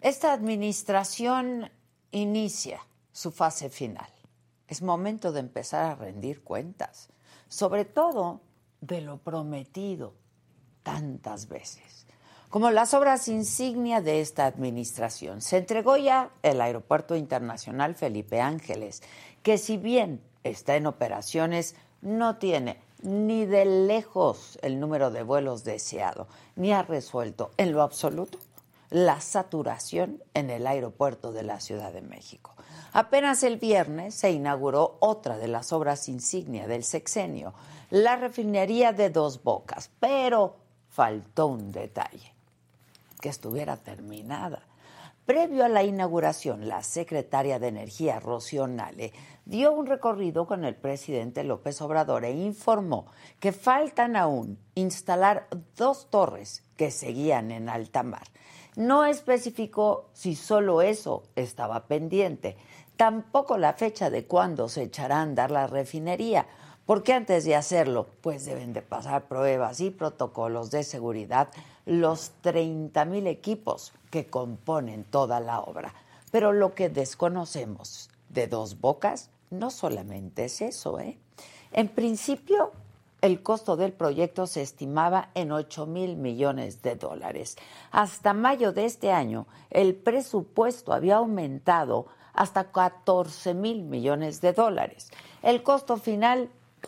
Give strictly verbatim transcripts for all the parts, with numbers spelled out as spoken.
Esta administración inicia su fase final. Es momento de empezar a rendir cuentas, sobre todo de lo prometido tantas veces. Como las obras insignia de esta administración, se entregó ya el Aeropuerto Internacional Felipe Ángeles, que si bien está en operaciones, no tiene ni de lejos el número de vuelos deseado, ni ha resuelto en lo absoluto la saturación en el aeropuerto de la Ciudad de México. Apenas el viernes se inauguró otra de las obras insignia del sexenio, la refinería de Dos Bocas, pero faltó un detalle, que estuviera terminada. Previo a la inauguración, la secretaria de Energía, Rocío Nale, dio un recorrido con el presidente López Obrador e informó que faltan aún instalar dos torres que seguían en alta mar. No especificó si solo eso estaba pendiente, tampoco la fecha de cuándo se echará a andar la refinería, porque antes de hacerlo, pues deben de pasar pruebas y protocolos de seguridad los treinta mil equipos que componen toda la obra. Pero lo que desconocemos de Dos Bocas no solamente es eso, ¿eh? En principio, el costo del proyecto se estimaba en ocho mil millones de dólares. Hasta mayo de este año, el presupuesto había aumentado hasta catorce mil millones de dólares. El costo final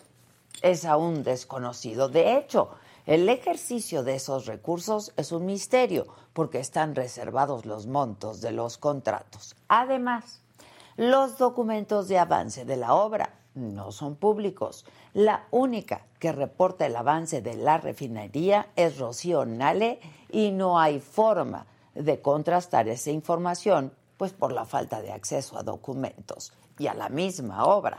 es aún desconocido. De hecho, el ejercicio de esos recursos es un misterio porque están reservados los montos de los contratos. Además, los documentos de avance de la obra no son públicos. La única que reporta el avance de la refinería es Rocío Nale y no hay forma de contrastar esa información, pues por la falta de acceso a documentos y a la misma obra.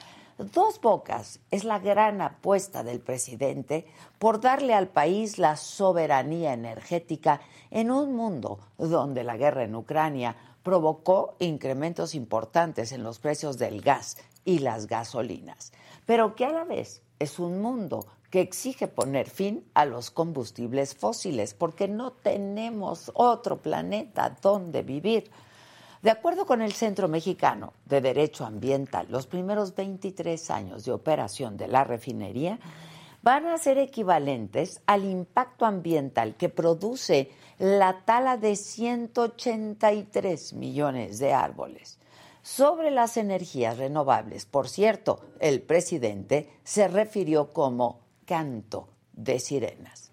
Dos Bocas es la gran apuesta del presidente por darle al país la soberanía energética en un mundo donde la guerra en Ucrania provocó incrementos importantes en los precios del gas y las gasolinas, pero que a la vez es un mundo que exige poner fin a los combustibles fósiles porque no tenemos otro planeta donde vivir. De acuerdo con el Centro Mexicano de Derecho Ambiental, los primeros veintitrés años de operación de la refinería van a ser equivalentes al impacto ambiental que produce la tala de ciento ochenta y tres millones de árboles. Sobre las energías renovables, por cierto, el presidente se refirió como canto de sirenas.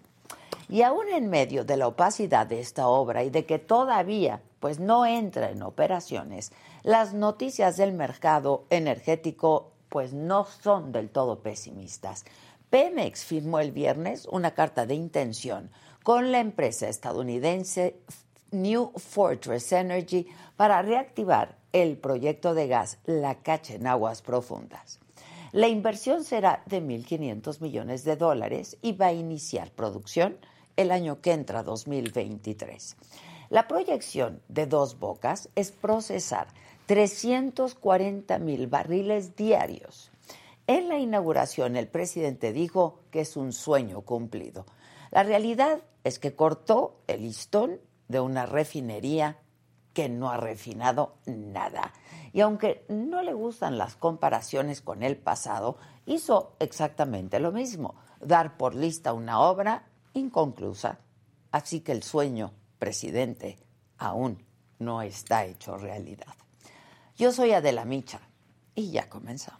Y aún en medio de la opacidad de esta obra y de que todavía pues no entra en operaciones, las noticias del mercado energético pues no son del todo pesimistas. Pemex firmó el viernes una carta de intención con la empresa estadounidense New Fortress Energy para reactivar el proyecto de gas La Cacha en aguas profundas. La inversión será de mil quinientos millones de dólares y va a iniciar producción el año que entra, dos mil veintitrés. La proyección de Dos Bocas es procesar trescientos cuarenta mil barriles diarios. En la inauguración, el presidente dijo que es un sueño cumplido. La realidad es que cortó el listón de una refinería que no ha refinado nada. Y aunque no le gustan las comparaciones con el pasado, hizo exactamente lo mismo, dar por lista una obra inconclusa. Así que el sueño, presidente, aún no está hecho realidad. Yo soy Adela Micha y ya comenzamos.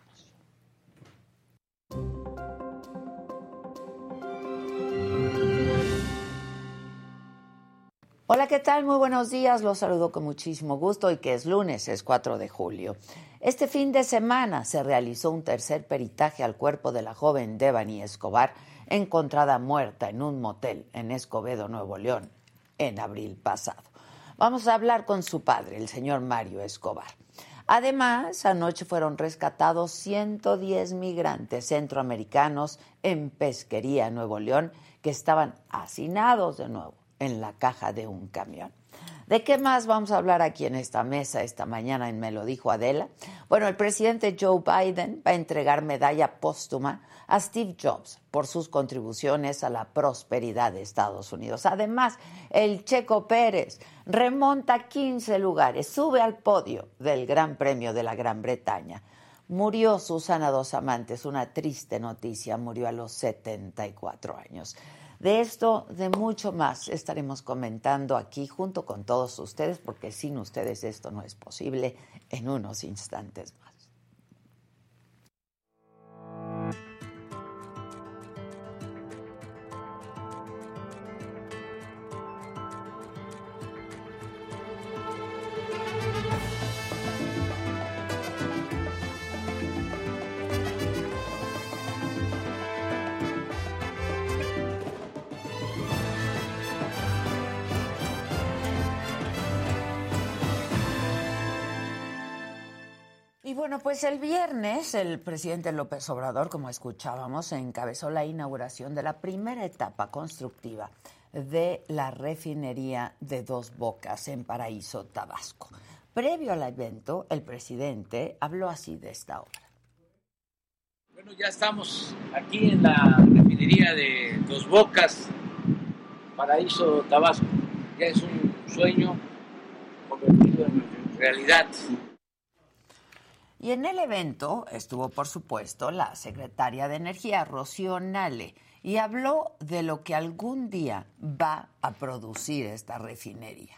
Hola, ¿qué tal? Muy buenos días. Los saludo con muchísimo gusto hoy que es lunes, es cuatro de julio. Este fin de semana se realizó un tercer peritaje al cuerpo de la joven Devani Escobar, encontrada muerta en un motel en Escobedo, Nuevo León, en abril pasado. Vamos a hablar con su padre, el señor Mario Escobar. Además, anoche fueron rescatados ciento diez migrantes centroamericanos en Pesquería, Nuevo León, que estaban hacinados de nuevo en la caja de un camión. ¿De qué más vamos a hablar aquí en esta mesa esta mañana en Me lo dijo Adela? Bueno, el presidente Joe Biden va a entregar medalla póstuma a Steve Jobs por sus contribuciones a la prosperidad de Estados Unidos. Además, el Checo Pérez remonta quince lugares, sube al podio del Gran Premio de la Gran Bretaña. Murió Susana Dos Amantes, una triste noticia, murió a los setenta y cuatro años. De esto, de mucho más, estaremos comentando aquí junto con todos ustedes, porque sin ustedes esto no es posible, en unos instantes más. Y bueno, pues el viernes el presidente López Obrador, como escuchábamos, encabezó la inauguración de la primera etapa constructiva de la refinería de Dos Bocas en Paraíso, Tabasco. Previo al evento, el presidente habló así de esta obra. Bueno, ya estamos aquí en la refinería de Dos Bocas, Paraíso, Tabasco. Ya es un sueño convertido en realidad. Y en el evento estuvo, por supuesto, la secretaria de Energía, Rocío Nale, y habló de lo que algún día va a producir esta refinería.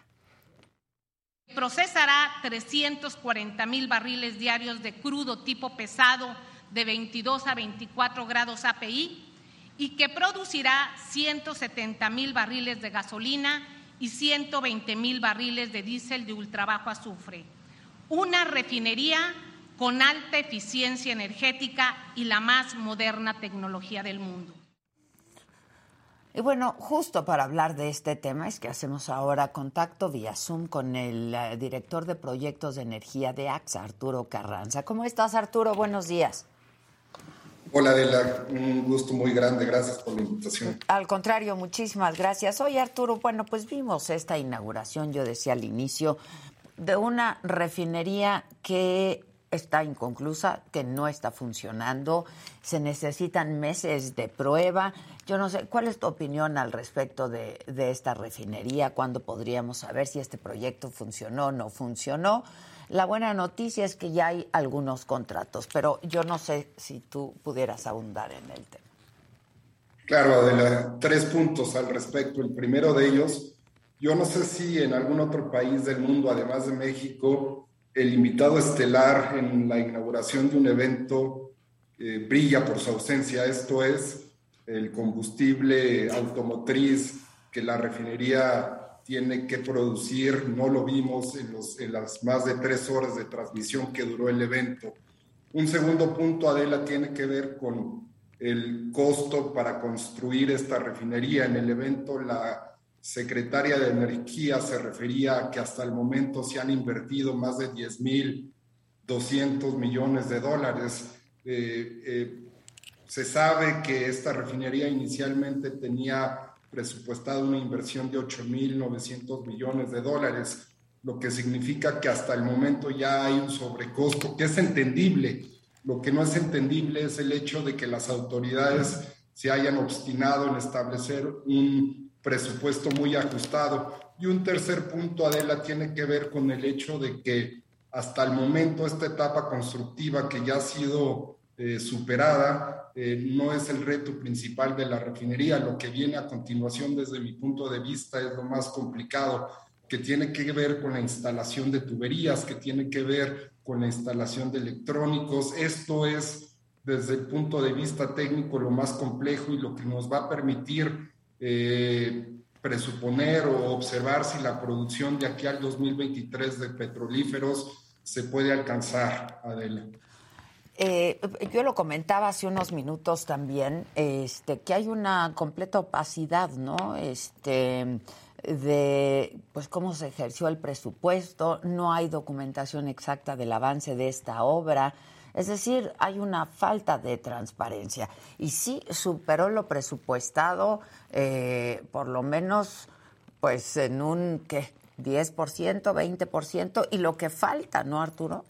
Procesará trescientos cuarenta mil barriles diarios de crudo tipo pesado de veintidós a veinticuatro grados A P I y que producirá ciento setenta mil barriles de gasolina y ciento veinte mil barriles de diésel de ultrabajo azufre. Una refinería con alta eficiencia energética y la más moderna tecnología del mundo. Y bueno, justo para hablar de este tema es que hacemos ahora contacto vía Zoom con el uh, director de proyectos de energía de AXA, Arturo Carranza. ¿Cómo estás, Arturo? Buenos días. Hola, Adela. Un gusto muy grande. Gracias por la invitación. Al contrario, muchísimas gracias. Oye, Arturo, bueno, pues vimos esta inauguración, yo decía al inicio, de una refinería que está inconclusa, que no está funcionando, se necesitan meses de prueba. Yo no sé, ¿cuál es tu opinión al respecto de, de esta refinería? ¿Cuándo podríamos saber si este proyecto funcionó o no funcionó? La buena noticia es que ya hay algunos contratos, pero yo no sé si tú pudieras abundar en el tema. Claro, Adela, tres puntos al respecto. El primero de ellos, yo no sé si en algún otro país del mundo, además de México, el invitado estelar en la inauguración de un evento eh, brilla por su ausencia. Esto es el combustible automotriz que la refinería tiene que producir. No lo vimos en, los, en las más de tres horas de transmisión que duró el evento. Un segundo punto, Adela, tiene que ver con el costo para construir esta refinería. En el evento, la secretaria de Energía se refería a que hasta el momento se han invertido más de diez mil doscientos millones de dólares. Eh, eh, se sabe que esta refinería inicialmente tenía presupuestada una inversión de ocho mil novecientos millones de dólares, lo que significa que hasta el momento ya hay un sobrecosto que es entendible. Lo que no es entendible es el hecho de que las autoridades se hayan obstinado en establecer un presupuesto muy ajustado. Y un tercer punto, Adela, tiene que ver con el hecho de que hasta el momento esta etapa constructiva que ya ha sido eh, superada eh, no es el reto principal de la refinería. Lo que viene a continuación desde mi punto de vista es lo más complicado, que tiene que ver con la instalación de tuberías, que tiene que ver con la instalación de electrónicos. Esto es, desde el punto de vista técnico, lo más complejo y lo que nos va a permitir Eh, presuponer o observar si la producción de aquí al dos mil veintitrés de petrolíferos se puede alcanzar, Adela. Eh, yo lo comentaba hace unos minutos también, este, que hay una completa opacidad, ¿no? Este, de pues cómo se ejerció el presupuesto, no hay documentación exacta del avance de esta obra. Es decir, hay una falta de transparencia. Y sí superó lo presupuestado, eh, por lo menos pues en un ¿qué? diez por ciento, veinte por ciento, y lo que falta, ¿no, Arturo?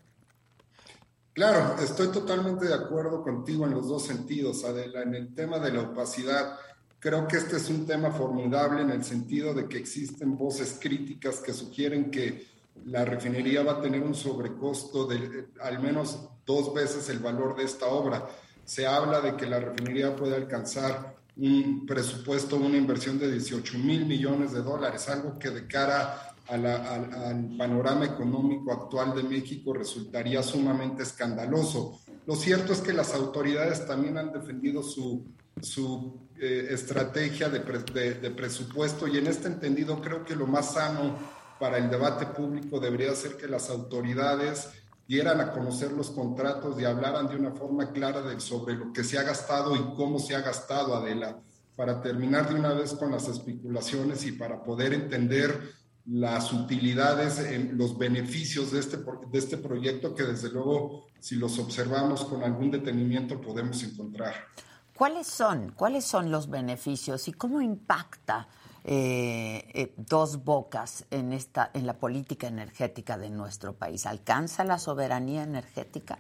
Claro, estoy totalmente de acuerdo contigo en los dos sentidos, Adela. En el tema de la opacidad, Creo que este es un tema formidable en el sentido de que existen voces críticas que sugieren que la refinería va a tener un sobrecosto de eh, al menos dos veces el valor de esta obra. Se habla de que la refinería puede alcanzar un presupuesto, una inversión de dieciocho mil millones de dólares, algo que de cara a la, a, al panorama económico actual de México resultaría sumamente escandaloso. Lo cierto es que las autoridades también han defendido su, su eh, estrategia de, pre, de, de presupuesto, y en este entendido creo que lo más sano para el debate público debería ser que las autoridades dieran a conocer los contratos y hablaran de una forma clara de, sobre lo que se ha gastado y cómo se ha gastado, Adela, para terminar de una vez con las especulaciones y para poder entender las utilidades, en los beneficios de este, de este proyecto que desde luego, si los observamos con algún detenimiento, podemos encontrar. ¿Cuáles son, cuáles son los beneficios y cómo impacta eh, eh, Dos Bocas en, esta, en la política energética de nuestro país? ¿Alcanza la soberanía energética?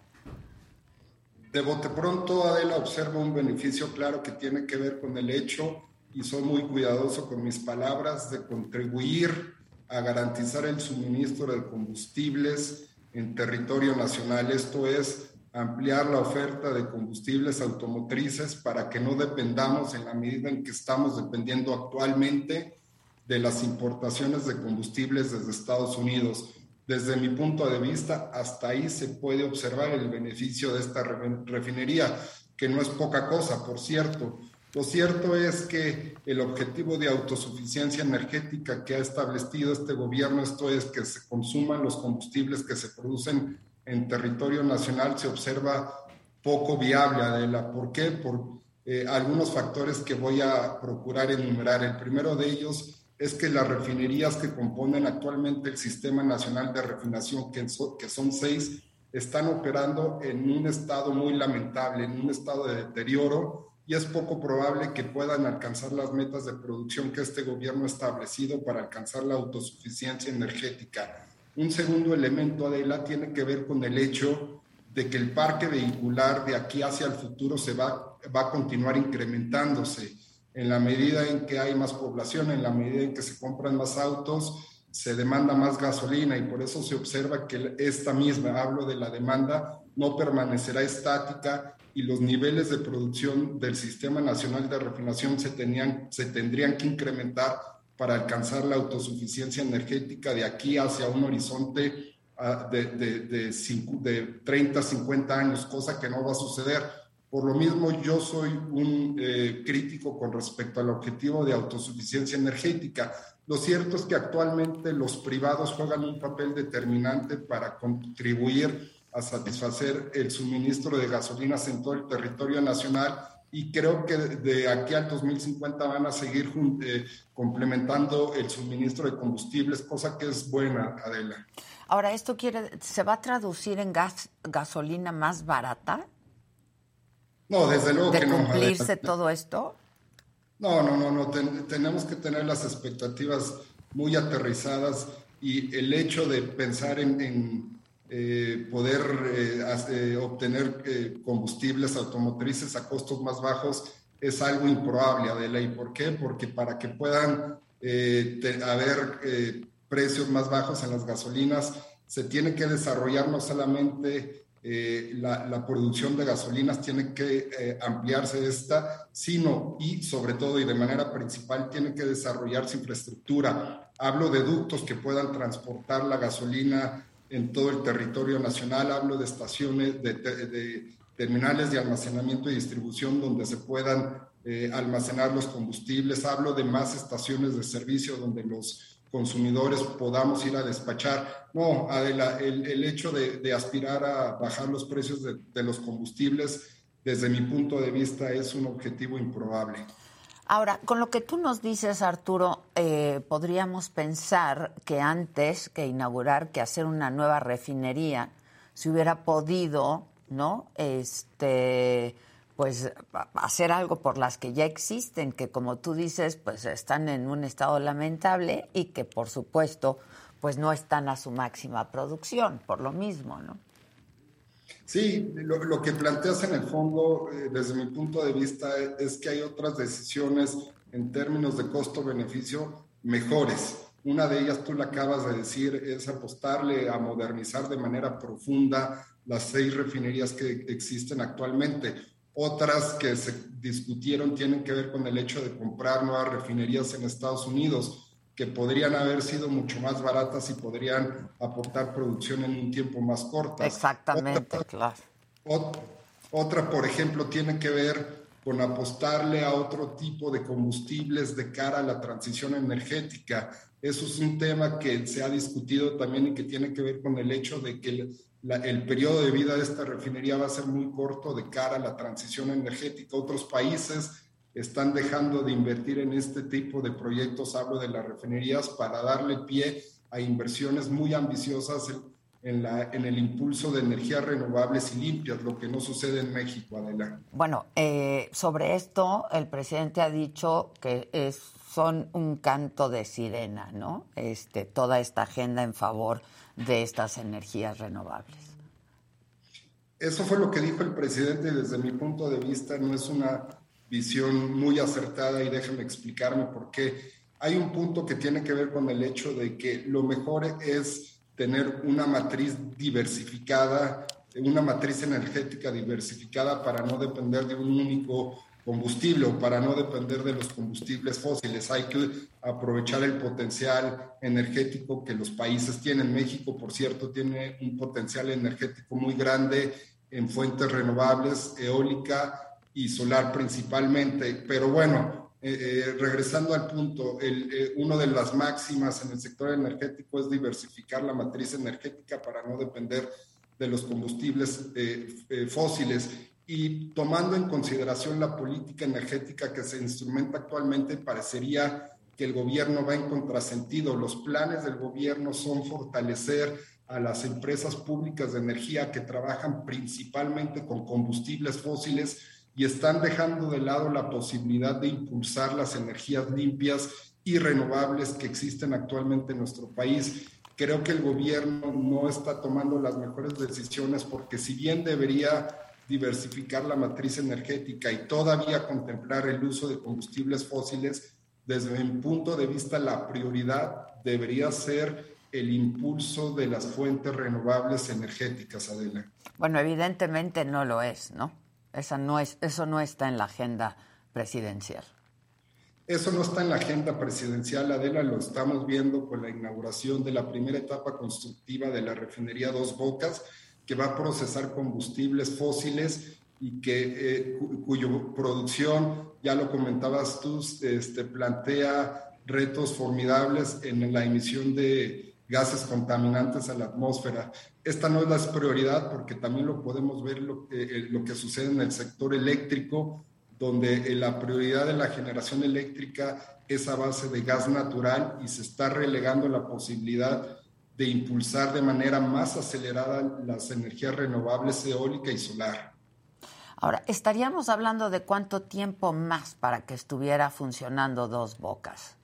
De bote pronto, Adela, observa un beneficio claro que tiene que ver con el hecho, y soy muy cuidadoso con mis palabras, de contribuir a garantizar el suministro de combustibles en territorio nacional. Esto es, ampliar la oferta de combustibles automotrices para que no dependamos, en la medida en que estamos dependiendo actualmente, de las importaciones de combustibles desde Estados Unidos. Desde mi punto de vista, hasta ahí se puede observar el beneficio de esta refinería, que no es poca cosa, por cierto. Lo cierto es que el objetivo de autosuficiencia energética que ha establecido este gobierno, esto es, que se consuman los combustibles que se producen en territorio nacional, se observa poco viable, Adela. ¿Por qué? Por eh, algunos factores que voy a procurar enumerar. El primero de ellos es que las refinerías que componen actualmente el Sistema Nacional de Refinación, que, so, que son seis, están operando en un estado muy lamentable, en un estado de deterioro, y es poco probable que puedan alcanzar las metas de producción que este gobierno ha establecido para alcanzar la autosuficiencia energética. Un segundo elemento, Adela, tiene que ver con el hecho de que el parque vehicular de aquí hacia el futuro se va, va a continuar incrementándose. En la medida en que hay más población, en la medida en que se compran más autos, se demanda más gasolina, y por eso se observa que esta misma, hablo de la demanda, no permanecerá estática, y los niveles de producción del Sistema Nacional de Refinación se, tenían, se tendrían que incrementar para alcanzar la autosuficiencia energética de aquí hacia un horizonte uh, de, de, de, cinco, de treinta, cincuenta años, cosa que no va a suceder. Por lo mismo, yo soy un eh, crítico con respecto al objetivo de autosuficiencia energética. Lo cierto es que actualmente los privados juegan un papel determinante para contribuir a satisfacer el suministro de gasolinas en todo el territorio nacional, y creo que de aquí al dos mil cincuenta van a seguir eh, complementando el suministro de combustibles, cosa que es buena, Adela. Ahora, ¿esto quiere, se va a traducir en gas, gasolina más barata? No, desde luego que no. ¿De cumplirse todo esto? No, no, no, no. Ten, tenemos que tener las expectativas muy aterrizadas, y el hecho de pensar en... en Eh, poder eh, eh, obtener eh, combustibles automotrices a costos más bajos es algo improbable, Adela. ¿Y por qué? Porque para que puedan eh, te, haber eh, precios más bajos en las gasolinas, se tiene que desarrollar no solamente eh, la, la producción de gasolinas, tiene que eh, ampliarse esta, sino, y sobre todo y de manera principal, tiene que desarrollarse infraestructura. Hablo de ductos que puedan transportar la gasolina en todo el territorio nacional. Hablo de estaciones, de, de, de terminales de almacenamiento y distribución donde se puedan eh, almacenar los combustibles. Hablo de más estaciones de servicio donde los consumidores podamos ir a despachar. No, Adela, el, el hecho de, de aspirar a bajar los precios de, de los combustibles, desde mi punto de vista, es un objetivo improbable. Ahora, con lo que tú nos dices, Arturo, eh, podríamos pensar que antes que inaugurar, que hacer una nueva refinería, se hubiera podido, ¿no? Este, pues hacer algo por las que ya existen, que como tú dices, pues están en un estado lamentable y que por supuesto, pues no están a su máxima producción, por lo mismo, ¿no? Sí, lo, lo que planteas en el fondo, eh, desde mi punto de vista, es que hay otras decisiones en términos de costo-beneficio mejores. Una de ellas, tú la acabas de decir, es apostarle a modernizar de manera profunda las seis refinerías que existen actualmente. Otras que se discutieron tienen que ver con el hecho de comprar nuevas refinerías en Estados Unidos, que podrían haber sido mucho más baratas y podrían aportar producción en un tiempo más corto. Exactamente, Otra, claro. ot, otra, por ejemplo, tiene que ver con apostarle a otro tipo de combustibles de cara a la transición energética. Eso es un tema que se ha discutido también y que tiene que ver con el hecho de que el, la, el periodo de vida de esta refinería va a ser muy corto de cara a la transición energética. Otros países están dejando de invertir en este tipo de proyectos, hablo de las refinerías, para darle pie a inversiones muy ambiciosas en, en, la, en el impulso de energías renovables y limpias, lo que no sucede en México, Adela. Bueno, eh, sobre esto el presidente ha dicho que es, son un canto de sirena, ¿no? Este, toda esta agenda en favor de estas energías renovables. Eso fue lo que dijo el presidente y desde mi punto de vista no es una visión muy acertada y déjenme explicarme por qué. Hay un punto que tiene que ver con el hecho de que lo mejor es tener una matriz diversificada, una matriz energética diversificada para no depender de un único combustible o para no depender de los combustibles fósiles. Hay que aprovechar el potencial energético que los países tienen. México, por cierto, tiene un potencial energético muy grande en fuentes renovables, eólica y solar principalmente, pero bueno, eh, eh, regresando al punto, el, eh, una de las máximas en el sector energético es diversificar la matriz energética para no depender de los combustibles eh, eh, fósiles y tomando en consideración la política energética que se instrumenta actualmente, parecería que el gobierno va en contrasentido. Los planes del gobierno son fortalecer a las empresas públicas de energía que trabajan principalmente con combustibles fósiles y están dejando de lado la posibilidad de impulsar las energías limpias y renovables que existen actualmente en nuestro país. Creo que el gobierno no está tomando las mejores decisiones porque si bien debería diversificar la matriz energética y todavía contemplar el uso de combustibles fósiles, desde mi punto de vista la prioridad debería ser el impulso de las fuentes renovables energéticas, Adela. Bueno, evidentemente no lo es, ¿no? Esa no es, eso no está en la agenda presidencial. Eso no está en la agenda presidencial, Adela, lo estamos viendo con la inauguración de la primera etapa constructiva de la refinería Dos Bocas, que va a procesar combustibles fósiles y que eh, cu- cuya producción, ya lo comentabas tú, este, plantea retos formidables en la emisión de gases contaminantes a la atmósfera. Esta no es la prioridad porque también lo podemos ver lo que, lo que sucede en el sector eléctrico, donde la prioridad de la generación eléctrica es a base de gas natural y se está relegando la posibilidad de impulsar de manera más acelerada las energías renovables eólica y solar. Ahora, ¿estaríamos hablando de cuánto tiempo más para que estuviera funcionando Dos Bocas?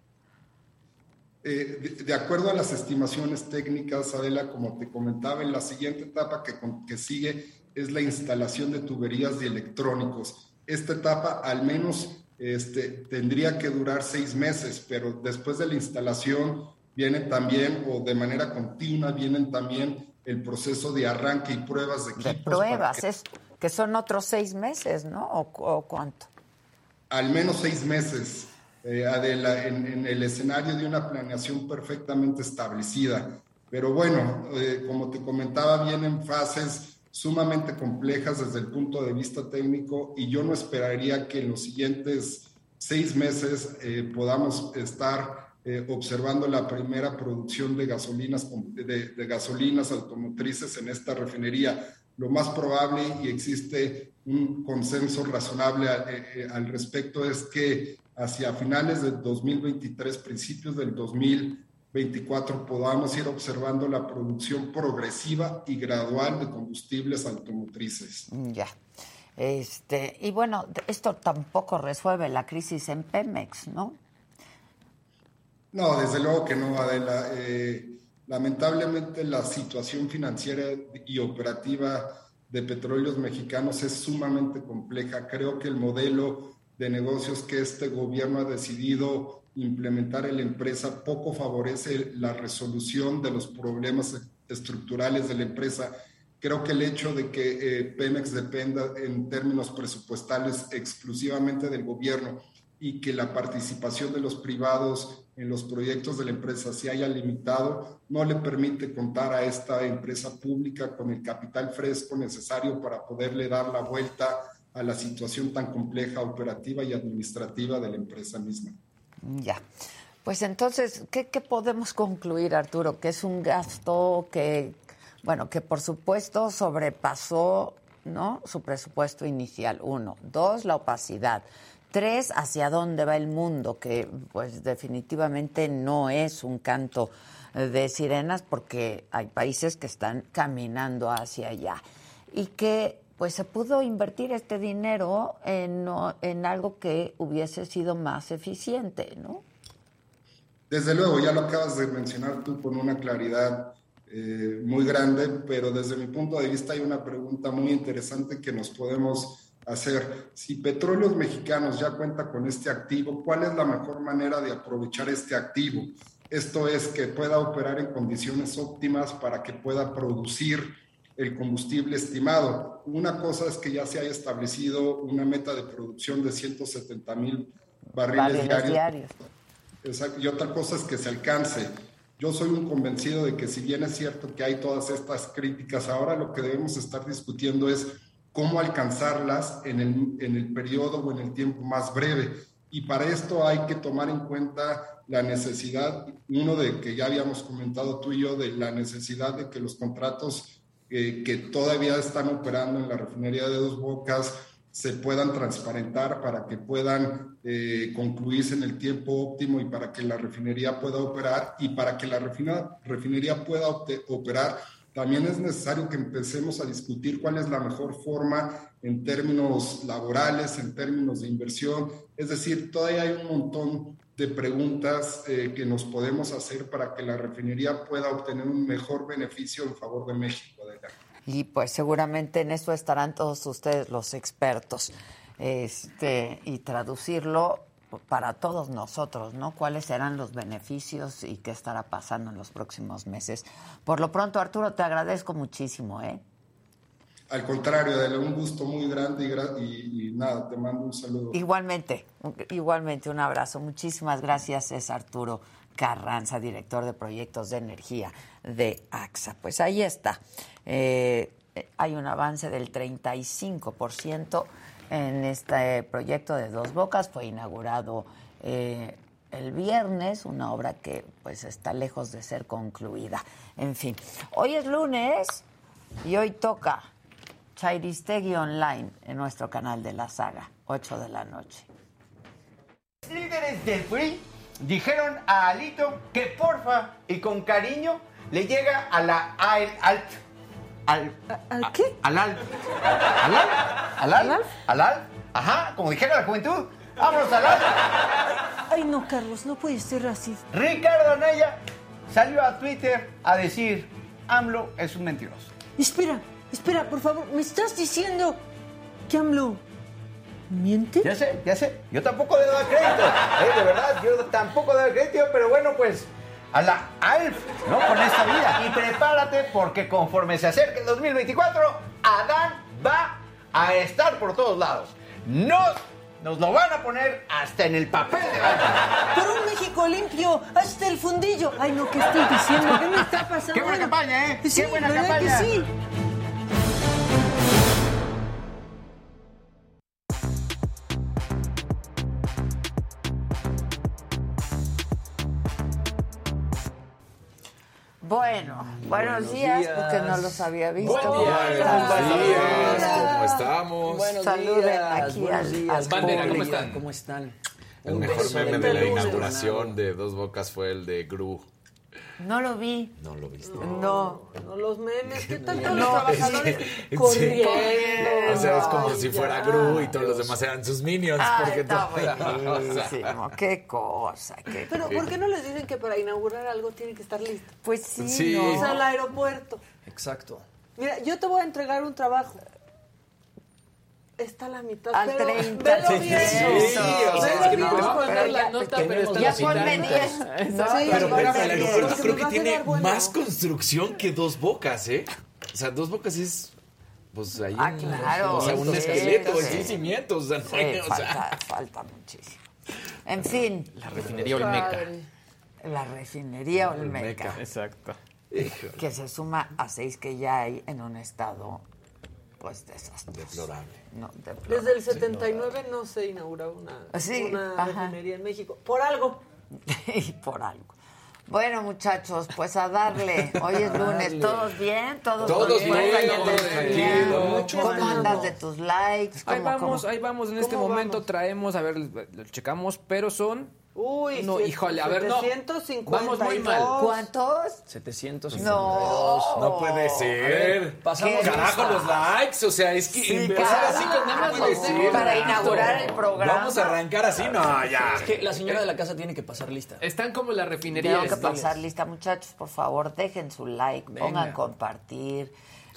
Eh, de, de acuerdo a las estimaciones técnicas, Adela, como te comentaba, en la siguiente etapa que, que sigue es la instalación de tuberías y electrónicos. Esta etapa al menos este, tendría que durar seis meses, pero después de la instalación viene también, o de manera continua, vienen también el proceso de arranque y pruebas de equipos. De pruebas, que, es que son otros seis meses, ¿no? ¿O, o cuánto? Al menos seis meses. Eh, Adela, en, en el escenario de una planeación perfectamente establecida. Pero bueno, eh, como te comentaba, vienen fases sumamente complejas desde el punto de vista técnico y yo no esperaría que en los siguientes seis meses eh, podamos estar eh, observando la primera producción de gasolinas, de, de gasolinas automotrices en esta refinería. Lo más probable, y existe un consenso razonable eh, al respecto, es que hacia finales del dos mil veintitrés, principios del dos mil veinticuatro, podamos ir observando la producción progresiva y gradual de combustibles automotrices. Ya. Este, y bueno, esto tampoco resuelve la crisis en Pemex, ¿no? No, desde luego que no, Adela. Eh, lamentablemente la situación financiera y operativa de Petróleos Mexicanos es sumamente compleja. Creo que el modelo de negocios que este gobierno ha decidido implementar en la empresa poco favorece la resolución de los problemas estructurales de la empresa. Creo que el hecho de que eh, Pemex dependa en términos presupuestales exclusivamente del gobierno y que la participación de los privados en los proyectos de la empresa se haya limitado, no le permite contar a esta empresa pública con el capital fresco necesario para poderle dar la vuelta a la situación tan compleja, operativa y administrativa de la empresa misma. Ya. Pues entonces, ¿qué, qué podemos concluir, Arturo? Que es un gasto que, bueno, que por supuesto sobrepasó, ¿no?, su presupuesto inicial. Uno. Dos, la opacidad. Tres, hacia dónde va el mundo, que pues definitivamente no es un canto de sirenas porque hay países que están caminando hacia allá. Y que pues se pudo invertir este dinero en, en algo que hubiese sido más eficiente, ¿no? Desde luego, ya lo acabas de mencionar tú con una claridad eh, muy grande, pero desde mi punto de vista hay una pregunta muy interesante que nos podemos hacer. Si Petróleos Mexicanos ya cuenta con este activo, ¿cuál es la mejor manera de aprovechar este activo? Esto es, que pueda operar en condiciones óptimas para que pueda producir el combustible estimado. Una cosa es que ya se haya establecido una meta de producción de ciento setenta mil barriles diarios. diarios. Exacto. Y otra cosa es que se alcance. Yo soy un convencido de que si bien es cierto que hay todas estas críticas, ahora lo que debemos estar discutiendo es cómo alcanzarlas en el, en el periodo o en el tiempo más breve. Y para esto hay que tomar en cuenta la necesidad, uno de que ya habíamos comentado tú y yo, de la necesidad de que los contratos eh, que todavía están operando en la refinería de Dos Bocas se puedan transparentar para que puedan eh, concluirse en el tiempo óptimo y para que la refinería pueda operar. Y para que la refina, refinería pueda operar, también es necesario que empecemos a discutir cuál es la mejor forma en términos laborales, en términos de inversión. Es decir, todavía hay un montón de preguntas eh, que nos podemos hacer para que la refinería pueda obtener un mejor beneficio en favor de México. Adela. Y pues seguramente en eso estarán todos ustedes los expertos, este, y traducirlo para todos nosotros, ¿no? ¿Cuáles serán los beneficios y qué estará pasando en los próximos meses? Por lo pronto, Arturo, te agradezco muchísimo, ¿eh? Al contrario, Adela, un gusto muy grande y, gra- y, y nada, te mando un saludo. Igualmente, igualmente, un abrazo. Muchísimas gracias, es Arturo Carranza, director de proyectos de energía de AXA. Pues ahí está. Eh, hay un avance del treinta y cinco por ciento en este proyecto de Dos Bocas. Fue inaugurado eh, el viernes, una obra que pues está lejos de ser concluida. En fin, hoy es lunes y hoy toca Chairistegui Online en nuestro canal de La Saga, ocho de la noche. Los líderes del P R I dijeron a Alito que porfa y con cariño le llega a la al al al ¿Al qué? Al al al al al al al al ajá, como dijera la juventud. Vámonos al al. Ay, no, Carlos, no puedes ser así. Ricardo Anaya salió a Twitter a decir AMLO es un mentiroso. Espera, espera, por favor, ¿me estás diciendo que AMLO miente? Ya sé, ya sé. Yo tampoco le doy crédito. Eh, de verdad, yo tampoco le doy crédito, pero bueno, pues a la A L F, ¿no? Con esta vida. Y prepárate porque conforme se acerque el dos mil veinticuatro, Adán va a estar por todos lados. Nos, nos lo van a poner hasta en el papel de baño. Por un México limpio, hasta el fundillo. Ay, no, ¿qué estoy diciendo? ¿Qué me está pasando? Qué buena campaña, ¿eh? Sí, Qué buena ¿verdad campaña. que sí? Bueno, buenos días, días. porque no los había visto. Buen día. Buenos Buenos días. días. ¿Cómo estamos? Buenos Saluden días. aquí Buenos al, días. al Bandera, ¿cómo público. están? ¿Cómo están? El Un mejor beso meme de de la luz. inauguración de Dos Bocas fue el de Gru. No lo vi. No lo viste. No. No, los memes, ¿qué tal todos No, los trabajadores sí. corriendo? O sea, es como Ay, si ya. fuera Gru y todos los demás eran sus minions. Ah, porque está todo- buenísimo. Qué cosa. Qué Pero cosa. ¿por qué no les dicen que para inaugurar algo tiene que estar listo? Pues sí, Sí. ¿no? O sea, el aeropuerto. Exacto. Mira, yo te voy a entregar un trabajo. Está a la mitad, Al pero treinta. velo Sí, bien. sí, sí, o sea, es que no, Velo le va a bien. mandar la nota, pero está Ya la ponme mitad. diez. No, Sí, Pero ya espérame, ponme el Porque aeropuerto diez. creo nos que va a tiene quedar más bueno. construcción que Dos Bocas, ¿eh? O sea, Dos Bocas es, pues ahí Ah, en- claro, o sea, un sí, esqueleto, sí. sin cimientos, o sea, no Sí, hay- o sea, falta, falta muchísimo. En fin, La refinería Olmeca. Padre. la refinería Olmeca, Olmeca. Exacto. que se suma a seis que ya hay en un estado, pues, desastroso. deplorable. No, deplorable. Desde el setenta y nueve no se inauguraba una, Sí, una ajá. refinería en México. Por algo. Y por algo. Bueno, muchachos, pues a darle. Hoy es lunes. ¿Todos bien? ¿Todos, Todos bien? bien, ¿Fuera todos ya? tranquilos. Mucho ¿Cómo ánimo. andas de tus likes? Ahí ¿Cómo, vamos, cómo? ahí vamos. En este ¿Cómo momento vamos? traemos, a ver, lo checamos, pero son... Uy, No, siete- híjole, a ver, no. setecientos cincuenta y dos. Vamos muy mal. ¿Cuántos? setecientos No. No puede ser. pasamos Carajo, lista. los likes, o sea, es que Sí, empezar así carajo. con no puede ser. Para Listo. inaugurar el programa. Vamos a arrancar así, no, ya. Es que la señora de la casa tiene que pasar lista. Están como la refinería. Tengo que esta. pasar lista, muchachos, por favor, dejen su like, Venga. pongan compartir,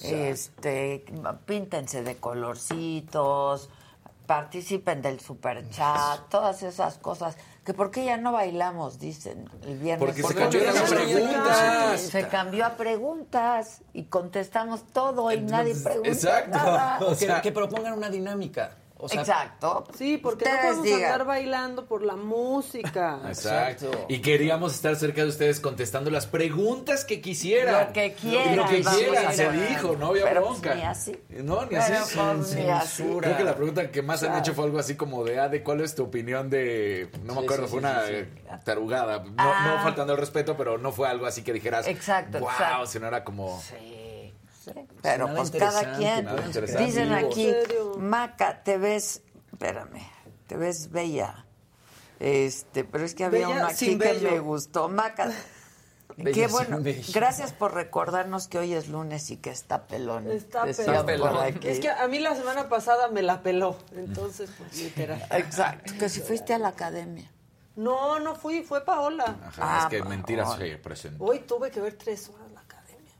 este, píntense de colorcitos, participen del super chat, todas esas cosas. Que por qué ya no bailamos, dicen el viernes. Porque se Porque cambiaron las ya- preguntas. Se cambió a preguntas y contestamos todo y nadie pregunta Exacto. nada. O Que, sea, que propongan una dinámica. O sea, Exacto. Sí, porque no Ustedes podemos digan. andar bailando por la música. Exacto. Exacto. Y queríamos estar cerca de ustedes contestando las preguntas que quisieran. Lo que quieran, Lo que vamos quieran, a se hacer. dijo, no había Pero, pues, bronca. ni así. No, ni Pero, así. pues, ni así. censura. Creo que la pregunta que más han Claro. hecho fue algo así como de, ah, de cuál es tu opinión de... No me Sí, acuerdo, sí, fue sí, una sí, sí. eh, tarugada. No, Ah. no faltando el respeto, pero no fue algo así que dijeras... Exacto, wow, exacto. sino era como... Sí, sí. Pero nada pues cada interesante, quien. nada interesante. Dicen Amigos. aquí, ¿En serio? Maca, te ves, espérame, te ves bella. Este, pero es que había Bella uno aquí sin que vello. me gustó. Maca, Bella qué sin bueno. vello. Gracias por recordarnos que hoy es lunes y que está pelón. Está Decían pelón. por aquí. Es que a mí la semana pasada me la peló. Entonces, pues, literal. Exacto, que si fuiste a la academia. No, no fui, fue Paola. Ajá, Ah, es que pues, mentiras ahora. se presentó. Hoy tuve que ver tres horas la academia.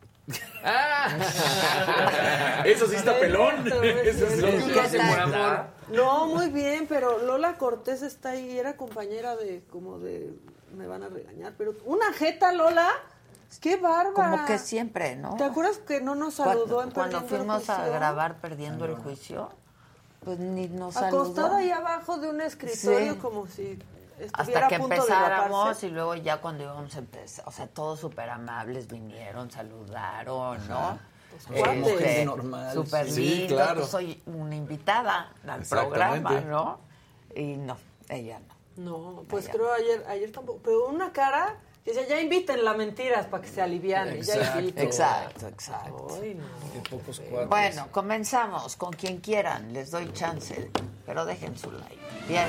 Eso sí está pelón. Neta, güey, Eso sí. sí. Lo que uno hace por ¿Qué amor. No, muy bien, pero Lola Cortés está ahí, era compañera de, como de, me van a regañar, pero una jeta, Lola, qué bárbara. Como que siempre, ¿no? ¿Te acuerdas que no nos saludó Cuando, en cuando Perdiendo el fuimos a Juicio? grabar Perdiendo el Juicio, pues ni nos saludó. Acostada ahí abajo de un escritorio Sí. como si estuviera Hasta que a punto de empezáramos raparse. y luego ya cuando íbamos a empezar, o sea, todos súper amables vinieron, saludaron, ¿no? Pues, cuates. Este, Gente normal. Súper Sí, lindo, claro. pues soy una invitada al Exactamente. programa, ¿no? Y no, ella no. No, pues Allá. creo ayer, ayer tampoco, pero una cara que decía, ya inviten las mentiras para que se aliviane, ya Exacto. inviten. Exacto, exacto. Ay, no. de pocos cuates. Bueno, comenzamos con quien quieran, les doy chance, pero dejen su like. Bien.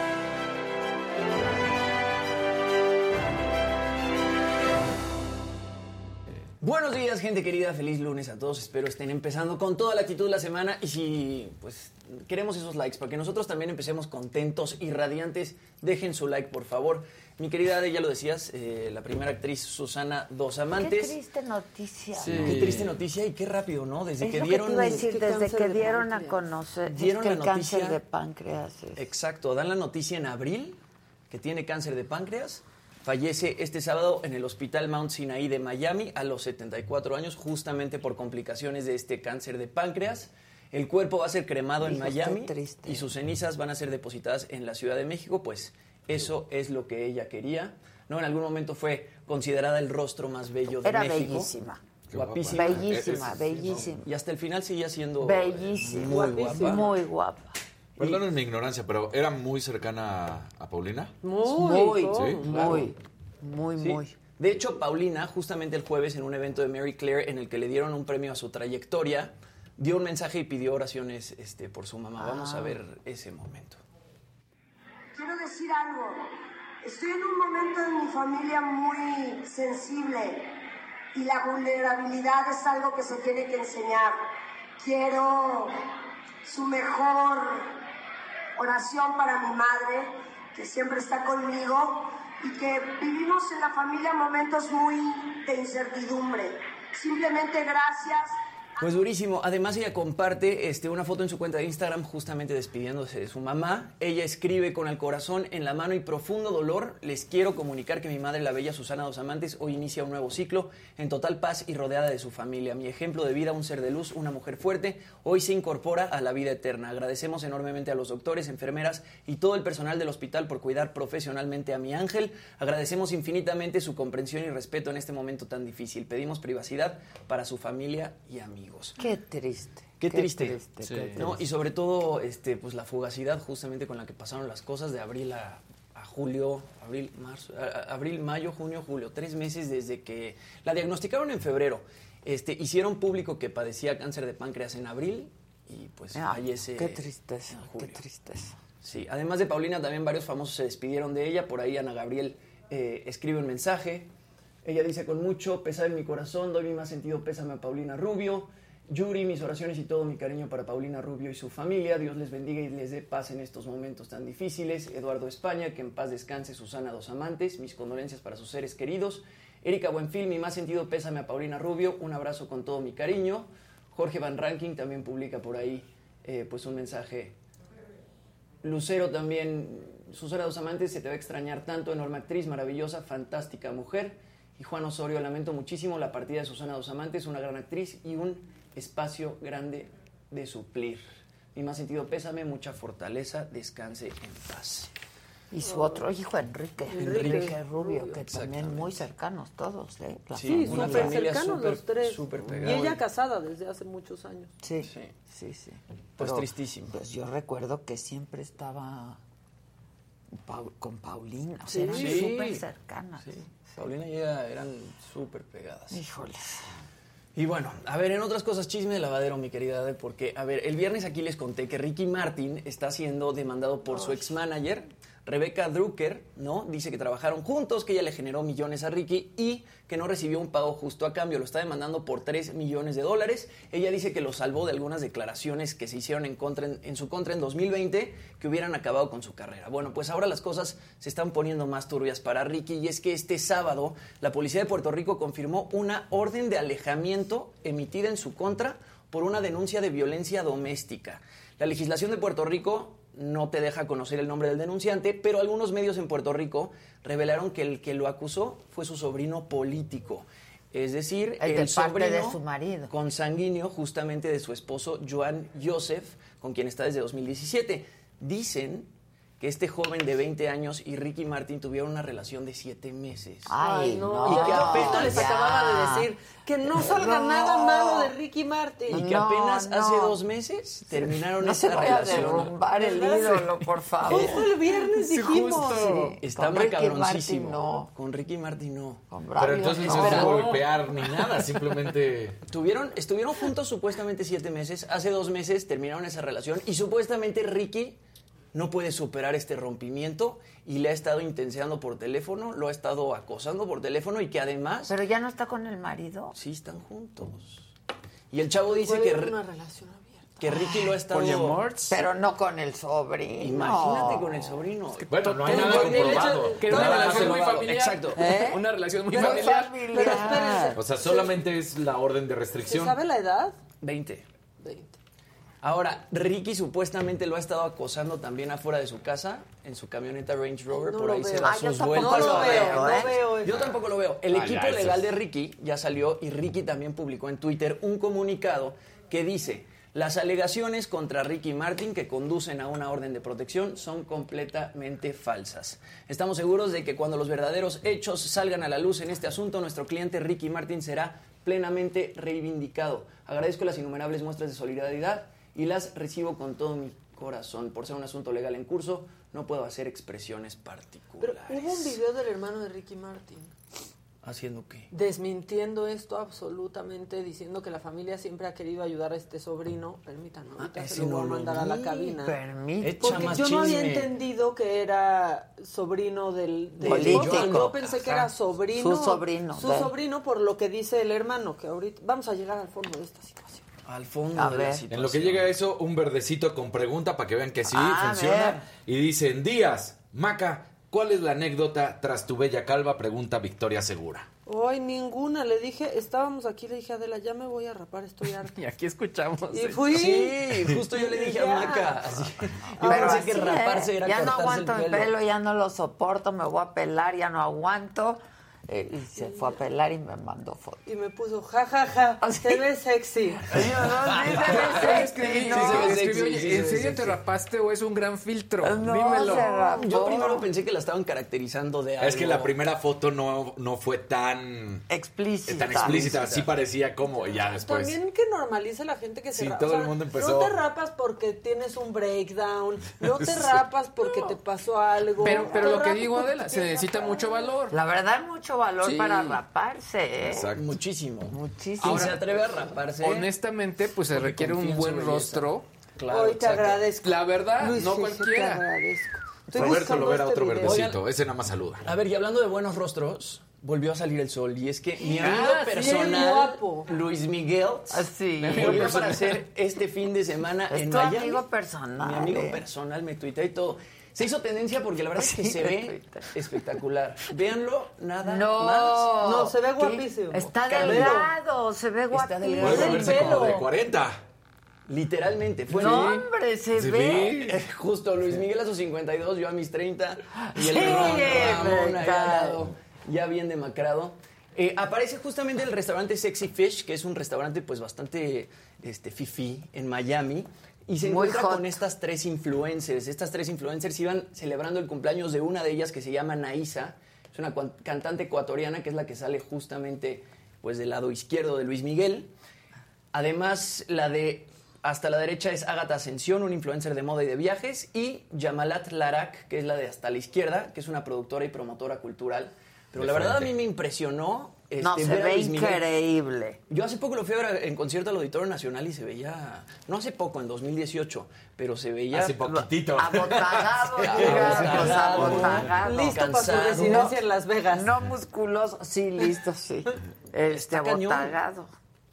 Buenos días, gente querida. Feliz lunes a todos. Espero estén empezando con toda la actitud la semana. Y si, pues, queremos esos likes para que nosotros también empecemos contentos y radiantes, dejen su like, por favor. Mi querida Ade, ya lo decías, eh, la primera actriz Susana Dos Qué Amantes. triste noticia. Sí. Qué triste noticia y qué rápido, ¿no? Desde Es que lo dieron... que te iba a decir, que desde cáncer que de dieron a páncreas. conocer, Dieron es que la el cáncer noticia- de páncreas es... Exacto, dan la noticia en abril que tiene cáncer de páncreas. Fallece este sábado en el Hospital Mount Sinai de Miami a los setenta y cuatro años, justamente por complicaciones de este cáncer de páncreas. El cuerpo va a ser cremado en Hijo, estoy Miami triste. y sus cenizas van a ser depositadas en la Ciudad de México, pues eso es lo que ella quería. No, en algún momento fue considerada el rostro más bello de Era México. bellísima. Qué guapa. Guapísima. Bellísima, Es- bellísima. Y hasta el final seguía siendo Bellísima. muy guapa. Muy guapa. Perdonen mi ignorancia, pero ¿era muy cercana a, a Paulina? Muy, Muy, ¿cómo? Sí. muy, muy, Sí. muy. De hecho, Paulina, justamente el jueves en un evento de Mary Claire en el que le dieron un premio a su trayectoria, dio un mensaje y pidió oraciones este, por su mamá. Vamos Ah. a ver ese momento. Quiero decir algo. Estoy en un momento en mi familia muy sensible y la vulnerabilidad es algo que se tiene que enseñar. Quiero su mejor oración para mi madre, que siempre está conmigo y que vivimos en la familia momentos muy de incertidumbre. Simplemente gracias Pues durísimo. Además, ella comparte este, una foto en su cuenta de Instagram justamente despidiéndose de su mamá. Ella escribe: con el corazón en la mano y profundo dolor, les quiero comunicar que mi madre, la bella Susana Dos Amantes, hoy inicia un nuevo ciclo en total paz y rodeada de su familia. Mi ejemplo de vida, un ser de luz, una mujer fuerte, hoy se incorpora a la vida eterna. Agradecemos enormemente a los doctores, enfermeras y todo el personal del hospital por cuidar profesionalmente a mi ángel. Agradecemos infinitamente su comprensión y respeto en este momento tan difícil. Pedimos privacidad para su familia y amigos. Qué triste. Qué, qué triste, triste, sí. qué triste. ¿No? Y sobre todo, este, pues la fugacidad justamente con la que pasaron las cosas de abril a, a julio, abril, marzo, a, abril, mayo, junio, julio, tres meses desde que la diagnosticaron en febrero. Este, hicieron público que padecía cáncer de páncreas en abril y pues ah, fallece. Qué tristeza, qué tristeza. Sí, además de Paulina, también varios famosos se despidieron de ella. Por ahí Ana Gabriel eh, escribe un mensaje. Ella dice: con mucho pesar en mi corazón, doy mi más sentido pésame a Paulina Rubio. Yuri, mis oraciones y todo mi cariño para Paulina Rubio y su familia. Dios les bendiga y les dé paz en estos momentos tan difíciles. Eduardo España, que en paz descanse Susana Dos Amantes. Mis condolencias para sus seres queridos. Erika Buenfil, mi más sentido pésame a Paulina Rubio. Un abrazo con todo mi cariño. Jorge Van Ranking también publica por ahí eh, pues un mensaje. Lucero también, Susana Dos Amantes, se te va a extrañar tanto, enorme actriz, maravillosa, fantástica mujer. Y Juan Osorio, lamento muchísimo la partida de Susana Dos Amantes, una gran actriz y un espacio grande de suplir. Mi más sentido pésame, mucha fortaleza, descanse en paz. Y su otro hijo, Enrique, Enrique, Enrique Rubio, que también muy cercanos todos, ¿eh? La sí, súper cercanos super, los tres. Super y ella casada desde hace muchos años. Sí, sí, sí. sí. Pues Pero, tristísimo. Pues yo recuerdo que siempre estaba Paul, con Paulina, o sea, sí, eran sí. súper cercanas. Sí. Paulina y ella eran súper pegadas. Híjoles. Y bueno, a ver, en otras cosas, chisme de lavadero, mi querida Ade, porque, a ver, el viernes aquí les conté que Ricky Martin está siendo demandado por su ex-manager, Rebecca Drucker, ¿no? Dice que trabajaron juntos, que ella le generó millones a Ricky y que no recibió un pago justo a cambio. Lo está demandando por tres millones de dólares. Ella dice que lo salvó de algunas declaraciones que se hicieron en, contra, en, en su contra en dos mil veinte que hubieran acabado con su carrera. Bueno, pues ahora las cosas se están poniendo más turbias para Ricky y es que este sábado la policía de Puerto Rico confirmó una orden de alejamiento emitida en su contra por una denuncia de violencia doméstica. La legislación de Puerto Rico no te deja conocer el nombre del denunciante, pero algunos medios en Puerto Rico revelaron que el que lo acusó fue su sobrino político. Es decir, el, el de sobrino parte de su marido, consanguíneo justamente de su esposo Joan Joseph, con quien está desde dos mil diecisiete. Dicen que este joven de veinte años y Ricky Martin tuvieron una relación de siete meses. Ay, Ay, no, no. y que apenas les ya. acababa de decir que no salga No. nada malo de Ricky Martin. Y que No, apenas no. hace dos meses terminaron no esta se vaya a relación. derrumbar el ídolo, por favor. Justo el viernes dijimos. Sí, Está con Ricky macabroncísimo. Martin no. Con Ricky Martin no. Con Pero Bravio entonces no. no es golpear ni nada, simplemente... Tuvieron, estuvieron juntos supuestamente siete meses. Hace dos meses terminaron esa relación y supuestamente Ricky no puede superar este rompimiento y le ha estado intenseando por teléfono, lo ha estado acosando por teléfono y que además... Pero ya no está con el marido. Sí, están juntos. Y el chavo dice Puede que, haber una relación abierta. que Ricky lo ha estado... Poliamorts. Pero no con el sobrino. Imagínate con el sobrino. Bueno, no hay Todo nada el hecho- comprobado. Que era una Nada relación muy comprobado. familiar. Exacto. ¿Eh? Una relación muy Pero familiar. familiar. Pero espérense. O sea, solamente es la orden de ¿Se restricción. sabe la edad? veinte. veinte. Ahora, Ricky supuestamente lo ha estado acosando también afuera de su casa, en su camioneta Range Rover, No por lo ahí se veo. da Ah, yo sus tampoco vueltas. No lo lo veo, veo, no ¿eh? veo eso. Yo tampoco lo veo. El Ah, equipo ya, eso legal es. de Ricky ya salió y Ricky también publicó en Twitter un comunicado que dice: las alegaciones contra Ricky Martin que conducen a una orden de protección son completamente falsas. Estamos seguros de que cuando los verdaderos hechos salgan a la luz en este asunto, nuestro cliente Ricky Martin será plenamente reivindicado. Agradezco las innumerables muestras de solidaridad y las recibo con todo mi corazón. Por ser un asunto legal en curso, no puedo hacer expresiones Pero particulares. hubo un video del hermano de Ricky Martin ¿Haciendo qué? desmintiendo esto absolutamente, diciendo que la familia siempre ha querido ayudar a este sobrino. Permítanme, ahorita ese se lo voy no a lo mandar a la vi. cabina. Permite. Echa Porque más yo no había chisme. entendido que era sobrino del, del Político. esposo. Yo pensé que era sobrino. Su sobrino, Su de- sobrino, por lo que dice el hermano, que ahorita vamos a llegar al fondo de esta situación. Al fondo A de ver. la situación. En lo que llega eso, un verdecito con pregunta para que vean que sí, A funciona. ver. Y dicen, Díaz, Maca, ¿cuál es la anécdota tras tu bella calva? Pregunta Victoria Segura. Ay, ninguna. Le dije, estábamos aquí, le dije a Adela, ya me voy a rapar, estoy harta. Y aquí escuchamos. Y fui. Sí, justo yo le dije a Maca. Así. Yo Pero pensé así, que raparse ¿eh? era Ya no cortarse aguanto el el pelo. pelo, ya no lo soporto, me voy a pelar, ya no aguanto. Eh, y se fue a pelar y me mandó foto. Y me puso, ja, ja, ja, ¿Ah, sí? te ves sexy. Yo, no, sí se ve sexy, ¿no? Sí se ve Escribió, sexy, oye, sí se ¿en ve serio sexy. te rapaste o es un gran filtro? No, Dímelo. se rapó. Yo primero pensé que la estaban caracterizando de algo. Es que la primera foto no, no fue tan Explícita. tan explícita, sí parecía como, y ya después. También que normalice la gente que se Sí, rapa. todo O sea, el mundo empezó. No te rapas porque tienes un breakdown, no te rapas porque te pasó algo. Pero, pero Te lo que rapas digo, porque Adela, te se quieres necesita rapar. mucho valor. La verdad, hay mucho valor Sí. para raparse, ¿eh? Exacto. Muchísimo. Muchísimo. Quien se atreve a raparse. Honestamente, pues se Porque requiere un confía en su buen belleza. rostro. Claro, Hoy te exacto. agradezco. La verdad, Luis, no sí, sí, te cualquiera. agradezco. Estoy Roberto buscando Lovera, este otro video. verdecito. Ese nada más saluda. A ver, y hablando de buenos rostros, volvió a salir el sol. Y es que mi amigo Ah, sí, personal, guapo. Luis Miguel, Así. volvió para hacer este fin de semana Es en tu Miami. amigo personal. Mi amigo ¿eh? personal me tuitea y todo. Se hizo tendencia porque la verdad es que Sí, se me ve tuitea. espectacular. Véanlo, nada No. más. No, se ve ¿Qué? guapísimo. Está Cabello. delgado, se ve guapísimo. delgado. Vuelve a el verse como pelo. de cuarenta. Literalmente. Fue No, hombre, se, Se ve. ve. Eh, Justo Luis Miguel a sus cincuenta y dos, yo a mis treinta. Y el Sí, Ram- Ramón me ahí cae. al lado, ya bien demacrado. Eh, aparece justamente el restaurante Sexy Fish, que es un restaurante pues bastante este, fifí en Miami. Y se Muy encuentra hot. con estas tres influencers. Estas tres influencers iban celebrando el cumpleaños de una de ellas que se llama Naisa. Es una cuan- cantante ecuatoriana que es la que sale justamente pues del lado izquierdo de Luis Miguel. Además, la de hasta la derecha es Ágata Ascensión, un influencer de moda y de viajes, y Yamalat Larak, que es la de hasta la izquierda, que es una productora y promotora cultural. Pero De la verdad frente. a mí me impresionó este, No, se ver a ve Luis Miguel. increíble. Yo hace poco lo fui a ver en concierto al Auditorio Nacional y se veía, no hace poco, en dos mil dieciocho, pero se veía... Hace poquitito. Abotagado, Abotagado. digamos, abotagado. Listo para su Cansado. residencia en Las Vegas. No musculoso, sí, listo, sí. Este, Está cañón. abotagado.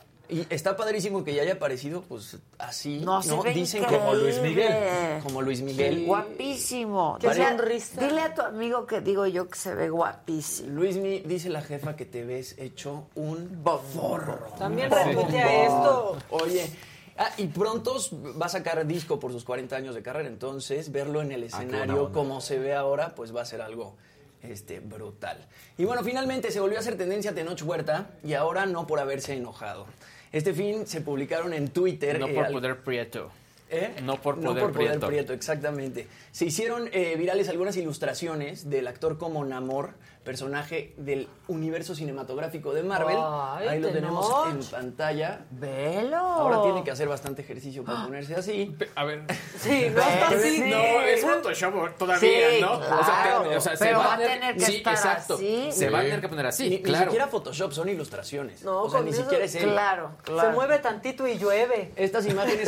Y está padrísimo que ya haya aparecido, pues, así, No, ¿no? se ve Dicen increíble. como Luis Miguel. Como Luis Miguel. Guapísimo. Qué Dile a- sonrisa. Dile a tu amigo que digo yo que se ve guapísimo. Luismi, dice la jefa que te ves hecho un Boforro. También retuitea esto. Oye, ah, y pronto va a sacar disco por sus cuarenta años de carrera, entonces verlo en el qué buena escenario onda. como se ve ahora, pues va a ser algo este, brutal. Y bueno, finalmente se volvió a hacer tendencia Tenoch Huerta y ahora no por haberse enojado. Este fin se publicaron en Twitter... No eh, por al- poder Prieto. ¿Eh? No por No poder por poder Prieto. Prieto, exactamente. Se hicieron eh, virales algunas ilustraciones del actor como Namor, personaje del universo cinematográfico de Marvel. Ay, Ahí lo tenemos Tenoch. en pantalla. Velo. Ahora tiene que hacer bastante ejercicio para ponerse así. Pe- A ver. Sí, no está así. No, es Photoshop todavía, Sí, ¿no? claro. O sea, te- o sea, se Pero va, va a tener que sí, estar exacto. así. Se va a Sí. tener que poner así, ni, ni claro. siquiera Photoshop, son ilustraciones. No, o sea, con ni eso- siquiera es él. Claro, claro. Se mueve tantito y llueve. Estas imágenes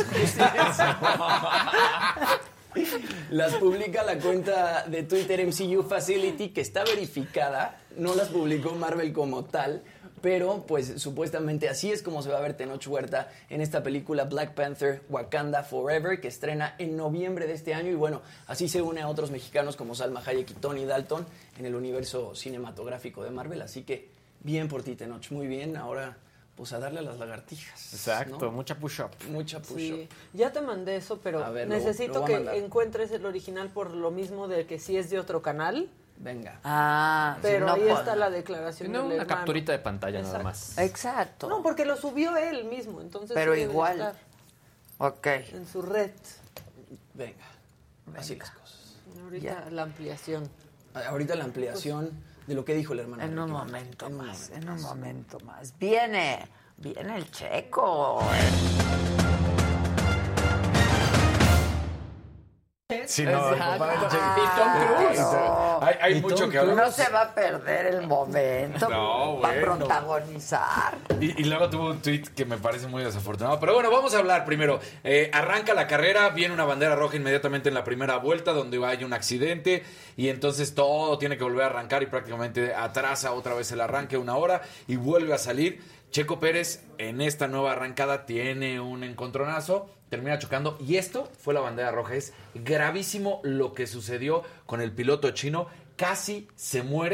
las publica la cuenta de Twitter M C U Facility, que está verificada. No las publicó Marvel como tal, pero pues supuestamente así es como se va a ver Tenoch Huerta en esta película Black Panther Wakanda Forever, que estrena en noviembre de este año. Y bueno, así se une a otros mexicanos como Salma Hayek y Tony Dalton en el universo cinematográfico de Marvel. Así que bien por ti, Tenoch, muy bien. Ahora pues a darle a las lagartijas. Exacto, ¿no? mucha push-up. Mucha push-up. Sí, ya te mandé eso, pero A ver, lo- necesito lo voy a que mandar. encuentres el original por lo mismo de que sí es de otro canal, Venga. Ah, pero sí, no ahí puedo. está la declaración No, del una hermano. capturita de pantalla nada Exacto. más. Exacto. No, porque lo subió él mismo, entonces Pero sí debe igual. estar Ok. en su red. Venga. Así las cosas. Ahorita la ampliación. Ahorita la ampliación de lo que dijo el hermano. En un Ricky. momento En un más, momento en un más. momento más. Viene, viene el Checo. Sí, no, Exacto. papá, che- Y Tom Cruise. No. Hay, hay Y mucho Tom que Cruise. hablar. No se va a perder el momento No, para bueno. protagonizar. Y, y luego tuvo un tweet que me parece muy desafortunado. Pero bueno, vamos a hablar primero. Eh, arranca la carrera, viene una bandera roja inmediatamente en la primera vuelta donde hay un accidente y entonces todo tiene que volver a arrancar y prácticamente atrasa otra vez el arranque una hora y vuelve a salir. Checo Pérez en esta nueva arrancada tiene un encontronazo, termina chocando y esto fue la bandera roja. Es gravísimo lo que sucedió con el piloto chino. Casi se muere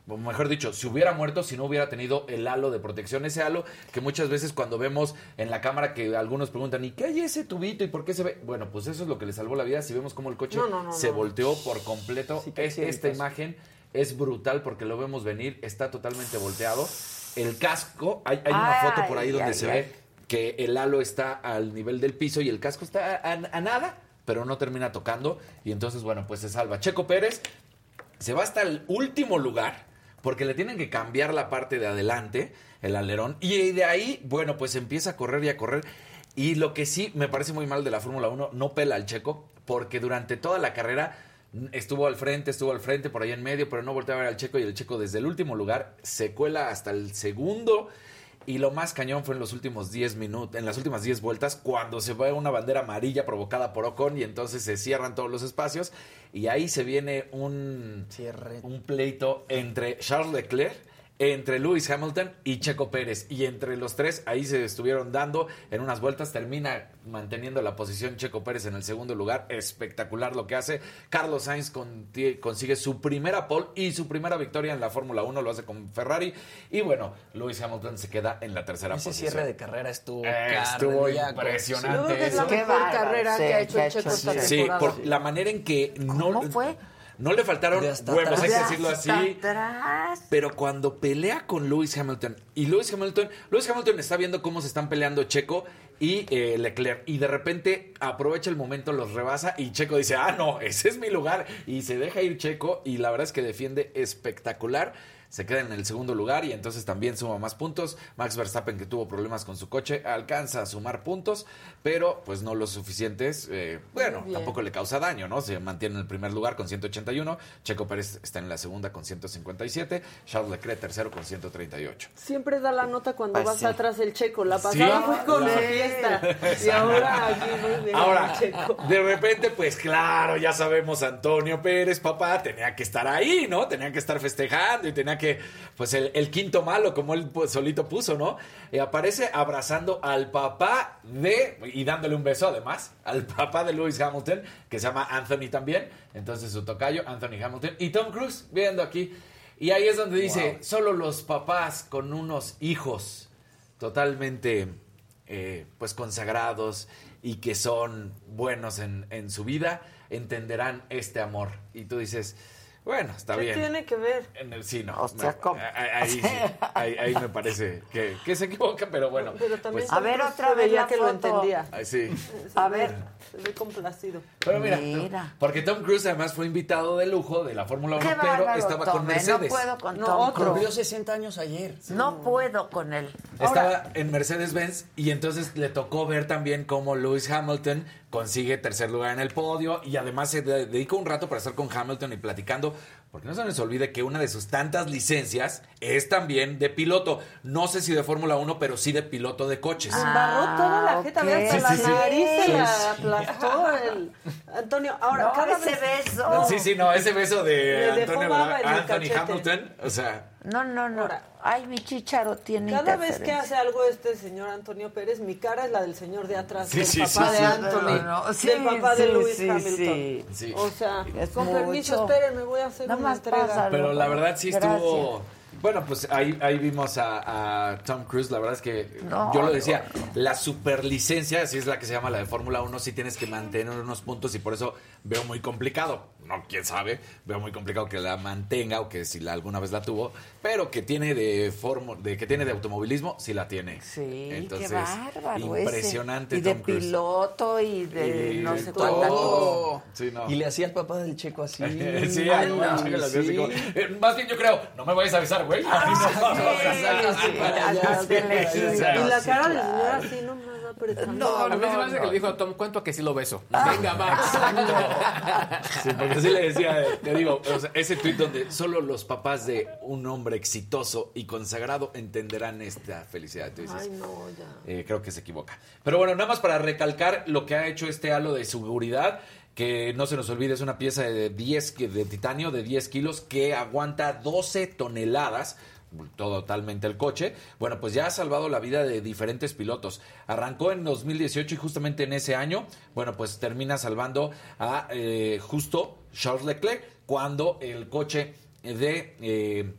o mejor dicho, se hubiera muerto si no hubiera tenido el halo de protección. Ese halo que muchas veces cuando vemos en la cámara que algunos preguntan, ¿y qué hay ese tubito y por qué se ve? Bueno, pues eso es lo que le salvó la vida. Si vemos cómo el coche No, no, no, se no. volteó por completo, Sí, que es- sí, esta pues. imagen es brutal porque lo vemos venir, está totalmente volteado. El casco, hay, hay una Ay, foto por ahí donde ay, se ay. ve que el halo está al nivel del piso y el casco está a, a nada, pero no termina tocando. Y entonces, bueno, pues se salva. Checo Pérez se va hasta el último lugar porque le tienen que cambiar la parte de adelante, el alerón. Y de ahí, bueno, pues empieza a correr y a correr. Y lo que sí me parece muy mal de la Fórmula uno, no pela al Checo, porque durante toda la carrera estuvo al frente, estuvo al frente, por ahí en medio, pero no volteó a ver al Checo, y el Checo desde el último lugar se cuela hasta el segundo. Y lo más cañón fue en los últimos diez minutos, en las últimas diez vueltas, cuando se ve una bandera amarilla provocada por Ocon y entonces se cierran todos los espacios. Y ahí se viene un, Cierre. un pleito entre Charles Leclerc, entre Lewis Hamilton y Checo Pérez. Y entre los tres ahí se estuvieron dando en unas vueltas. Termina manteniendo la posición Checo Pérez en el segundo lugar. Espectacular lo que hace. Carlos Sainz conti- consigue su primera pole y su primera victoria en la Fórmula uno. Lo hace con Ferrari. Y bueno, Lewis Hamilton se queda en la tercera Ese posición. cierre de carrera estuvo Eh, estuvo cardíaco. impresionante. Yo creo que es la eso. Qué mejor bárbaro, carrera sí, que ha hecho que ha el Checo hecho, esta sí. Sí, temporada. por la manera en que no, ¿Cómo fue? no le faltaron De hasta huevos, hay que atrás. decirlo Hasta así. atrás. Pero cuando pelea con Lewis Hamilton, y Lewis Hamilton, Lewis Hamilton está viendo cómo se están peleando Checo y eh, Leclerc, y de repente aprovecha el momento, los rebasa, y Checo dice, ah, no, ese es mi lugar, y se deja ir Checo, y la verdad es que defiende espectacular. Se queda en el segundo lugar y entonces también suma más puntos. Max Verstappen, que tuvo problemas con su coche, alcanza a sumar puntos, pero pues no los suficientes. Eh, bueno, Bien. tampoco le causa daño, ¿no? Se mantiene en el primer lugar con ciento ochenta y uno. Checo Pérez está en la segunda con ciento cincuenta y siete. Charles Leclerc tercero con ciento treinta y ocho. Siempre da la nota cuando Pues vas sí. atrás el Checo. La Sí. pasada fue con Sí. su fiesta. Y ahora aquí muy bien Ahora, el Checo. de repente, pues claro, ya sabemos, Antonio Pérez, papá, tenía que estar ahí, ¿no? Tenía que estar festejando y tenía que, pues, el, el quinto malo, como él pues, solito puso, ¿no? Y aparece abrazando al papá de, y dándole un beso además, al papá de Lewis Hamilton, que se llama Anthony también. Entonces su tocayo, Anthony Hamilton, y Tom Cruise, viendo aquí. Y ahí es donde dice, Wow. solo los papás con unos hijos totalmente, eh, pues, consagrados y que son buenos en, en su vida, entenderán este amor. Y tú dices, bueno, está ¿Qué bien. tiene que ver? En el, sí, no. O sea, me- ¿cómo? ahí, ahí sí, ahí- ahí me parece que, que se equivoca, pero bueno. Pero también pues, A ver, Tom Cruise otra se vez veía la que lo foto. entendía. ay, sí. Se A ve- ver. Se ve complacido. Pero mira, Mira. porque Tom Cruise además fue invitado de lujo de la Fórmula uno, Qué pero bárbaro, estaba con Tom, ¿eh? Mercedes. No puedo con No, Tom otro. Cruise. Cumplió sesenta años ayer. No puedo con él. Estaba en Mercedes-Benz y entonces le tocó ver también cómo Lewis Hamilton consigue tercer lugar en el podio y además se de- dedicó un rato para estar con Hamilton y platicando, porque no se les olvide que una de sus tantas licencias es también de piloto. No sé si de Fórmula uno, pero sí de piloto de coches. Se embarró toda la Ah, jeta, ok. ve, hasta Sí, la sí, sí. nariz se Sí, la sí. aplastó el Antonio. Ahora, No, cada ese vez... beso. Sí, sí, no, ese beso de Le dejó Antonio, baba ¿verdad? en el Anthony cachete. Hamilton, o sea, No, no, no. Ahora. Ay, mi chicharo tiene Cada vez que interferencia. hace algo este señor Antonio Pérez, mi cara es la del señor de atrás, Sí, del sí, papá sí, de sí. Anthony, No, no, sí, del papá de sí, Lewis sí, Hamilton. sí. Sí. O sea, Es con mucho. permiso, espérenme, voy a hacer Nada una más entrega. pásalo. pero la verdad sí estuvo... Gracias. Bueno, pues ahí, ahí vimos a, a Tom Cruise, la verdad es que No, yo lo decía, no, la superlicencia, así es la que se llama la de Fórmula uno, sí tienes que mantener unos puntos y por eso veo muy complicado, no, quién sabe, veo muy complicado que la mantenga o que si la, alguna vez la tuvo, pero que tiene de formo, de que tiene de automovilismo, sí la tiene. Sí, Entonces, qué bárbaro impresionante ese. Y de Tom Cruise. piloto y de Y no de sé todo. cuánta cosa. Sí, no. Y le hacía al papá del Checo así. Sí, Ay, no, no, chico, lo hacía así sí. como- eh, más bien yo creo, no me vayas a avisar, güey. Ah, sí, sí, ya, ya, de sí, lejito. sí, Y la sí, cara del claro. señor así, no me va apretando. No, A mí se me hace no, que no. le dijo a Tom, cuento que sí lo beso. Ah. Venga, Max. Sí, porque así le decía, te digo, o sea, ese tuit donde solo los papás de un hombre exitoso y consagrado entenderán esta felicidad. Tú dices, Ay, no, ya. eh, creo que se equivoca. Pero bueno, nada más para recalcar lo que ha hecho este halo de seguridad, que no se nos olvide, es una pieza de diez ki- de titanio de diez kilos que aguanta doce toneladas. Totalmente el coche. Bueno, pues ya ha salvado la vida de diferentes pilotos. Arrancó en dos mil dieciocho y justamente en ese año, bueno, pues termina salvando a eh, justo Charles Leclerc cuando el coche de, eh,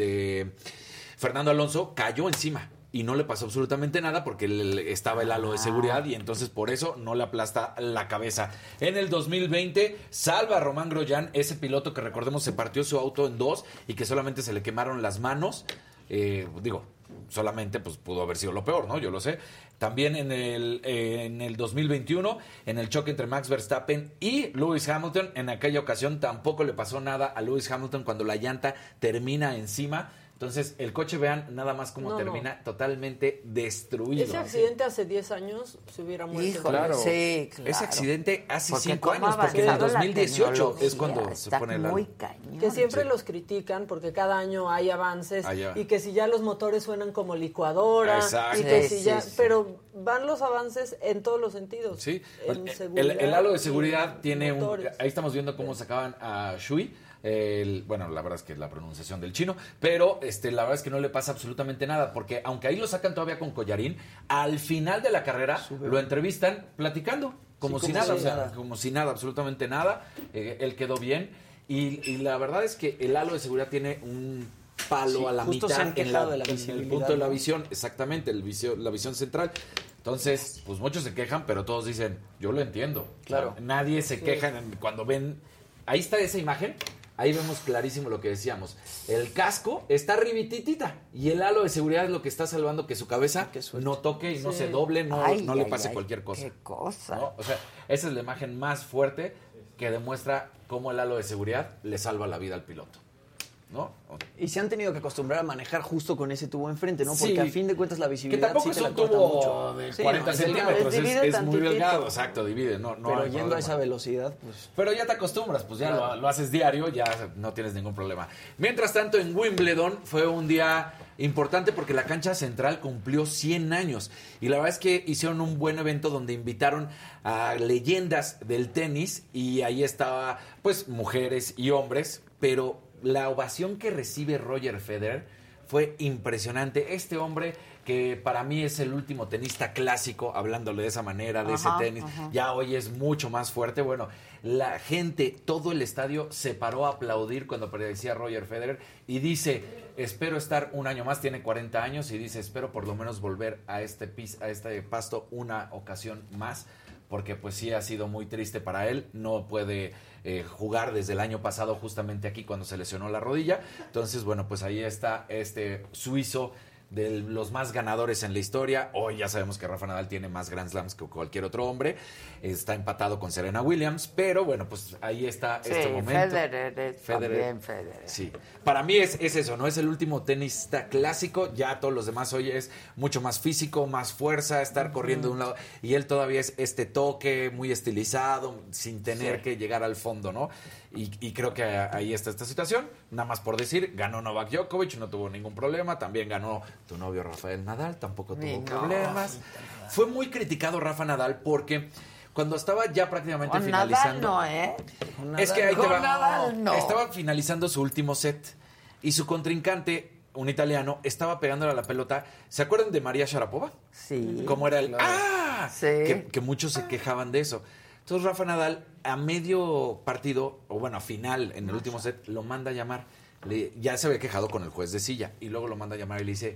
de Fernando Alonso cayó encima. Y no le pasó absolutamente nada porque le, estaba el halo de seguridad y entonces por eso no le aplasta la cabeza. En el dos mil veinte salva a Román Grosjean, ese piloto que recordemos se partió su auto en dos y que solamente se le quemaron las manos. Eh, digo, solamente pues pudo haber sido lo peor, ¿no? Yo lo sé. También en el, eh, en el dos mil veintiuno, en el choque entre Max Verstappen y Lewis Hamilton, en aquella ocasión tampoco le pasó nada a Lewis Hamilton cuando la llanta termina encima. Entonces, el coche, vean nada más cómo No, termina no. totalmente destruido. Ese accidente hace diez años se hubiera muerto. Híjole, Claro. sí, claro. Ese accidente hace Porque cinco cómo años, ha porque en el avanzado dos mil dieciocho la es cuando tecnología, se está pone el muy halo. cañón. Que siempre Sí. los critican porque cada año hay avances Allá. y que si ya los motores suenan como licuadora Exacto. y que Sí, si ya, sí, sí. pero van los avances en todos los sentidos. Sí, En el, seguridad el halo de y seguridad tiene un... motores. Ahí estamos viendo cómo sacaban a Shui. El, bueno, la verdad es que la pronunciación del chino, pero este, la verdad es que no le pasa absolutamente nada, porque aunque ahí lo sacan todavía con collarín, al final de la carrera lo entrevistan platicando, como Sí, si como nada, si o sea, nada. como si nada, absolutamente nada. Eh, él quedó bien y, y la verdad es que el halo de seguridad tiene un palo Sí, a la justo se mitad han en, la- quejado de la en el visibilidad, punto de la ¿no? visión, exactamente, el visio- la visión central. Entonces, pues muchos se quejan, pero todos dicen, yo lo entiendo. Claro. O sea, nadie se queja en- cuando ven... Ahí está esa imagen, ahí vemos clarísimo lo que decíamos. El casco está ribititita y el halo de seguridad es lo que está salvando que su cabeza no toque y no Sí. se doble, no, Ay, no le ay, pase ay, cualquier cosa. Qué cosa. ¿no? O sea, esa es la imagen más fuerte que demuestra cómo el halo de seguridad le salva la vida al piloto. ¿No? Y se han tenido que acostumbrar a manejar justo con ese tubo enfrente, ¿no? Porque Sí. a fin de cuentas la Que visibilidad tampoco sí es te la un corta tubo mucho. de Sí, cuarenta no, es delgado. centímetros, es, divide es muy tantitito. delgado, exacto, divide, no, no Pero hay yendo a problema. esa velocidad, pues... Pero ya te acostumbras, pues ya Claro. lo, lo haces diario, ya no tienes ningún problema. Mientras tanto, en Wimbledon fue un día importante porque la cancha central cumplió cien años. Y la verdad es que hicieron un buen evento donde invitaron a leyendas del tenis y ahí estaba, pues, mujeres y hombres, pero la ovación que recibe Roger Federer fue impresionante. Este hombre que para mí es el último tenista clásico, hablándole de esa manera, de Ajá, ese tenis, ajá. ya hoy es mucho más fuerte. Bueno, la gente, todo el estadio se paró a aplaudir cuando aparecía Roger Federer y dice, espero estar un año más, tiene cuarenta años y dice, espero por lo menos volver a este, pis, a este pasto una ocasión más, porque pues sí ha sido muy triste para él, no puede eh, jugar desde el año pasado justamente aquí cuando se lesionó la rodilla. Entonces, bueno, pues ahí está este suizo de los más ganadores en la historia. Hoy ya sabemos que Rafa Nadal tiene más Grand Slams que cualquier otro hombre. Está empatado con Serena Williams, pero bueno, pues ahí está Sí, este momento. Federer es también Federer. Sí, para mí es, es eso, ¿no? Es el último tenista clásico, ya todos los demás hoy es mucho más físico, más fuerza, estar corriendo de un lado, y él todavía es este toque muy estilizado, sin tener Sí. que llegar al fondo, ¿no? Y, y creo que ahí está esta situación, nada más por decir, ganó Novak Djokovic, no tuvo ningún problema, también ganó tu novio Rafael Nadal, tampoco tuvo Ni no. problemas. Fue muy criticado Rafa Nadal porque cuando estaba ya prácticamente Con finalizando... Nadal no, ¿eh? Es que ahí te Con va. Nadal no. Estaba finalizando su último set y su contrincante, un italiano, estaba pegándole a la pelota. ¿Se acuerdan de María Sharapova? Sí. ¿Cómo era el ¡ah! Sí. Que, que muchos se quejaban de eso. Entonces Rafa Nadal, a medio partido, o bueno, a final, en el último set, lo manda a llamar. Le- ya se había quejado con el juez de silla y luego lo manda a llamar y le dice,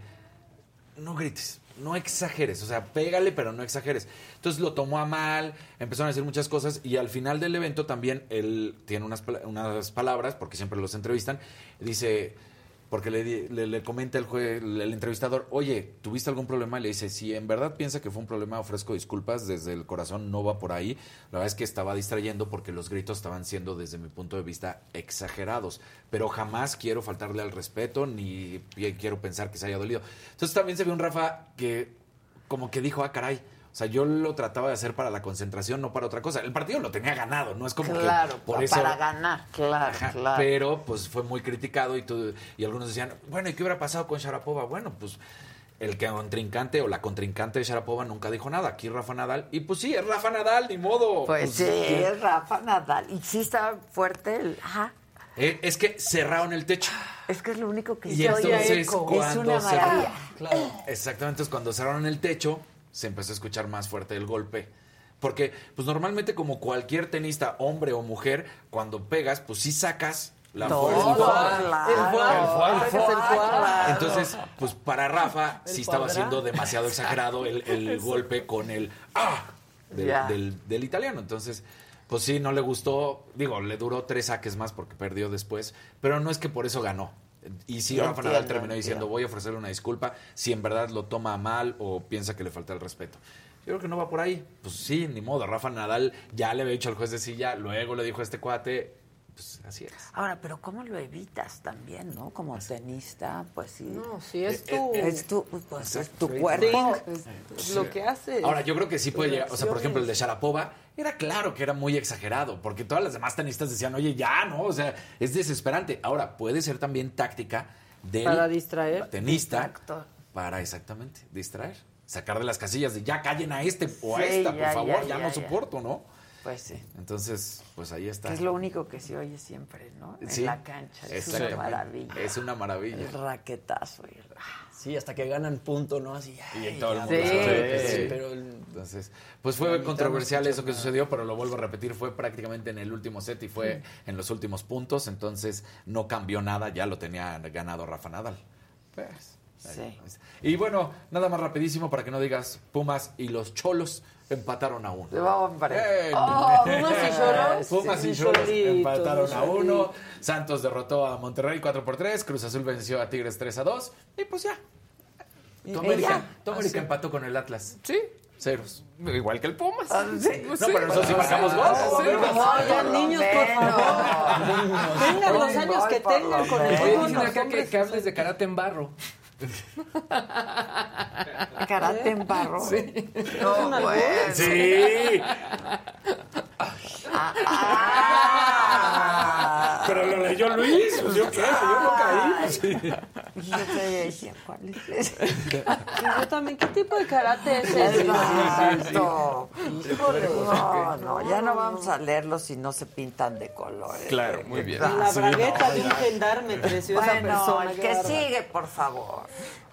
no grites, no exageres, o sea, pégale, pero no exageres. Entonces lo tomó a mal, empezaron a decir muchas cosas y al final del evento también él tiene unas, pala- unas palabras, porque siempre los entrevistan, dice, porque le, di- le, le comenta el, jue- el, el entrevistador, oye, ¿tuviste algún problema? Y le dice, si en verdad piensa que fue un problema, ofrezco disculpas, desde el corazón no va por ahí. La verdad es que estaba distrayendo porque los gritos estaban siendo, desde mi punto de vista, exagerados. Pero jamás quiero faltarle al respeto, ni pi- quiero pensar que se haya dolido. Entonces también se vio un Rafa que como que dijo, ah, caray. O sea, yo lo trataba de hacer para la concentración, no para otra cosa. El partido lo tenía ganado, no es como Claro, que por eso... para ganar, claro, Ajá, claro. pero pues fue muy criticado y, todo, y algunos decían, bueno, ¿y qué hubiera pasado con Sharapova? Bueno, pues el que contrincante o la contrincante de Sharapova nunca dijo nada. Aquí Rafa Nadal, y pues sí, es Rafa Nadal, ni modo. Pues, sí, ¿qué? es Rafa Nadal. Y sí estaba fuerte el... Ajá. Eh, es que cerraron el techo. Es que es lo único que Y se oye entonces eco. cuando Es una cerraron- maravilla. Claro. Exactamente, entonces cuando cerraron el techo, se empezó a escuchar más fuerte el golpe. Porque, pues normalmente como cualquier tenista, hombre o mujer, cuando pegas, pues sí sacas La Todo, fuerza. El foie. claro. El foie. El foie. Sacas el foie. Claro. Entonces, pues para Rafa El sí estaba foie siendo gras. demasiado exagerado el, el golpe con el ¡ah! Del, Ya. del, del italiano. Entonces, pues sí, no le gustó. Digo, le duró tres saques más porque perdió después, pero no es que por eso ganó. Y sí, Yo Rafa Nadal entiendo, terminó diciendo, entiendo. voy a ofrecerle una disculpa si en verdad lo toma mal o piensa que le falta el respeto. Yo creo que no va por ahí. Pues sí, ni modo. Rafa Nadal ya le había dicho al juez de silla, luego le dijo a este cuate, pues así es. Ahora, pero ¿cómo lo evitas también, no? Como tenista, pues sí. No, si es Eh, tu... Es tu, pues, es tu thing, cuerpo. es lo que hace. Ahora, yo creo que sí puede Tus llegar. O sea, por ejemplo, el de reacciones. Sharapova era claro que era muy exagerado, porque todas las demás tenistas decían, oye, ya, ¿no? O sea, es desesperante. Ahora, puede ser también táctica del Para distraer. tenista Exacto. para exactamente distraer. Sacar de las casillas de ya callen a este o a Sí, esta, por ya, favor, ya, ya, ya, no ya. soporto, ¿no? Pues sí. Entonces, pues ahí está. Que es lo único que se oye siempre, ¿no? En Sí, la cancha. Es una exactamente. maravilla. Es una maravilla. El raquetazo. y el- Sí, hasta que ganan punto, ¿no? Así, Y ay, en todo el ya, mundo pues, sabe que sí, sí. pero el- Entonces, pues fue La mitad controversial no eso que escuchas sucedió, pero lo vuelvo a repetir, fue prácticamente en el último set y fue en los últimos puntos, entonces no cambió nada, ya lo tenía ganado Rafa Nadal. Pues, Sí. ahí está. Y bueno, nada más rapidísimo para que no digas Pumas y los Cholos empataron a uno. Hombre. ¡Eh! Oh, Pumas y Cholos. Pumas y Sí, Cholos solitos, empataron a solitos. uno. Santos derrotó a Monterrey cuatro por tres. Cruz Azul venció a Tigres tres a dos. Y pues ya. Tu Y América, ya. tu América empató con el Atlas. Sí, Ceros. igual que el Pumas. Ah, sí. Pues No, sí. pero nosotros sí marcamos gol. Sí. No, ya niños, por favor. Tengan los años que tengan con el Oye, fútbol, dicen los acá que, hombres que hables de karate en barro. Karate en barro. Sí. No, un albur? bueno. Sí. Ah. Pero lo leyó Luis. Pues yo qué, yo no caí. Pues sí. Y yo te decía, ¿cuál es ese? Sí, yo también. ¿Qué tipo de karate es ese? Exacto. Híjole, no, no, ya no vamos a leerlos si no se pintan de colores. Claro, muy bien. La bragueta de un gendarme creció esa Bueno, persona. el qué que bárbaro. sigue, por favor.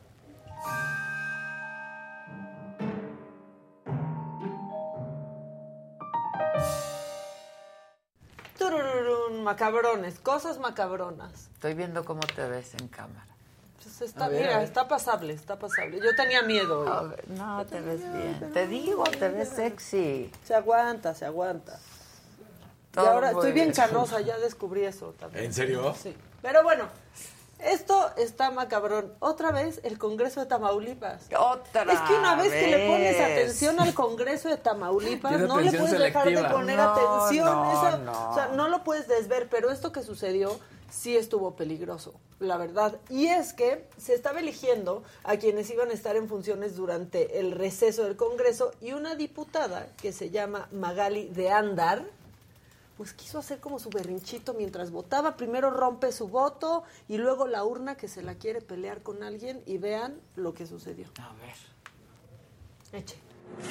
Turururún, macabrones, cosas macabronas. Estoy viendo cómo te ves en cámara. Pues está, A ver, mira, a ver. está pasable, está pasable. Yo tenía miedo. A hoy. ver, no, te ves bien. Te digo, te ves sexy. Se aguanta, se aguanta. Y Todo ahora muy estoy bien bien. canosa, ya descubrí eso también. ¿En serio? Sí. Pero bueno, esto está macabrón. Otra vez el Congreso de Tamaulipas. Otra Es que una vez que le pones vez. atención al Congreso de Tamaulipas, Tiene no le atención puedes dejar de selectiva. poner No, atención. no, Eso- no. O sea, no lo puedes desver, pero esto que sucedió sí estuvo peligroso, la verdad. Y es que se estaba eligiendo a quienes iban a estar en funciones durante el receso del Congreso y una diputada que se llama Magali de Andar, pues quiso hacer como su berrinchito mientras votaba. Primero rompe su voto y luego la urna que se la quiere pelear con alguien y vean lo que sucedió. A ver. Eche.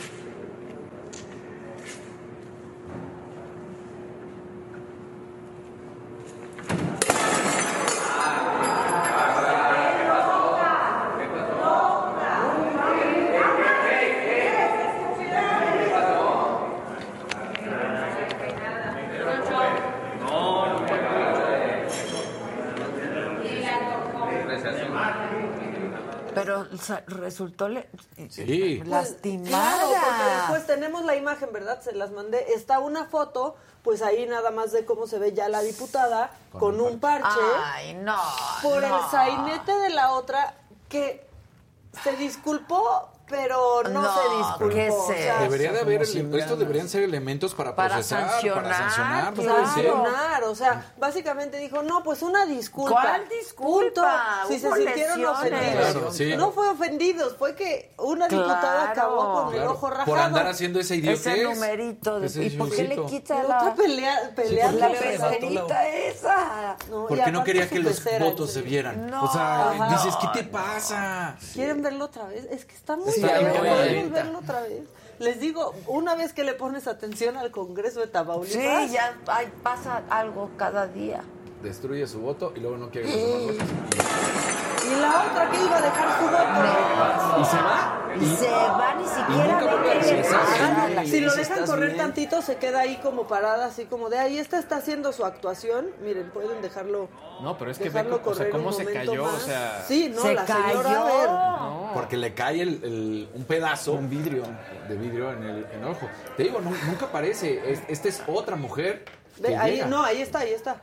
Pero o sea, resultó le- Sí. Pues, lastimada. claro, porque después tenemos la imagen, ¿verdad? Se las mandé. Está una foto, pues ahí nada más de cómo se ve ya la diputada con, un parche, Ay, no. por no. el sainete de la otra que se disculpó, pero no, No, se disculpó. ¿qué o es sea, Debería de como haber, sin estos ganas. deberían ser elementos para, Para procesar, sancionar, para sancionar. no claro. puede ser. sancionar, o sea, básicamente dijo, no, pues una disculpa. ¿Cuál disculpa? Punto. Si se Hubo sintieron lesiones. ofendidos. Claro, sí. No fue ofendidos, fue que una diputada Claro. acabó con el Claro, ojo rajado. por andar haciendo esa idiotez. Ese numerito. De, Ese ¿Y por qué le numerito. quita Y la, otra pelea, pelea la le arrebató la- pecerita esa? No, y Porque no aparte quería su que los pecera, votos en se serio. vieran. No. O sea, Ajá. dices, ¿qué te pasa? ¿Quieren verlo otra vez? Es que está muy Sí, bien. hay que Podemos verlo. verlo otra vez. Les digo, una vez que le pones atención al Congreso de Tamaulipas. Sí, ya ay, pasa algo cada día. Destruye su voto y luego no quiere que los demás voten. Y la otra que iba a dejar su voto. ¿Y se va? Y se va, ni siquiera ve que le pasa. Si lo dejan correr tantito, se queda ahí como parada, así como de ahí esta está haciendo su actuación. Miren, pueden dejarlo. No, pero es que dejarlo ve, o sea, correr cómo un se momento cayó, más. o sea... Sí, no, se la cayó. señora, a ver. No. Porque le cae el, el- un pedazo un vidrio de vidrio en el, en el ojo. Te digo, nu- nunca aparece. Es- Esta es otra mujer. Ve, que ahí, llega. no, ahí está, ahí está.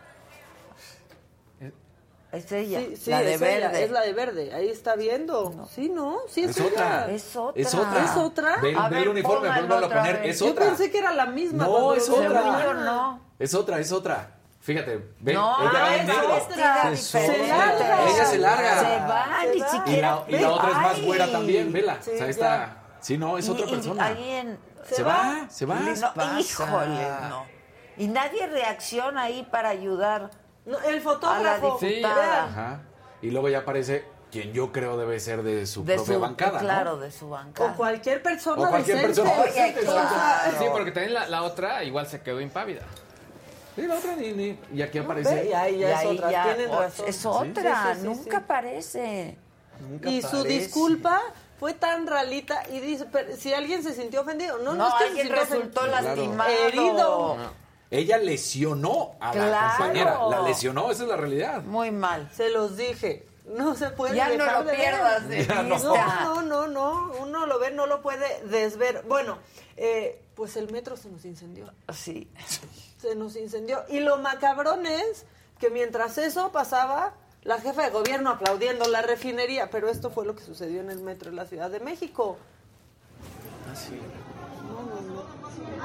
Es ella, Sí, sí, la de es ella, verde. es la de verde. Ahí está viendo. No. Sí, no, sí es, Es ella. otra. Es otra. Es otra. ¿Es otra? Ve, A ve ver, el uniforme, pónganlo vuélvelo a otra poner. vez. Es Yo otra. pensé que era la misma. No, cuando es lo otra. vi. Según yo, no. Es otra, es otra. Fíjate, ve, No, ella va en es negro. otra Se diferente. larga. Ella se larga. Se va, Se ni va. Y siquiera. la, y la otra es más Ay. güera también, vela. Sí, o sea, ya. esta. Sí, no, es Y- otra y persona. ahí en- Se, va, se va. No, híjole, no. Y nadie reacciona ahí para ayudar. No, el A fotógrafo. la diputada. Ajá. Y luego ya aparece quien yo creo debe ser de su De propia su, bancada, claro, ¿no? de su bancada. O cualquier persona O cualquier decente. persona Oye, decente, claro. exacto. Sí, porque también la, la otra igual se quedó impávida. Sí, la otra ni, ni- y aquí Ve, aparece. y ahí ya Y es ahí otra. ya, Tienen o- razón. es otra, Sí, sí, sí, nunca sí. aparece. Y su disculpa fue tan ralita y dice, pero si alguien se sintió ofendido, no, no, No, es que se alguien sintió resultó ofendido. lastimado. Herido. Ella lesionó a la Claro. compañera. La lesionó, esa es la realidad. Muy mal. Se los dije. No se puede Ya no dejar lo de pierdas ver. de Ya no. vista. No, no, no, no. Uno lo ve, no lo puede desver. Bueno, eh, pues el metro se nos incendió. Sí. Se nos incendió. Y lo macabrón es que mientras eso pasaba, la jefa de gobierno aplaudiendo la refinería. Pero esto fue lo que sucedió en el metro de la Ciudad de México. Así. No, no, no.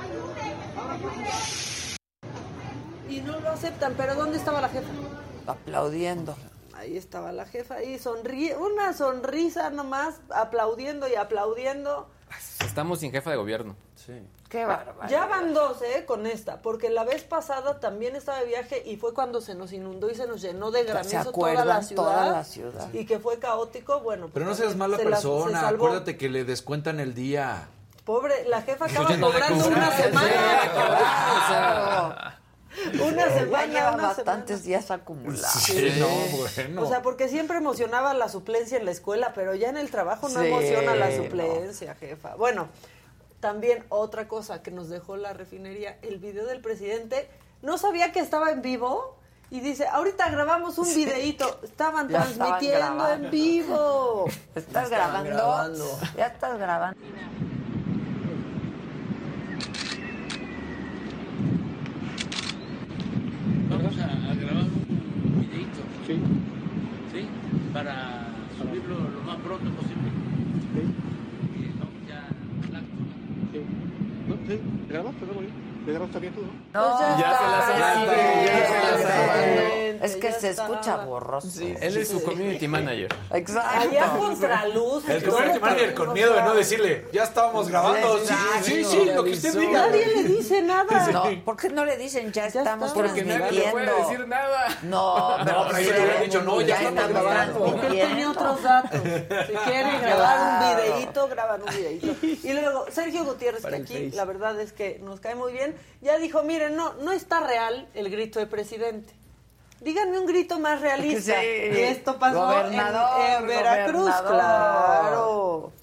Y no lo aceptan. ¿Pero dónde estaba la jefa? Aplaudiendo. Ahí estaba la jefa, ahí sonríe, una sonrisa nomás, aplaudiendo y aplaudiendo. Estamos sin jefa de gobierno. Sí. Qué bárbaro. Ya van dos, ¿eh? Con esta, porque la vez pasada también estaba de viaje y fue cuando se nos inundó y se nos llenó de ¿Se granizo toda acuerdan? la ciudad. Toda la ciudad. Y que fue caótico, bueno. pues Pero no seas mala se la- se persona. salvó. Acuérdate que le descuentan el día. Pobre, la jefa acaba Pues ya no le cobrando cobran. una semana. O sea, Una Ya semana, lleva una bastantes semana. días acumulados. Sí, no, bueno. O sea, porque siempre emocionaba la suplencia en la escuela, pero ya en el trabajo no Sí, emociona la no. suplencia, jefa. Bueno, también otra cosa que nos dejó la refinería, el video del presidente, no sabía que estaba en vivo y dice, ahorita grabamos un videíto. Estaban Ya estaban transmitiendo grabando. en vivo. ¿Estás Estaban grabando? grabando. Ya estás grabando. Vamos a, a grabar un videito. Sí. ¿Sí? Para subirlo lo más pronto posible. Sí. Y vamos ya al acto, ¿no? Sí. No, sí, grabaste, ¿no? ¿Le grabaste bien tú, no? No, Pues ya se la está, sabe, ya se la sabe. Es que Ya se estaba. escucha borroso. sí, él es su community manager. Exacto. Allá contraluz. El community manager con miedo de no decirle, ya estábamos grabando. Sí, sí, sí, lo que usted diga. Nadie le dice nada. No, ¿por qué no le dicen ya, Ya estamos está. Porque nadie le transmitiendo? puede decir nada. No, No, pero ahí le hubieran dicho, no, ya estamos grabando. Porque él tenía otros datos. Si quieren grabar un videíto, graban un videíto. Y luego, Sergio Gutiérrez, que Para el aquí Face. la verdad es que nos cae muy bien, ya dijo, miren, no, no está real el grito de presidente. Díganme un grito más realista. Sí. Y esto pasó en, Gobernador, en Veracruz, gobernador. claro.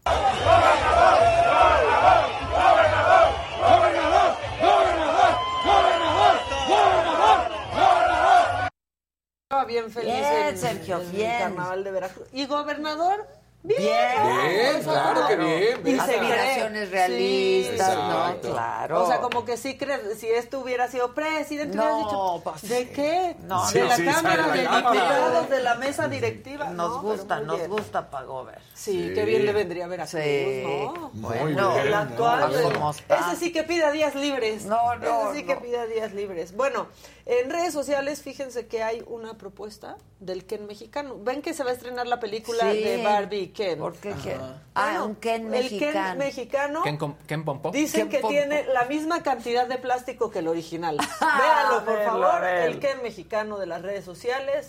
Estaba bien feliz Bien, en, Sergio, en bien. el carnaval de Veracruz. ¿Y gobernador? Bien. Bien, claro que bien. Y se Aspiraciones cree. realistas, Sí. no, Exacto. claro. O sea, como que sí crees, si esto hubiera sido presidente, No, hubieras dicho, pues, ¿de sí. qué? No, de no. la Sí, sí, Cámara sale de la Cámara. Diputados, de la mesa directiva. Nos No, gusta, pero muy nos bien. gusta para gober. Sí, Sí. qué bien le vendría a Veracruz, Sí. ¿no? Muy Bueno, bien. La actual, no, ¿cómo está? ese sí que pida días libres. No, no, Ese sí que no. pida días libres. Bueno, en redes sociales, fíjense que hay una propuesta del Ken mexicano. Ven que se va a estrenar la película Sí. de Barbie y Ken. ¿Por qué Ken? Ah, Bueno, un Ken El mexicano. Ken mexicano ¿Ken, com- Ken Pompó? dicen Ken que Pompo. tiene la misma cantidad de plástico que el original. Ah, Véanlo, por verlo, favor. verlo. El Ken mexicano de las redes sociales.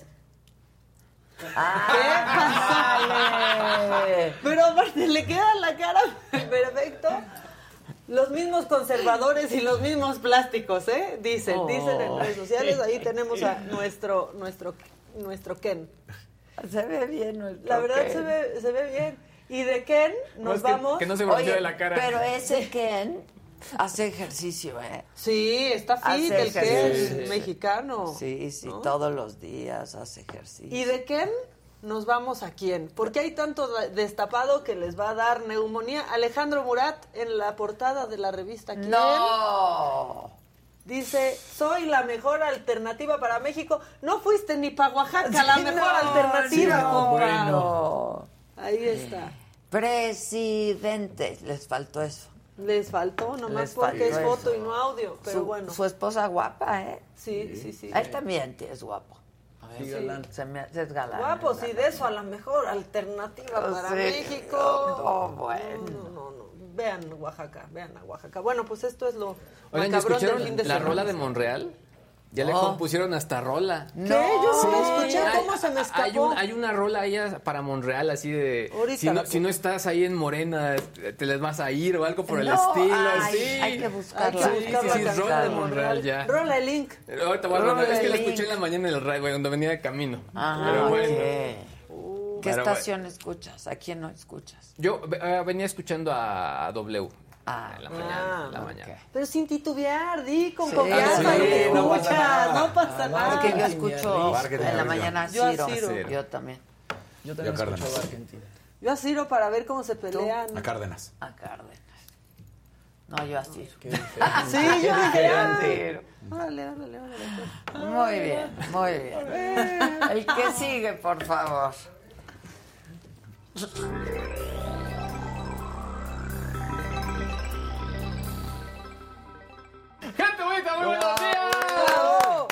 Ah, dale. Pero aparte le queda la cara perfecto. Los mismos conservadores y los mismos plásticos, ¿eh? Dicen, Oh. dicen en redes sociales. Ahí tenemos a nuestro, nuestro, nuestro Ken. Se ve bien nuestro La verdad Ken. se ve, se ve bien. Y de Ken nos No, es que- vamos... que no se volteó de la cara. Pero ese Ken hace ejercicio, ¿eh? Sí, está fit Hace el Ken ejercicio. mexicano. Sí, sí, ¿no? todos los días hace ejercicio. ¿Y de Ken nos vamos a quién? Porque hay tanto da- destapado que les va a dar neumonía. Alejandro Murat en la portada de la revista ¿Quién? ¡No! Dice, soy la mejor alternativa para México. No fuiste ni para Oaxaca, la Sí, mejor no, alternativa, no, compa. bueno. Ahí está. Presidente, les faltó eso. Les faltó, nomás Les porque es faltó foto eso. y no audio. Pero su, bueno. Su esposa guapa, ¿eh? Sí, sí, sí. Él también es guapo. Sí, galán. Se me hace es galán. Guapo, es sí, galán. de eso a la mejor alternativa para Sí. México. No, bueno. No, no, no. Vean Oaxaca, vean a Oaxaca. Bueno, pues esto es lo Oigan, ¿ya macabrón del escucharon fin de la semana. rola de Monreal? Ya le No. compusieron hasta rola. ¿Qué? Yo no la escuché, Hay- ¿cómo se me escapó? Hay, un- hay una rola ahí para Monreal así de... Ahorita Si la no, pongo. si no estás ahí en Morena, te les vas a ir o algo por el No, estilo. ay, sí. hay que Hay buscarla. que Sí, buscar sí, la sí, canción rola de de Monreal ya. Rola el link. Ahorita voy a Rola mandar, es que el la link. escuché en la mañana en el radio, cuando venía de camino. Ah, Pero bueno. ok. ¿Qué Pero estación escuchas? ¿A quién no escuchas? Yo eh, venía escuchando a, a W. Ah, en la mañana. en la ah, mañana. ok. Pero sin titubear, di con Sí. confianza Sí, lo que no pasa escuchas. nada. No pasa nada. Porque yo Marketing escucho Marketing en la arriba. mañana a Yo a Ciro. Ciro. Yo también. Yo también Yo escuchaba Cárdenas. a Argentina. Yo a Ciro para ver cómo se pelean. A Cárdenas. A Cárdenas. No, yo a Ciro. Qué diferente. Sí, Qué yo a diferente. Órale, órale, órale. pues. Muy bien, muy bien. El que sigue, por favor. ¡Gente bonita, muy buenos días! ¡Bravo!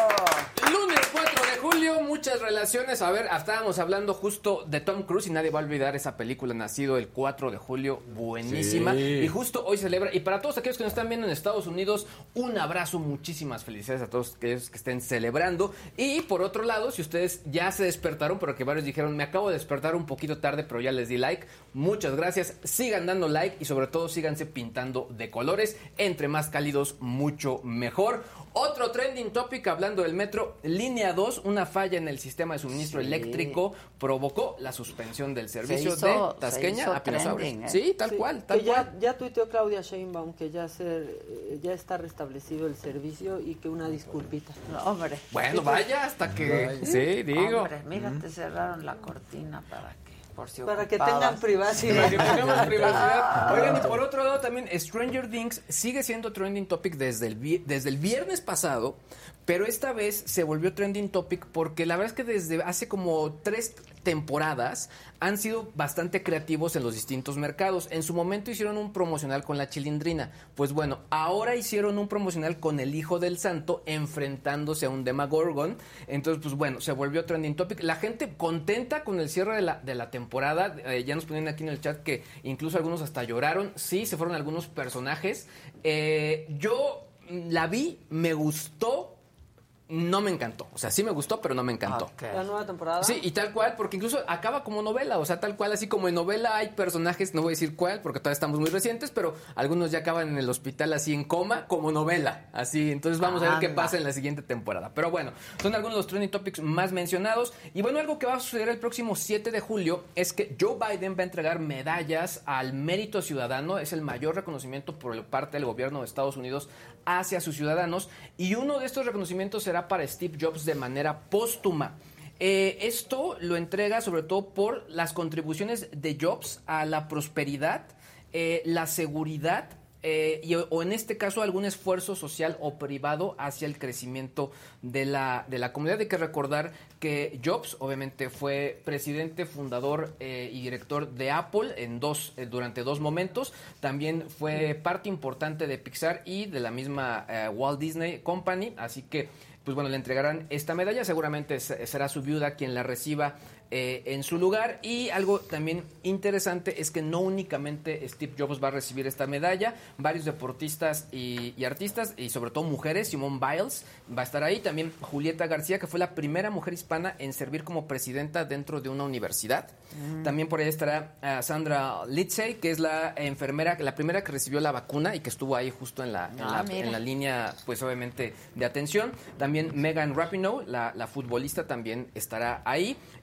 Lunes cuatro de julio, muchas relaciones. A ver, estábamos hablando justo de Tom Cruise y nadie va a olvidar esa película, nacido el cuatro de julio, buenísima. Sí. Y justo hoy celebra, y para todos aquellos que nos están viendo en Estados Unidos, un abrazo, muchísimas felicidades a todos aquellos que estén celebrando. Y por otro lado, si ustedes ya se despertaron, pero que varios dijeron, me acabo de despertar un poquito tarde, pero ya les di like, muchas gracias. Sigan dando like y sobre todo síganse pintando de colores. Entre más cálidos, mucho mejor. Otro trending topic hablando del metro, línea dos, una falla en el sistema de suministro Sí. eléctrico provocó la suspensión del servicio hizo- de se Tasqueña hizo a Pinos Suárez. trending, ¿eh? Sí, tal Sí, cual, tal que cual. ya, ya tuiteó Claudia Sheinbaum que ya se eh, ya está restablecido el servicio y que una disculpita. No, hombre. Bueno, vaya hasta que... Sí, digo. Hombre, mira, te cerraron la cortina para que, por si Para que ocupabas. tengan privacidad. Para que tengamos privacidad. Oigan, y por otro lado también, Stranger Things sigue siendo trending topic desde el, vi- desde el viernes pasado, pero esta vez se volvió trending topic porque la verdad es que desde hace como tres temporadas han sido bastante creativos en los distintos mercados. En su momento hicieron un promocional con la Chilindrina. Pues bueno, ahora hicieron un promocional con el Hijo del Santo enfrentándose a un Demagorgon. Entonces, pues bueno, se volvió trending topic. La gente contenta con el cierre de la, de la temporada. Eh, ya nos ponían aquí en el chat que incluso algunos hasta lloraron. Sí, se fueron algunos personajes. Eh, yo la vi, me gustó. No me encantó. O sea, sí me gustó, pero no me encantó. Ok. La nueva temporada. Sí, y tal cual, porque incluso acaba como novela, o sea, tal cual, así como en novela hay personajes, no voy a decir cuál, porque todavía estamos muy recientes, pero algunos ya acaban en el hospital así en coma, como novela, así, entonces vamos a ver qué Anda. pasa en la siguiente temporada. Pero bueno, son algunos de los trending topics más mencionados, y bueno, algo que va a suceder el próximo siete de julio es que Joe Biden va a entregar medallas al mérito ciudadano, es el mayor reconocimiento por parte del gobierno de Estados Unidos hacia sus ciudadanos, y uno de estos reconocimientos será para Steve Jobs de manera póstuma. Eh, esto lo entrega sobre todo por las contribuciones de Jobs a la prosperidad, eh, la seguridad eh, y, o en este caso algún esfuerzo social o privado hacia el crecimiento de la, de la comunidad. Hay que recordar que Jobs obviamente fue presidente, fundador eh, y director de Apple en dos, eh, durante dos momentos. También fue parte importante de Pixar y de la misma eh, Walt Disney Company, así que pues bueno, le entregarán esta medalla, seguramente será su viuda quien la reciba eh, en su lugar. Y algo también interesante es que no únicamente Steve Jobs va a recibir esta medalla, varios deportistas y, y artistas, y sobre todo mujeres, Simone Biles va a estar ahí, también Julieta García, que fue la primera mujer hispana en servir como presidenta dentro de una universidad. Mm. También por ahí estará uh, Sandra Lindsay, que es la enfermera, la primera que recibió la vacuna y que estuvo ahí justo en la, en Ah, la, en la línea, pues obviamente, de atención. También Megan Rapinoe, la, la futbolista, también estará ahí.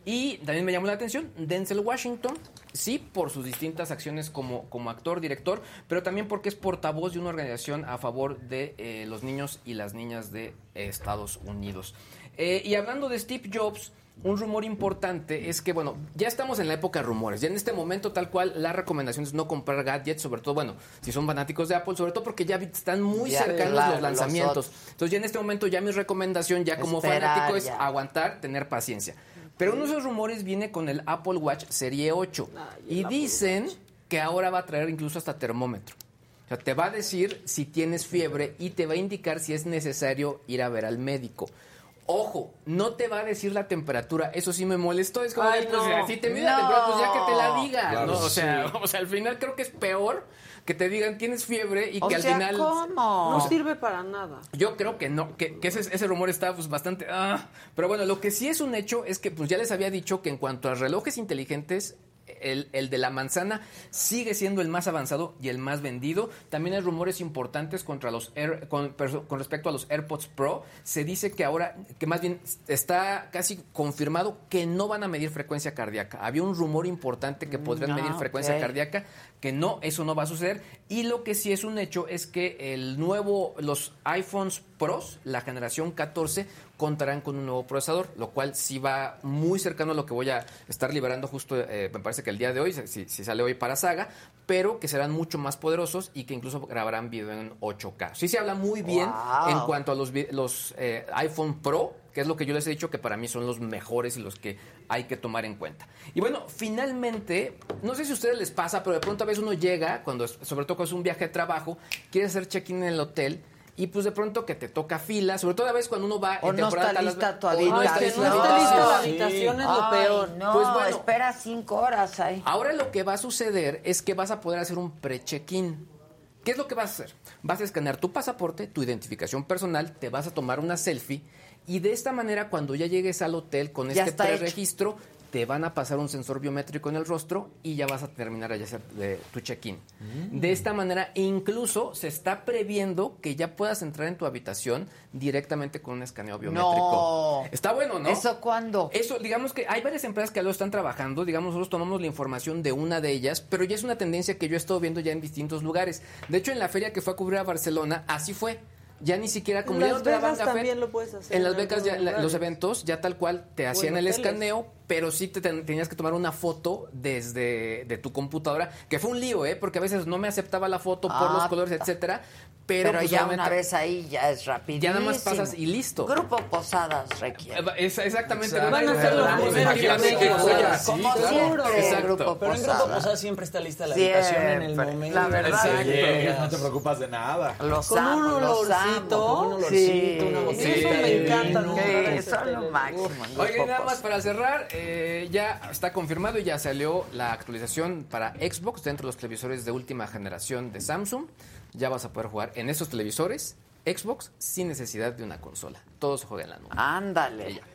Y también me llamó la atención Denzel Washington, sí, por sus distintas acciones como, como actor, director, pero también porque es portavoz de una organización a favor de eh, los niños y las niñas de eh, Estados Unidos. Eh, y hablando de Steve Jobs, un rumor importante es que, bueno, ya estamos en la época de rumores. Ya en este momento, tal cual, la recomendación es no comprar gadgets, sobre todo, bueno, si son fanáticos de Apple, sobre todo porque ya están muy Ya, cercanos claro, los lanzamientos. los Entonces, ya en este momento, ya mi recomendación, ya como Esperar, fanático, es ya. aguantar, tener paciencia. Pero uno de esos rumores viene con el Apple Watch Serie ocho. Ay, Y dicen que ahora va a traer incluso hasta termómetro. O sea, te va a decir si tienes fiebre y te va a indicar si es necesario ir a ver al médico. Ojo, no te va a decir la temperatura. Eso sí me molestó. Es como, Ay, de, pues, no. si te mide la No. temperatura, pues ya que te la diga. Claro, ¿no? O sea, sí. o sea, al final creo que es peor que te digan tienes fiebre y O que al sea, final... ¿cómo? No sirve para nada. Yo creo que no, que, que ese, ese rumor está pues bastante... Ah, pero bueno, lo que sí es un hecho es que pues ya les había dicho que en cuanto a relojes inteligentes, el, el de la manzana sigue siendo el más avanzado y el más vendido. También hay rumores importantes contra los Air, con, con respecto a los AirPods Pro. Se dice que ahora, que más bien está casi confirmado que no van a medir frecuencia cardíaca. Había un rumor importante que podrían No, medir frecuencia ok. cardíaca, que no, eso no va a suceder. Y lo que sí es un hecho es que el nuevo, los iPhones Pros, la generación catorce, contarán con un nuevo procesador, lo cual sí va muy cercano a lo que voy a estar liberando justo, eh, me parece que el día de hoy, si, si sale hoy para Saga, pero que serán mucho más poderosos y que incluso grabarán video en ocho K. Sí se habla muy bien Wow. en cuanto a los, vi- los eh, iPhone Pro, que es lo que yo les he dicho que para mí son los mejores y los que hay que tomar en cuenta. Y bueno, finalmente, no sé si a ustedes les pasa, pero de pronto a veces uno llega, cuando es- sobre todo cuando es un viaje de trabajo, quiere hacer check-in en el hotel, y pues de pronto que te toca fila, sobre todo a veces cuando uno va O en no temporada está alta, lista las- tu o no está habitación. lista no la esté habitación. lista la Sí. habitación es lo Ay, peor. no, Pues bueno. espera cinco horas ahí. Ahora lo que va a suceder es que vas a poder hacer un pre-check-in. ¿Qué es lo que vas a hacer? Vas a escanear tu pasaporte, tu identificación personal, te vas a tomar una selfie y de esta manera cuando ya llegues al hotel con Ya este está hecho. pre-registro, te van a pasar un sensor biométrico en el rostro y ya vas a terminar de hacer de tu check-in. De esta manera, incluso se está previendo que ya puedas entrar en tu habitación directamente con un escaneo biométrico. No. Está bueno, ¿no? ¿Eso cuándo? Eso, digamos que hay varias empresas que lo están trabajando, digamos, nosotros tomamos la información de una de ellas, pero ya es una tendencia que yo he estado viendo ya en distintos lugares. De hecho, en la feria que fue a cubrir a Barcelona, así fue. Ya ni siquiera como En ya Las no te daban Vegas café. también lo puedes hacer En en Las Vegas ya algunos la- los lugares. eventos ya tal cual te hacían el hoteles. escaneo, pero sí te ten- tenías que tomar una foto desde de tu computadora, que fue un lío, ¿eh? Porque a veces no me aceptaba la foto por Ah, los colores, etcétera. Pero, Pero pues, ya obviamente- una vez ahí ya es rapidísimo. Ya nada más pasas y listo. Grupo Posadas requiere. Es- exactamente. Exacto. Van a ser los Ah, primeros imagínate en qué México. joya. Sí, Como claro. siempre, Exacto. Grupo Pero en Grupo Posadas. Posada siempre está lista la habitación en el Siempre. momento. La verdad. Sí, Exacto. no te preocupas de nada. Los Con amo, un los olorcito. amo. Con un olorcito, una Sí. botellita Eso me de encanta. vino. ¿no? Sí, Para son lo ese máximo. tele- Oye, Grupo nada más Posadas. para cerrar, eh, ya está confirmado y ya salió la actualización para Xbox dentro de los televisores de última generación de Samsung. Ya vas a poder jugar en esos televisores Xbox sin necesidad de una consola. Todo se juega en la nube. Ándale. Y ya.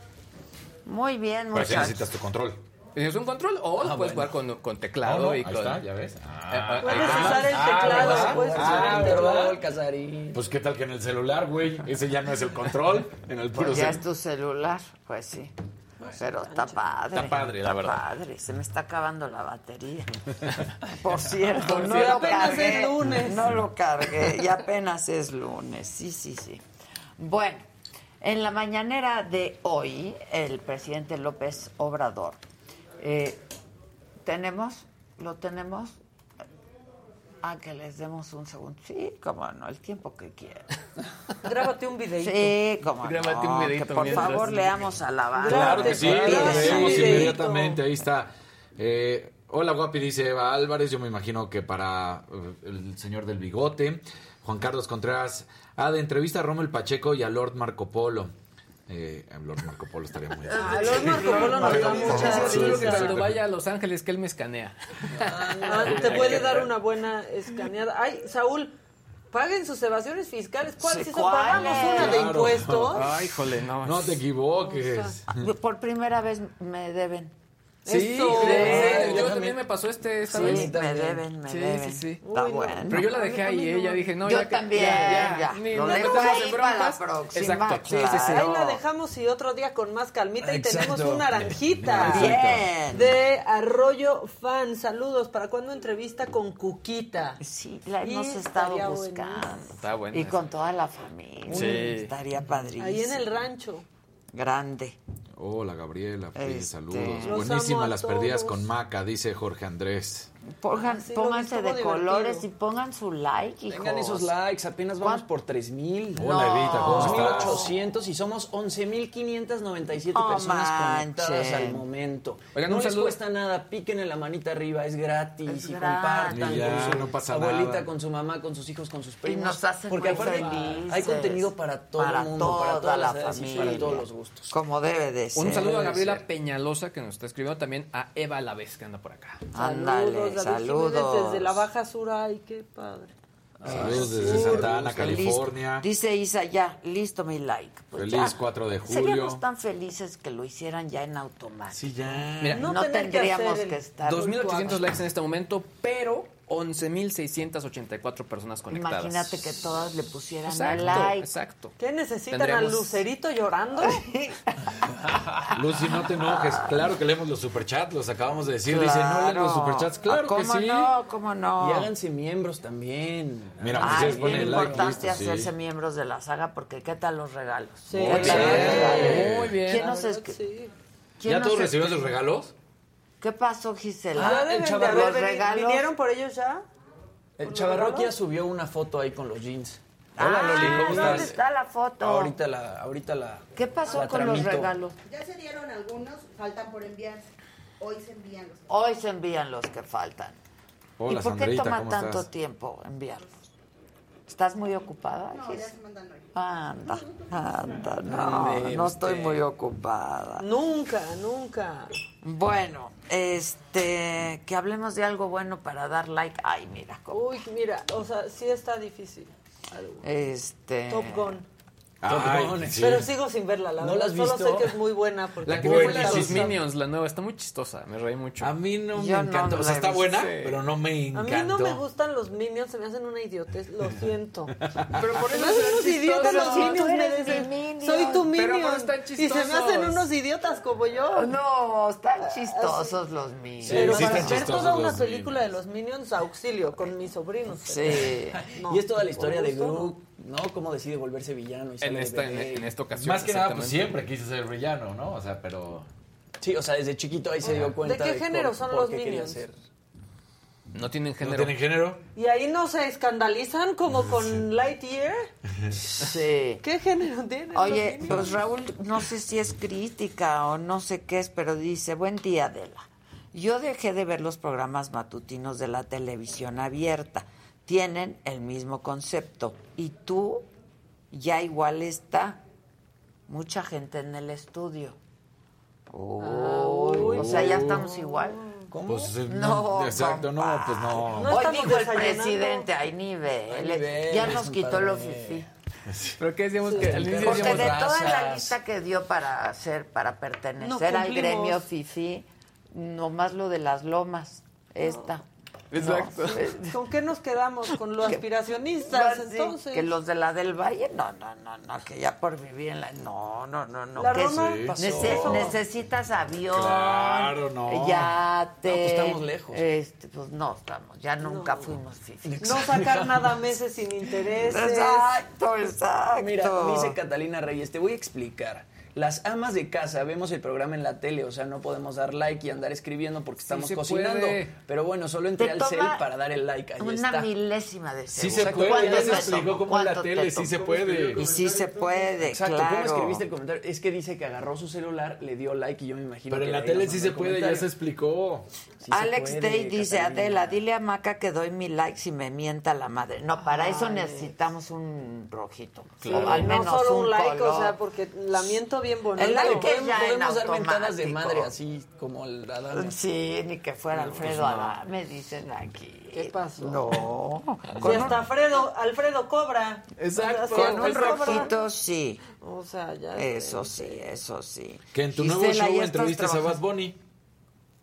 Muy bien, Pero si muchachos. necesitas tu control. Tienes un control o lo puedes jugar con, con teclado No, no, y ahí con... está, ya ves. Ah, Puedes ah, usar el ah, teclado, ¿verdad? puedes usar Ah, el ¿verdad, teclado. Casarín? Pues qué tal que en el celular, güey. Ese ya no es el control. En el puro Pues ya cel- es tu celular, pues sí. Pero está padre. Está padre, la verdad. Padre, se me está acabando la batería. Por cierto, Por no cierto. lo Apenas cargué. es lunes. No lo cargué y apenas es lunes. Sí, sí, sí. Bueno, en la mañanera de hoy, el presidente López Obrador, eh, ¿tenemos? ¿Lo tenemos? Ah, que les demos un segundo. Sí, cómo no, el tiempo que quieran. Grábate un videito. Sí, como Grábate un no, videíto que por mientras. favor leamos a la banda. Claro que sí, Grábate, lo grábate. leemos Sí. inmediatamente. Ahí está. Eh, hola, guapi, dice Eva Álvarez. Yo me imagino que para eh, el señor del bigote. Juan Carlos Contreras. Ah, de entrevista a Rommel Pacheco y a Lord Marco Polo. Eh, a Lord Marco Polo estaría muy... Ah, Lord Marco Polo nos da mucha Sí, Sí, seguro sí, que sí. cuando vaya a Los Ángeles que él me escanea. Ah, te puede dar una buena escaneada. Ay, Saúl, paguen sus evasiones fiscales. ¿Cuáles? Sí, Si pagamos ¿cuáles? una de Claro. impuestos. Ay, híjole, no. No te equivoques. Por primera vez me deben. Sí, Eso. sí, Sí, yo también me pasó este esta Sí, vez. me deben, me Sí, deben. sí, sí. Está Uy, no. bueno. Pero yo la dejé ahí, ella dije, no, Yo ya que- también, ya, ya. Ni- Lo no dejo metamos ahí en para la broncas. próxima, Exacto, sí, sí, sí. Ahí la dejamos y otro día con más calmita y tenemos Exacto. una naranjita. Bien. De Arroyo Fan. Saludos. ¿Para cuándo entrevista con Cuquita? Sí, la hemos Y estado estaría buscando. Está buena Y esa. con toda la familia. Sí. Estaría padrísimo. Ahí en el rancho. Grande. Hola, Gabriela. Feliz Este, saludos. Los Buenísima amo a las perdidas todos. con Maca, dice Jorge Andrés. Pongan, Sí, lo pónganse estuvo de colores y divertido. pongan su like, hijos. Tengan esos likes, apenas vamos por tres mil. Hola, Evita, ¿cómo dos mil estás? ochocientos y somos once mil quinientas noventa y siete Oh, personas conectadas manchen. al momento. Oigan, no un les saludo. cuesta nada, píquenle la manita arriba, es gratis Es y gratis. compartan Y ya, con su no pasa abuelita, nada. con su mamá, con sus hijos, con sus Y primos. nos hacen porque muy aparte felices. hay contenido para todo para el mundo, toda para todas la las edades y familia. para todos los gustos. Como debe de ser. Un saludo a Debe Gabriela ser. Peñalosa que nos está escribiendo, también a Eva Lavez que anda por acá. Ándale, David Jiménez saludos. desde la Baja Sur. Ay, qué padre. Saludos desde Santa Ana, California. Listo. Dice Isa, ya, listo mi like. Pues Feliz ya. cuatro de julio. Seríamos tan felices que lo hicieran ya en automático. Sí, ya. Mira, no, No tener que tendríamos hacer que, el estar. dos mil ochocientos likes en este momento, pero once mil seiscientas ochenta y cuatro personas conectadas. Imagínate que todas le pusieran Exacto, el like. exacto. ¿Qué necesitan Tendríamos- al Lucerito llorando? Lucy, no te enojes. Claro que leemos los superchats, los acabamos de decir. Dice, no leen los superchats. Claro ¿Cómo que sí. no? ¿Cómo no? Y háganse miembros también. Mira, Ay, ustedes es ponen bien like, importante listo, sí. hacerse miembros de la saga porque ¿qué tal los regalos? Sí, ¿Qué tal claro. los regalos? Muy bien. ¿Quién La nos verdad, escri- sí. quién ¿Ya nos todos escri- recibieron sus regalos? ¿Qué pasó, Gisela? Ya deben de haber Los veni- regalos. ¿Vinieron por ellos ya? El Chavarroqui ya subió una foto ahí con los jeans. Hola, Loli, ¿cómo Ah, ¿dónde estás? está la foto? Ahorita la, ahorita la. ¿Qué pasó la con los tramito. regalos? Ya se dieron algunos, faltan por enviarse. Hoy se envían los. Hoy se envían los que faltan. Hola, ¿Y por qué Sandrita, toma ¿cómo tanto estás? tiempo enviarlos? ¿Estás muy ocupada? No, Gis? ya se mandan hoy. Anda, anda, no, Ande no estoy usted. muy ocupada. Nunca, nunca. Bueno, este, que hablemos de algo bueno para dar like. Ay, mira, cómo- Uy, mira, o sea, sí está difícil. Algo. este, Top Gun. Ay, sí. Pero sigo sin verla, la ¿No verdad. la has Solo visto? sé que es muy buena. Porque La que muy fue buena de los gusta. Minions, la nueva, está muy chistosa, me reí mucho. A mí no Yo me no encantó. O sea, la he está visto. buena, Sí. pero no me A encantó. mí no me gustan los Minions, se me hacen una idiotez, lo siento. Pero por Se eso me hacen son unos idiotas los chistosos. Minions, Tú me eres dicen. mi Minion. Soy tu Pero Minion. no están Y se me hacen chistosos. unos idiotas como yo. No, están chistosos los míos. Sí, Pero sí para están ver chistosos toda una los película de los Minions, auxilio, con mis sobrinos. Sí. No, Y es toda la historia por de gusto, Groot, ¿no? Cómo decide volverse villano. Y En sale de esta, en, bebé. en esta ocasión. Más que nada, pues exactamente. siempre quise ser villano, ¿no? O sea, pero... Sí, o sea, desde chiquito ahí se dio cuenta. ¿De qué género por- son por los qué quería Minions? ser. No tienen ¿No género. tienen género? ¿Y ahí no se escandalizan como con Lightyear? Sí. ¿Qué género tienen? Oye, los Minions? pues Raúl, no sé si es crítica o no sé qué es, pero dice, buen día, Adela. Yo dejé de ver los programas matutinos de la televisión abierta. Tienen el mismo concepto. Y tú, ya igual está mucha gente en el estudio. Uy, o sea, ya estamos igual. ¿Cómo? Pues eh, No, no, exacto, no, compa. pues no. No Hoy estamos dijo el desayunando. presidente, hay niveles. Hay niveles, ya nos quitó lo compadre. fifí. Pero qué decíamos que al inicio Porque decíamos de toda la razas. lista que dio para hacer, para pertenecer No al cumplimos. gremio FIFI, nomás lo de las lomas, esta. Exacto. No, ¿Con qué nos quedamos? ¿Con los aspiracionistas, pues sí, entonces? que los de la del Valle, no, no, no, no, que ya por vivir en la... No, no, no, no. La que Roma es- pasó. nece- necesitas avión. Claro, no. Yate. No, pues estamos lejos. Este, pues no, estamos, ya nunca fuimos FIFI. No sacar nada meses sin intereses. Exacto, exacto. Mira, me dice Catalina Reyes, te voy a explicar. Las amas de casa vemos el programa en la tele, o sea, no podemos dar like y andar escribiendo porque estamos se cocinando. puede. Pero bueno, solo entré Te al toma cel para dar el like, ahí una está. milésima de Sí segundo. se puede, ¿Cuánto ya se te explicó tomó? cómo en la ¿Cuánto te tele, sí tomó? se puede. Y sí se puede, Exacto, claro. ¿cómo escribiste el comentario? Es que dice que agarró su celular, le dio like y yo me imagino Pero que en la de ahí tele nos sí mandó se el puede, ya comentario. se explicó. Sí se Alex puede, Day dice, Catalina. Adela, dile a Maca que doy mi like si me mienta la madre. No, para eso necesitamos un rojito. Sí, O al menos no solo un, like, color. o sea, porque la miento bien bonito. El like Podemos, ya en podemos dar mentadas de automático. madre así como el Adán. Sí, ni que fuera No, Alfredo pues no. Adán, me dicen aquí. ¿Qué pasó? No. Si Con, hasta Alfredo, Alfredo cobra. Exacto. O sea, con si un Alfredo cobra. rojito, sí. O sea, ya. Eso sí, eso sí. Que en tu nuevo Gisela, show ¿ya estás entrevistas a Bad trabajando? Bunny.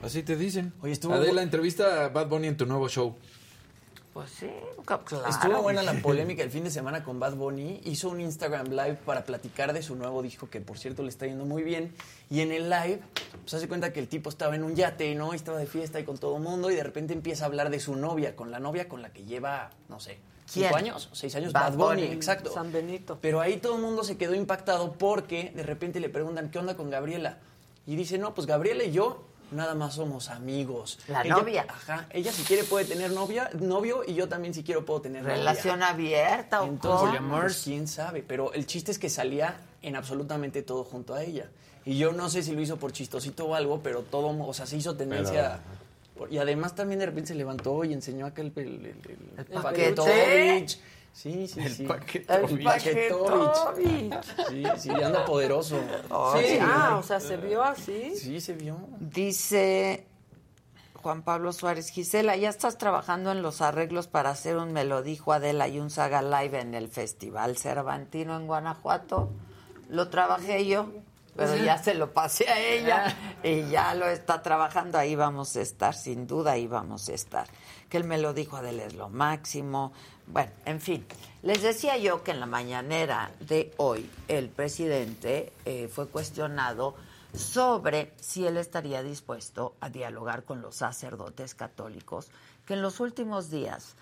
Así te dicen. Oye, estuvo Adela, bu- entrevista a Bad Bunny en tu nuevo show. Pues sí, claro. Estuvo buena la polémica el fin de semana con Bad Bunny. Hizo un Instagram Live para platicar de su nuevo disco, que por cierto le está yendo muy bien. Y en el live, pues hace cuenta que el tipo estaba en un yate, ¿no? Y estaba de fiesta y con todo el mundo. Y de repente empieza a hablar de su novia, con la novia con la que lleva, no sé, ¿Quién? cinco años, seis años, Bad Bad Bunny, Bunny, exacto. San Benito. Pero ahí todo el mundo se quedó impactado porque de repente le preguntan, ¿qué onda con Gabriela? Y dice, no, pues Gabriela y yo nada más somos amigos. La Ella- novia. Ajá. Ella si quiere puede tener novia, novio y yo también si quiero puedo tener novia. Relación abierta o Entonces, cómo? pues, quién sabe. Pero el chiste es que salía en absolutamente todo junto a ella. Y yo no sé si lo hizo por chistosito o algo, pero todo, o sea, se hizo tendencia. Por- y además también de repente se levantó y enseñó acá el, el, el, el, ¿El paquetovich. Sí, sí, El sí. paquetovich. El paquetovich. Sí, sí, anda poderoso. Sí, ah, o sea, se vio así. Sí, se vio. Dice Juan Pablo Suárez, Gisela, ¿ya estás trabajando en los arreglos para hacer un Me lo dijo Adela y un Saga Live en el Festival Cervantino en Guanajuato? Lo trabajé yo, pero ya se lo pasé a ella y ya lo está trabajando. Ahí vamos a estar, sin duda, ahí vamos a estar. Que él me lo dijo, Adela es lo máximo. Bueno, en fin, les decía yo que en la mañanera de hoy el presidente eh, fue cuestionado sobre si él estaría dispuesto a dialogar con los sacerdotes católicos que en los últimos días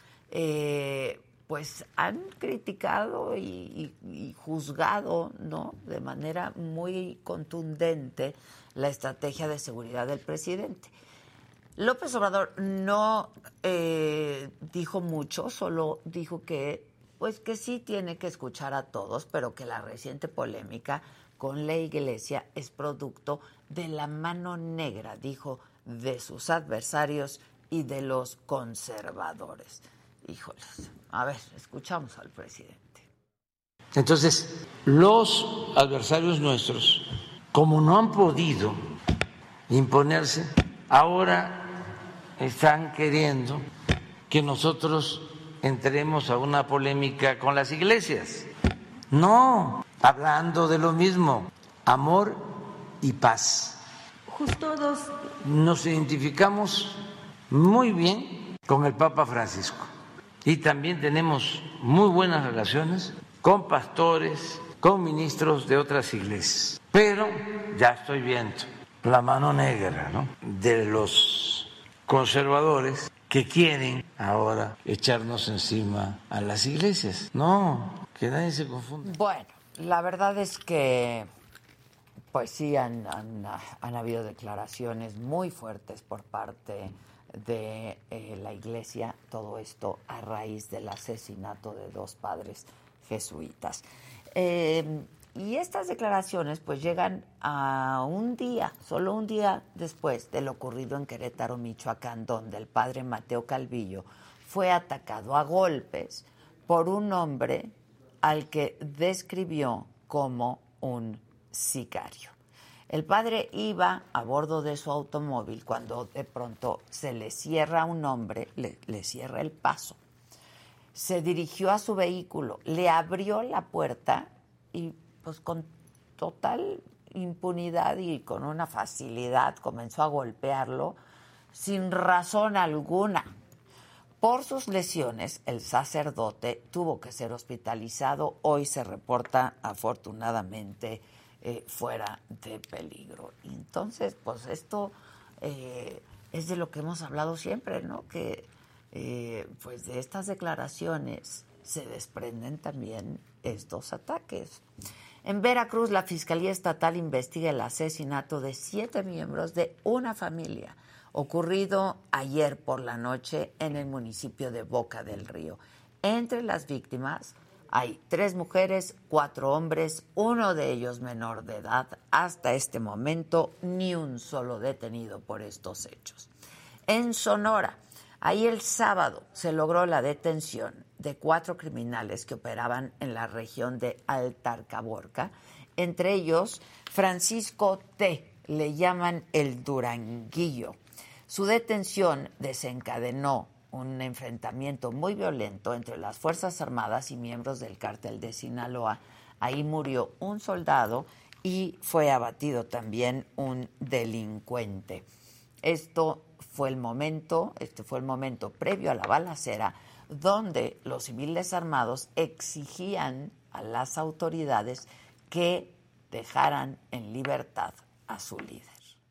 eh, pues han criticado y, y, y juzgado, ¿no?, de manera muy contundente la estrategia de seguridad del presidente. López Obrador no eh, dijo mucho, solo dijo que pues que sí tiene que escuchar a todos, pero que la reciente polémica con la Iglesia es producto de la mano negra, dijo, de sus adversarios y de los conservadores. Híjoles, a ver, escuchamos al presidente. Entonces, los adversarios nuestros, como no han podido imponerse, ahora están queriendo que nosotros entremos a una polémica con las iglesias. No, hablando de lo mismo, amor y paz. Justo dos. Nos identificamos muy bien con el Papa Francisco y también tenemos muy buenas relaciones con pastores, con ministros de otras iglesias. Pero ya estoy viendo la mano negra, ¿no?, de los conservadores que quieren ahora echarnos encima a las iglesias. No, que nadie se confunda. Bueno, la verdad es que pues sí han, han, han habido declaraciones muy fuertes por parte de eh, la Iglesia, todo esto a raíz del asesinato de dos padres jesuitas. Eh, y estas declaraciones pues llegan a un día, solo un día después de lo ocurrido en Querétaro, Michoacán, donde el padre Mateo Calvillo fue atacado a golpes por un hombre al que describió como un sicario. El padre iba a bordo de su automóvil cuando de pronto se le cierra a un hombre, le, le cierra el paso. Se dirigió a su vehículo, le abrió la puerta y pues con total impunidad y con una facilidad comenzó a golpearlo sin razón alguna. Por sus lesiones, el sacerdote tuvo que ser hospitalizado. Hoy se reporta, afortunadamente, eh, fuera de peligro. Entonces, pues esto eh, es de lo que hemos hablado siempre, ¿no? Que eh, pues de estas declaraciones se desprenden también estos ataques. En Veracruz, la Fiscalía Estatal investiga el asesinato de siete miembros de una familia ocurrido ayer por la noche en el municipio de Boca del Río. Entre las víctimas hay tres mujeres, cuatro hombres, uno de ellos menor de edad. Hasta este momento, ni un solo detenido por estos hechos. En Sonora, ahí el sábado se logró la detención de cuatro criminales que operaban en la región de Altarcaborca. Entre ellos, Francisco T., le llaman el Duranguillo. Su detención desencadenó un enfrentamiento muy violento entre las Fuerzas Armadas y miembros del cártel de Sinaloa. Ahí murió un soldado y fue abatido también un delincuente. Esto fue el momento, este fue el momento previo a la balacera, donde los civiles armados exigían a las autoridades que dejaran en libertad a su líder.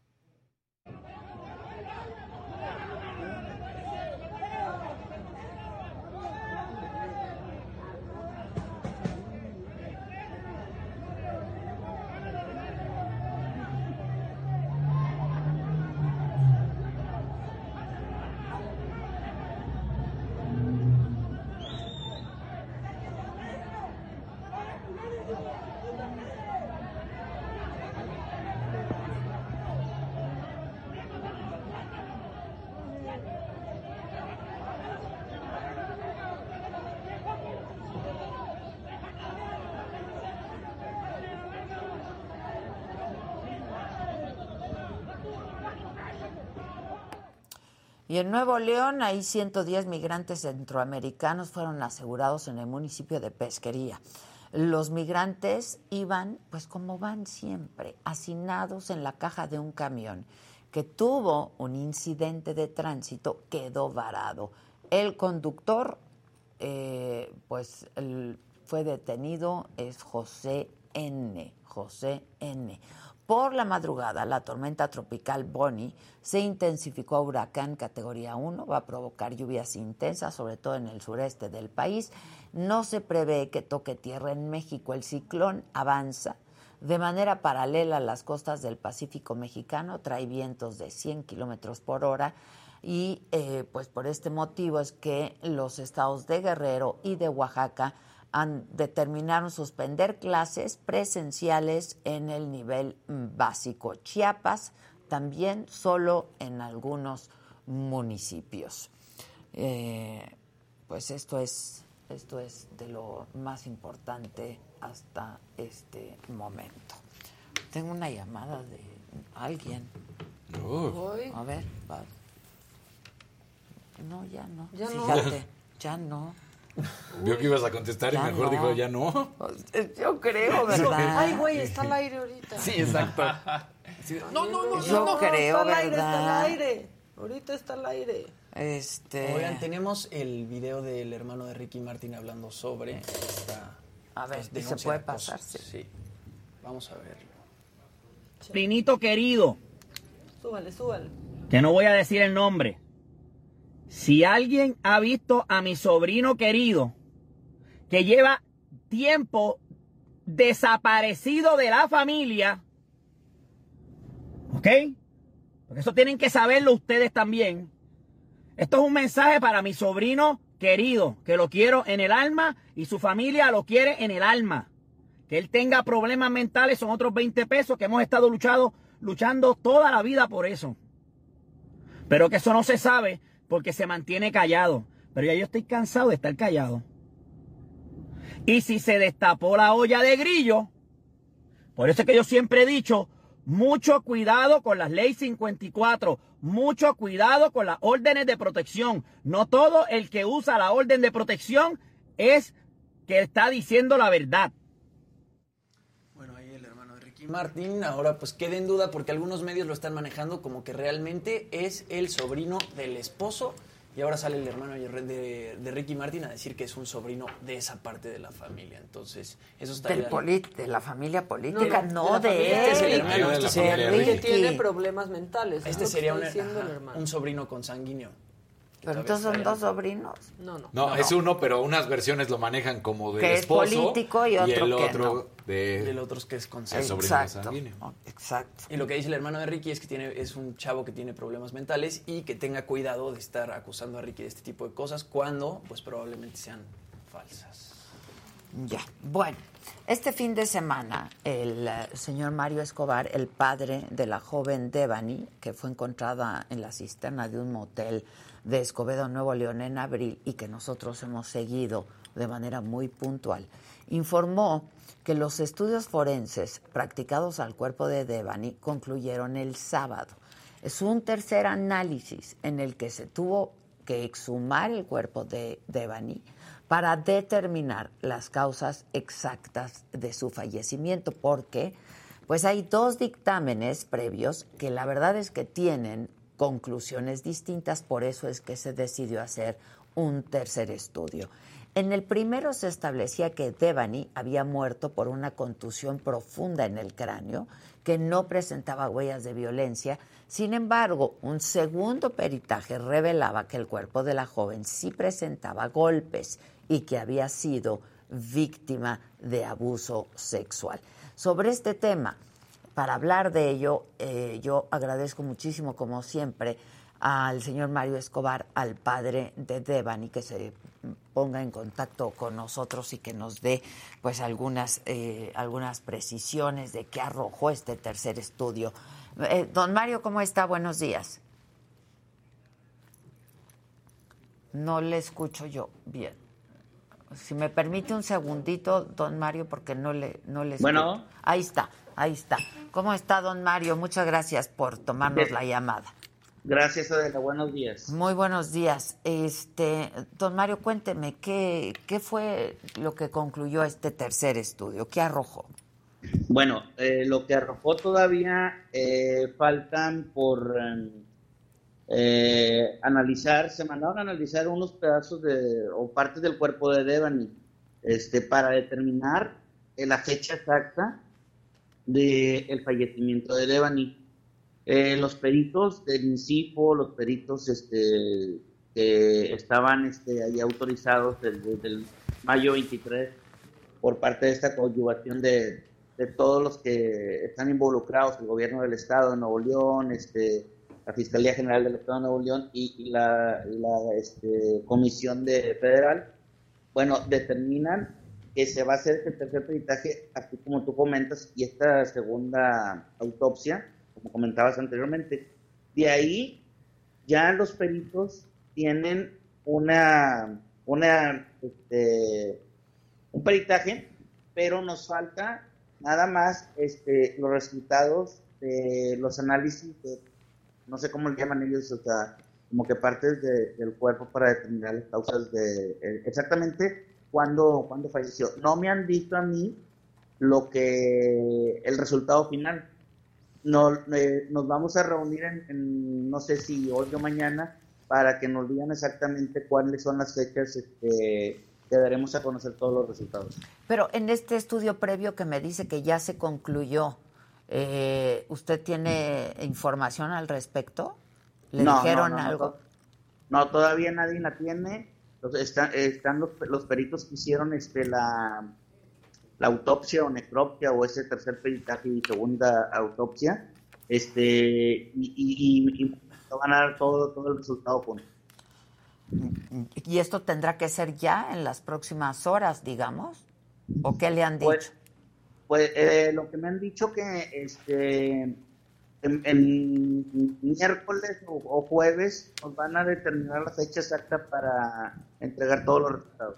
Y en Nuevo León, ahí ciento diez migrantes centroamericanos fueron asegurados en el municipio de Pesquería. Los migrantes iban, pues como van siempre, hacinados en la caja de un camión que tuvo un incidente de tránsito, quedó varado. El conductor, eh, pues el, fue detenido, es José N. José N. Por la madrugada, la tormenta tropical Bonnie se intensificó a huracán categoría uno, va a provocar lluvias intensas, sobre todo en el sureste del país. No se prevé que toque tierra en México. El ciclón avanza de manera paralela a las costas del Pacífico mexicano, trae vientos de cien kilómetros por hora y eh, pues por este motivo es que los estados de Guerrero y de Oaxaca han determinaron suspender clases presenciales en el nivel básico. Chiapas también solo en algunos municipios. Eh, pues esto es, esto es de lo más importante hasta este momento. Tengo una llamada de alguien. Uh. A ver, va. No, ya no. Ya no. Fíjate, ya no. Vio que ibas a contestar ya y mejor no. dijo, ya no. Yo creo, ¿verdad? Ay, güey, está al aire ahorita. Sí, exacto. Sí, no, no, no, Yo no, creo, está al aire, ¿verdad? está al aire. Ahorita está al aire. Este... Oigan, tenemos el video del hermano de Ricky Martin hablando sobre esta... A ver, pues, ¿se puede denuncia de pasar? acoso. Sí. Sí. Vamos a verlo. Sobrinito querido, Súbale, súbale. que no voy a decir el nombre. Si alguien ha visto a mi sobrino querido, que lleva tiempo desaparecido de la familia, ¿ok? Porque eso tienen que saberlo ustedes también. Esto es un mensaje para mi sobrino querido, que lo quiero en el alma y su familia lo quiere en el alma. Que él tenga problemas mentales son otros veinte pesos que hemos estado luchando, luchando toda la vida por eso. Pero que eso no se sabe porque se mantiene callado. Pero ya yo estoy cansado de estar callado. Y si se destapó la olla de grillo, por eso es que yo siempre he dicho, mucho cuidado con las leyes cincuenta y cuatro, mucho cuidado con las órdenes de protección. No todo el que usa la orden de protección es que está diciendo la verdad. Bueno, ahí el hermano de Ricky Martin, ahora pues queda en duda porque algunos medios lo están manejando como que realmente es el sobrino del esposo. Y ahora sale el hermano de, de Ricky Martin a decir que es un sobrino de esa parte de la familia. Entonces, eso está Del poli- de la familia política, no, de la de, familia. él. Este es el hermano, de este la sería familia Ricky. Que tiene problemas mentales. Este es lo sería que un, está diciendo ajá, el hermano. un sobrino consanguíneo. Pero entonces son dos sobrinos. No, no. No, No, es no. uno, pero unas versiones lo manejan como de Que es esposo. político y otro el que otro no. de... Y el otro es que es el consanguíneo. sobrino Exacto, sanguíneo. exacto. Y lo que dice el hermano de Ricky es que tiene, es un chavo que tiene problemas mentales y que tenga cuidado de estar acusando a Ricky de este tipo de cosas cuando pues probablemente sean falsas. Ya, bueno, este fin de semana el eh, señor Mario Escobar, el padre de la joven Devani, que fue encontrada en la cisterna de un motel de Escobedo, Nuevo León, en abril, y que nosotros hemos seguido de manera muy puntual, informó que los estudios forenses practicados al cuerpo de Devani concluyeron el sábado. Es un tercer análisis en el que se tuvo que exhumar el cuerpo de Devani para determinar las causas exactas de su fallecimiento, porque pues hay dos dictámenes previos que la verdad es que tienen conclusiones distintas, por eso es que se decidió hacer un tercer estudio. En el primero se establecía que Devani había muerto por una contusión profunda en el cráneo, que no presentaba huellas de violencia. Sin embargo, un segundo peritaje revelaba que el cuerpo de la joven sí presentaba golpes y que había sido víctima de abuso sexual. Sobre este tema, para hablar de ello, eh, yo agradezco muchísimo, como siempre, al señor Mario Escobar, al padre de Devani, que se ponga en contacto con nosotros y que nos dé pues algunas eh, algunas precisiones de qué arrojó este tercer estudio. Eh, don Mario, ¿cómo está? Buenos días. No le escucho yo bien. Si me permite un segundito, don Mario, porque no le no le escucho. Bueno. Ahí está, ahí está. ¿Cómo está, don Mario? Muchas gracias por tomarnos Bien. la llamada. Gracias, Adela. Buenos días. Muy buenos días. Este, don Mario, cuénteme, ¿qué, qué fue lo que concluyó este tercer estudio? ¿Qué arrojó? Bueno, eh, lo que arrojó todavía eh, faltan por eh, analizar, se mandaron a analizar unos pedazos de o partes del cuerpo de Devani este, para determinar eh, la fecha exacta del fallecimiento de Devani. Eh, los peritos del INCIFO, los peritos este, que estaban este, ahí autorizados desde el mayo veintitrés por parte de esta coadyuvación de, de todos los que están involucrados, el gobierno del Estado de Nuevo León, este, la Fiscalía General del Estado de Nuevo León y, y la, la este, Comisión de Federal, bueno, determinan que se va a hacer este tercer peritaje, así como tú comentas, y esta segunda autopsia, como comentabas anteriormente. De ahí ya los peritos tienen una, una este, un peritaje, pero nos falta nada más este, los resultados de los análisis, de, no sé cómo le llaman ellos, o sea, como que partes de, del cuerpo para determinar las causas de eh, exactamente cuándo, cuándo falleció. No me han dicho a mí lo que el resultado final. Nos, eh, nos vamos a reunir en, en, no sé si hoy o mañana, para que nos digan exactamente cuáles son las fechas este, que daremos a conocer todos los resultados. Pero en este estudio previo que me dice que ya se concluyó, eh, ¿usted tiene información al respecto? ¿Le no, dijeron no, no, algo? No, no, todavía nadie la tiene. Están, están los, los peritos que hicieron este, la... la autopsia o necropsia o ese tercer peritaje y segunda autopsia, este, y, y, y, y van a dar todo, todo el resultado junto. ¿Y esto tendrá que ser ya en las próximas horas, digamos? ¿O qué le han dicho? Pues, pues eh, lo que me han dicho que este, en, en miércoles o, o jueves nos van a determinar la fecha exacta para entregar todos los resultados.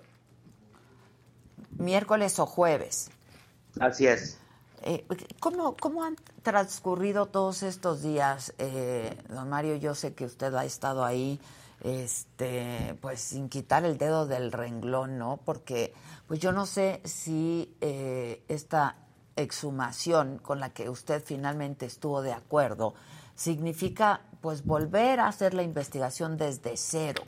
Miércoles o jueves. Así es. Eh, ¿cómo, ¿Cómo han transcurrido todos estos días, eh, don Mario? Yo sé que usted ha estado ahí, este, pues sin quitar el dedo del renglón, ¿no? Porque, pues yo no sé si eh, esta exhumación con la que usted finalmente estuvo de acuerdo significa, pues, volver a hacer la investigación desde cero.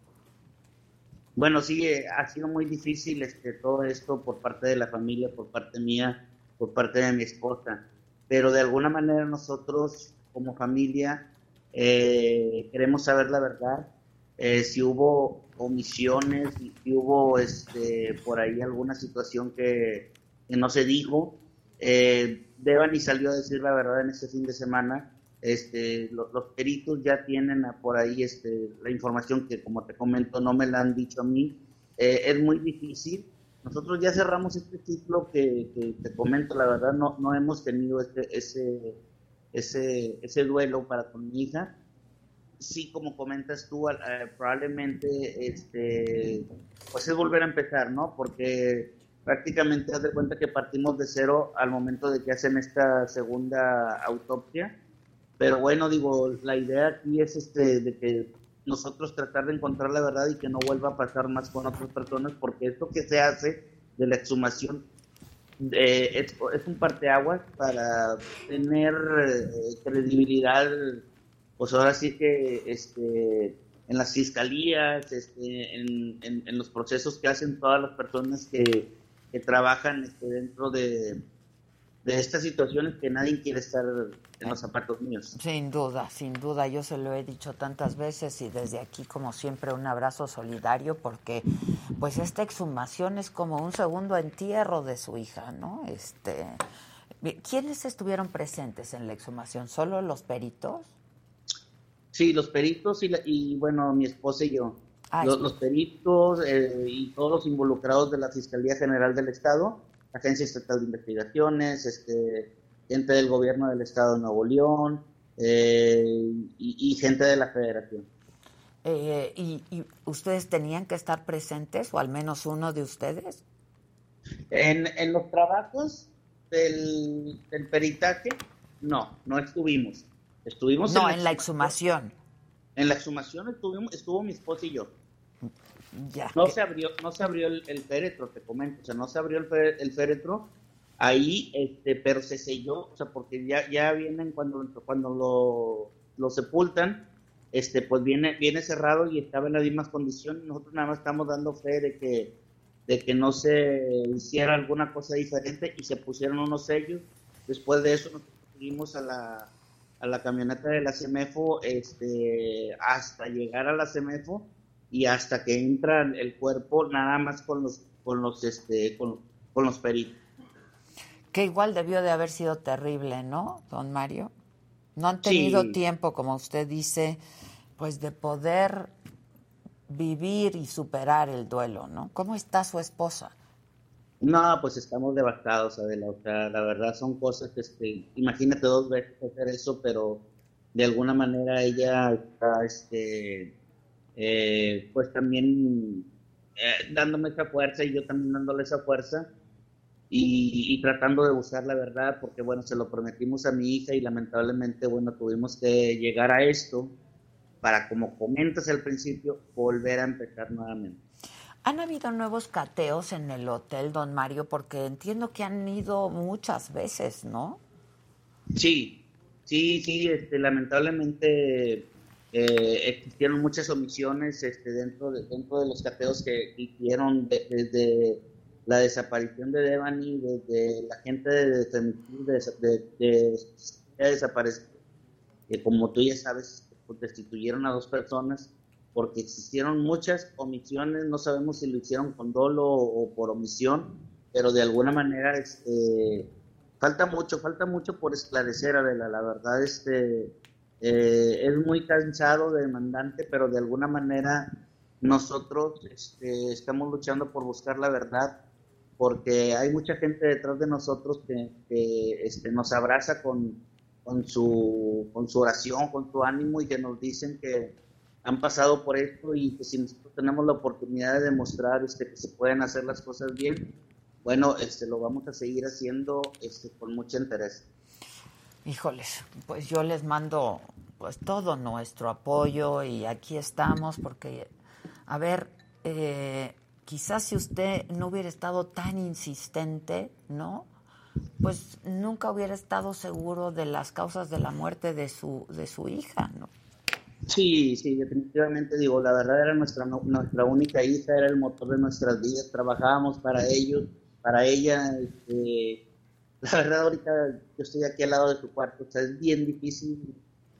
Bueno, sí, eh, ha sido muy difícil este, todo esto por parte de la familia, por parte mía, por parte de mi esposa, pero de alguna manera nosotros como familia eh, queremos saber la verdad, eh, si hubo omisiones, si hubo este, por ahí alguna situación que, que no se dijo. Eh, Devani salió a decir la verdad en este fin de semana. Este, los, los peritos ya tienen por ahí este, la información que, como te comento, no me la han dicho a mí. Eh, es muy difícil. Nosotros ya cerramos este ciclo que, que te comento, la verdad no, no hemos tenido este, ese, ese, ese duelo para con mi hija. Sí, como comentas tú, eh, probablemente este, pues es volver a empezar, ¿no? Porque prácticamente haz de cuenta que partimos de cero al momento de que hacen esta segunda autopsia. Pero bueno, digo, la idea aquí es este de que nosotros tratar de encontrar la verdad y que no vuelva a pasar más con otras personas, porque esto que se hace de la exhumación eh, es, es un parteaguas para tener eh, credibilidad pues ahora sí que este, en las fiscalías, este, en, en, en los procesos que hacen todas las personas que, que trabajan este, dentro de, de estas situaciones, que nadie quiere estar en los zapatos míos. Sin duda, sin duda, yo se lo he dicho tantas veces y desde aquí, como siempre, un abrazo solidario, porque pues esta exhumación es como un segundo entierro de su hija, ¿no? Este, ¿quiénes estuvieron presentes en la exhumación? ¿Solo los peritos? Sí, los peritos y, la, y bueno, mi esposa y yo. Ah, los, sí. los peritos eh, y todos los involucrados de la Fiscalía General del Estado, Agencia Estatal de Investigaciones, este, gente del Gobierno del Estado de Nuevo León eh, y, y gente de la Federación. Eh, y, ¿Y ustedes tenían que estar presentes, o al menos uno de ustedes? En, en los trabajos del, del peritaje, no, no estuvimos. Estuvimos no, en la, en la exhumación. En la exhumación estuvimos, estuvo mi esposa y yo. Ya. No se abrió, no se abrió el, el féretro, te comento, o sea, no se abrió el, fe, el féretro ahí, este, pero se selló, o sea, porque ya, ya vienen cuando, cuando lo, lo sepultan, este, pues viene, viene cerrado y estaba en las mismas condiciones. Nosotros nada más estamos dando fe de que, de que no se hiciera alguna cosa diferente y se pusieron unos sellos. Después de eso nos subimos a la, a la camioneta de la CEMEFO, este, hasta llegar a la CEMEFO y hasta que entra el cuerpo, nada más con los, con los, este, con, con los peritos. Que igual debió de haber sido terrible, ¿no, don Mario? No han tenido Sí. tiempo, como usted dice, pues de poder vivir y superar el duelo, ¿no? ¿Cómo está su esposa? No, pues estamos devastados, Adela. O sea, la verdad son cosas que, este, imagínate dos veces hacer eso, pero de alguna manera ella está, este, eh, pues también eh, dándome esa fuerza y yo también dándole esa fuerza y, y tratando de buscar la verdad, porque bueno, se lo prometimos a mi hija y lamentablemente, bueno, tuvimos que llegar a esto para, como comentas al principio, volver a empezar nuevamente. ¿Han habido nuevos cateos en el hotel, don Mario? Porque entiendo que han ido muchas veces, ¿no? Sí, sí, sí, este, lamentablemente eh, existieron muchas omisiones este, dentro, de, dentro de los cateos que hicieron de, desde la desaparición de Devani, desde la gente de femicidio, de, de, de, de desaparecer, que como tú ya sabes, pues, destituyeron a dos personas, porque existieron muchas omisiones, no sabemos si lo hicieron con dolo o, o por omisión, pero de alguna manera este, falta mucho, falta mucho por esclarecer, Adela. La verdad este, eh, es muy cansado, demandante, pero de alguna manera nosotros este, estamos luchando por buscar la verdad, porque hay mucha gente detrás de nosotros que, que este, nos abraza con, con, su, con su oración, con su ánimo, y que nos dicen que han pasado por esto y que si nosotros tenemos la oportunidad de demostrar este, que se pueden hacer las cosas bien, bueno, este, lo vamos a seguir haciendo este, con mucho interés. Híjoles, pues yo les mando pues todo nuestro apoyo y aquí estamos porque, a ver, eh, quizás si usted no hubiera estado tan insistente, ¿no? Pues nunca hubiera estado seguro de las causas de la muerte de su, de su hija, ¿no? Sí, sí, definitivamente, digo, la verdad era nuestra, nuestra única hija, era el motor de nuestras vidas, trabajábamos para ellos, para ella, este, la verdad ahorita yo estoy aquí al lado de tu cuarto, o sea, es bien difícil,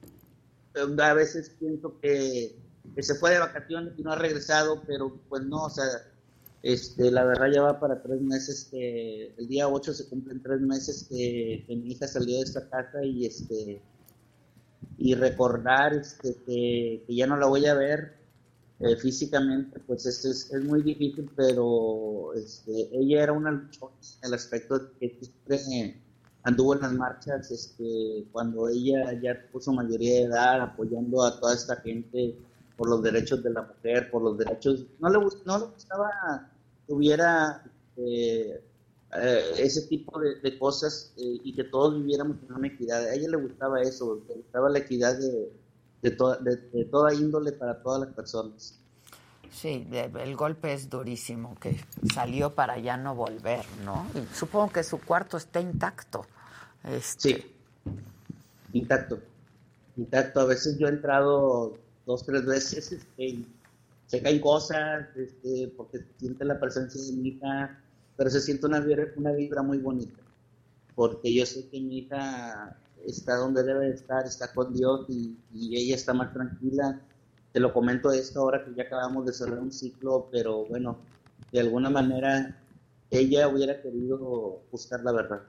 a veces pienso que, que se fue de vacaciones y no ha regresado, pero pues no, o sea, este, la verdad ya va para tres meses, que el día ocho se cumplen tres meses que, que mi hija salió de esta casa y este... y recordar este, que, que ya no la voy a ver eh, físicamente, pues esto es, es muy difícil, pero este, ella era una luchona en el aspecto de que siempre anduvo en las marchas este, cuando ella ya puso mayoría de edad, apoyando a toda esta gente por los derechos de la mujer, por los derechos, no le, no le gustaba que hubiera eh, eh, ese tipo de, de cosas eh, y que todos viviéramos en una equidad. A ella le gustaba eso, le gustaba la equidad de, de, to, de, de toda índole para todas las personas. Sí, el golpe es durísimo, que salió para ya no volver, ¿no? Y supongo que su cuarto está intacto. Este... Sí, intacto. intacto. A veces yo he entrado dos, tres veces, este, se caen cosas, este, porque se siente la presencia de mi hija, pero se siente una vibra, una vibra muy bonita, porque yo sé que mi hija está donde debe estar, está con Dios y, y ella está más tranquila. Te lo comento esto ahora que ya acabamos de cerrar un ciclo, pero bueno, de alguna manera ella hubiera querido buscar la verdad.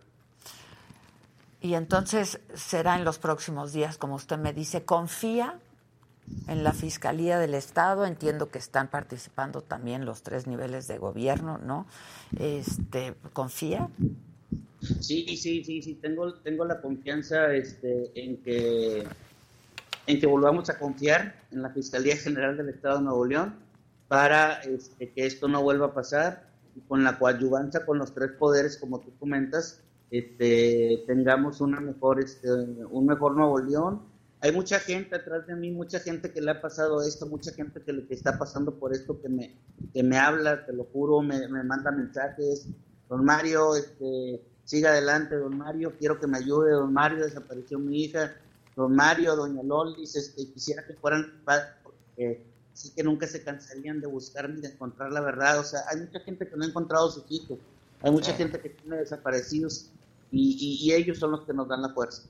Y entonces será en los próximos días, como usted me dice, ¿confía en la Fiscalía del Estado? Entiendo que están participando también los tres niveles de gobierno, ¿no? Este, ¿confía? Sí, sí, sí, sí, tengo, tengo la confianza este, en que en que volvamos a confiar en la Fiscalía General del Estado de Nuevo León para este, que esto no vuelva a pasar, y con la coadyuvancia con los tres poderes, como tú comentas, este, tengamos una mejor, este, un mejor Nuevo León. Hay mucha gente atrás de mí, mucha gente que le ha pasado esto, mucha gente que, le, que está pasando por esto, que me, que me habla, te lo juro, me, me manda mensajes. Don Mario, este, siga adelante, don Mario, quiero que me ayude, don Mario, desapareció mi hija. Don Mario, doña Lolis, este, quisiera que fueran padres, porque sí que nunca se cansarían de buscarme y de encontrar la verdad. O sea, hay mucha gente que no ha encontrado a sus hijos, hay mucha gente que tiene desaparecidos y, y, y ellos son los que nos dan la fuerza.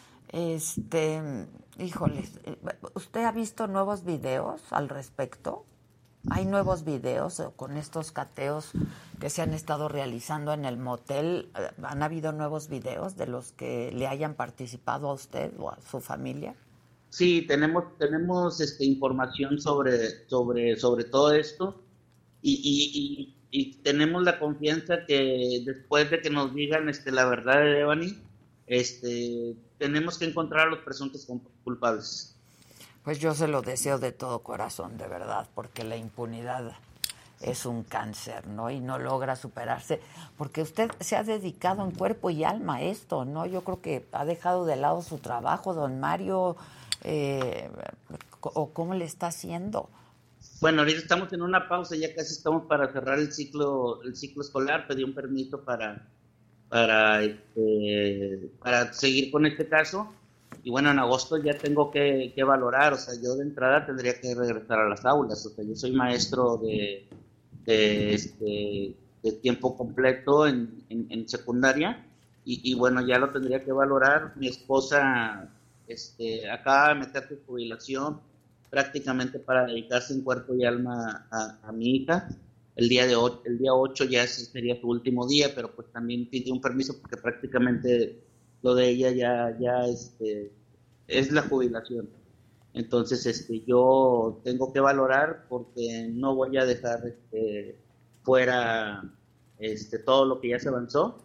Este, híjoles, ¿usted ha visto nuevos videos al respecto? ¿Hay nuevos videos con estos cateos que se han estado realizando en el motel? ¿Han habido nuevos videos de los que le hayan participado a usted o a su familia? Sí, tenemos tenemos este, información sobre, sobre, sobre todo esto y, y, y, y tenemos la confianza que después de que nos digan este, la verdad de Devani, este, tenemos que encontrar a los presuntos culpables. Pues yo se lo deseo de todo corazón, de verdad, porque la impunidad es un cáncer, ¿no? Y no logra superarse, porque usted se ha dedicado en cuerpo y alma a esto, ¿no? Yo creo que ha dejado de lado su trabajo, don Mario, eh, o cómo le está haciendo. Bueno, ahorita estamos en una pausa, ya casi estamos para cerrar el ciclo, el ciclo escolar. Pedí un permiso para, para, este, para seguir con este caso. Y bueno, en agosto ya tengo que, que valorar, o sea, yo de entrada tendría que regresar a las aulas, o sea, yo soy maestro de, de, este, de tiempo completo en, en, en secundaria, y, y bueno, ya lo tendría que valorar. Mi esposa este, acaba de meter su jubilación prácticamente para dedicarse en cuerpo y alma a, a mi hija. El día de hoy, el día ocho ya sería su último día, pero pues también pidió un permiso porque prácticamente lo de ella ya, ya este, es la jubilación. Entonces este, yo tengo que valorar porque no voy a dejar este, fuera este, todo lo que ya se avanzó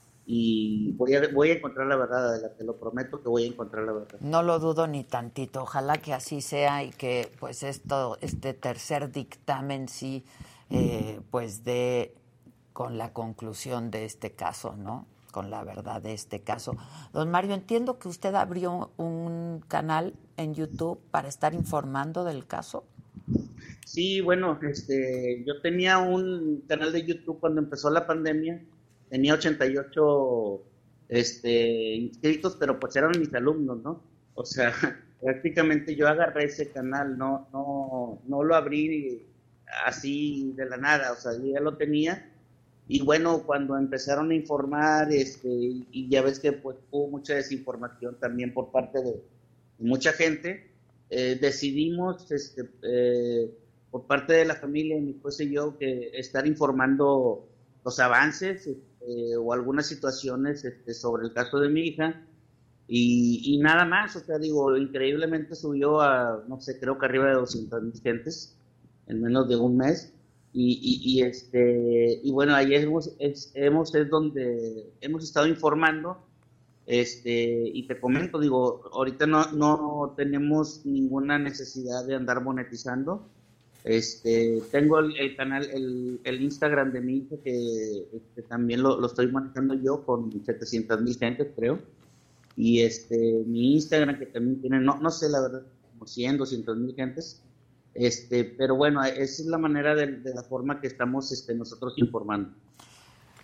y voy a, voy a encontrar la verdad, Adela, te lo prometo que voy a encontrar la verdad. No lo dudo ni tantito, ojalá que así sea y que pues esto, este tercer dictamen sí eh, pues dé con la conclusión de este caso, ¿no? Con la verdad de este caso. Don Mario, entiendo que usted abrió un canal en YouTube para estar informando del caso. Sí, bueno, este, yo tenía un canal de YouTube cuando empezó la pandemia, tenía ochenta y ocho este, inscritos, pero pues eran mis alumnos, ¿no? O sea, prácticamente yo agarré ese canal, no, no, no lo abrí así de la nada, o sea, yo ya lo tenía. Y bueno, cuando empezaron a informar, este, y ya ves que pues, hubo mucha desinformación también por parte de mucha gente, eh, decidimos este, eh, por parte de la familia, mi esposa y yo, que estar informando los avances este, o algunas situaciones este, sobre el caso de mi hija y, y nada más. O sea, digo, increíblemente subió a, no sé, creo que arriba de doscientas mil gentes en menos de un mes. Y, y, y este y bueno, ahí hemos es, hemos es donde hemos estado informando este y te comento, digo, ahorita no no tenemos ninguna necesidad de andar monetizando. Este tengo el, el canal, el, el Instagram de mi hija que este, también lo, lo estoy manejando yo con setecientas mil gentes, creo, y este mi Instagram que también tiene, no no sé la verdad, como cien, doscientas mil gentes. Este, pero bueno, esa es la manera de, de la forma que estamos este, nosotros informando.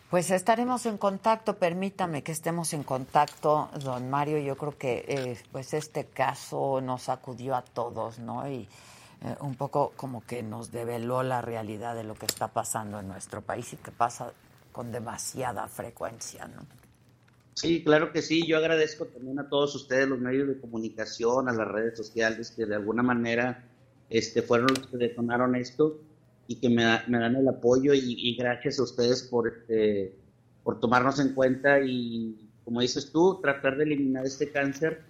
Pues estaremos en contacto, permítame que estemos en contacto, don Mario. Yo creo que eh, pues este caso nos sacudió a todos, ¿no? Y eh, un poco como que nos develó la realidad de lo que está pasando en nuestro país y que pasa con demasiada frecuencia, ¿no? Sí, claro que sí. Yo agradezco también a todos ustedes, los medios de comunicación, a las redes sociales, que de alguna manera este, fueron los que detonaron esto y que me, da, me dan el apoyo y, y gracias a ustedes por, este, por tomarnos en cuenta y, como dices tú, tratar de eliminar este cáncer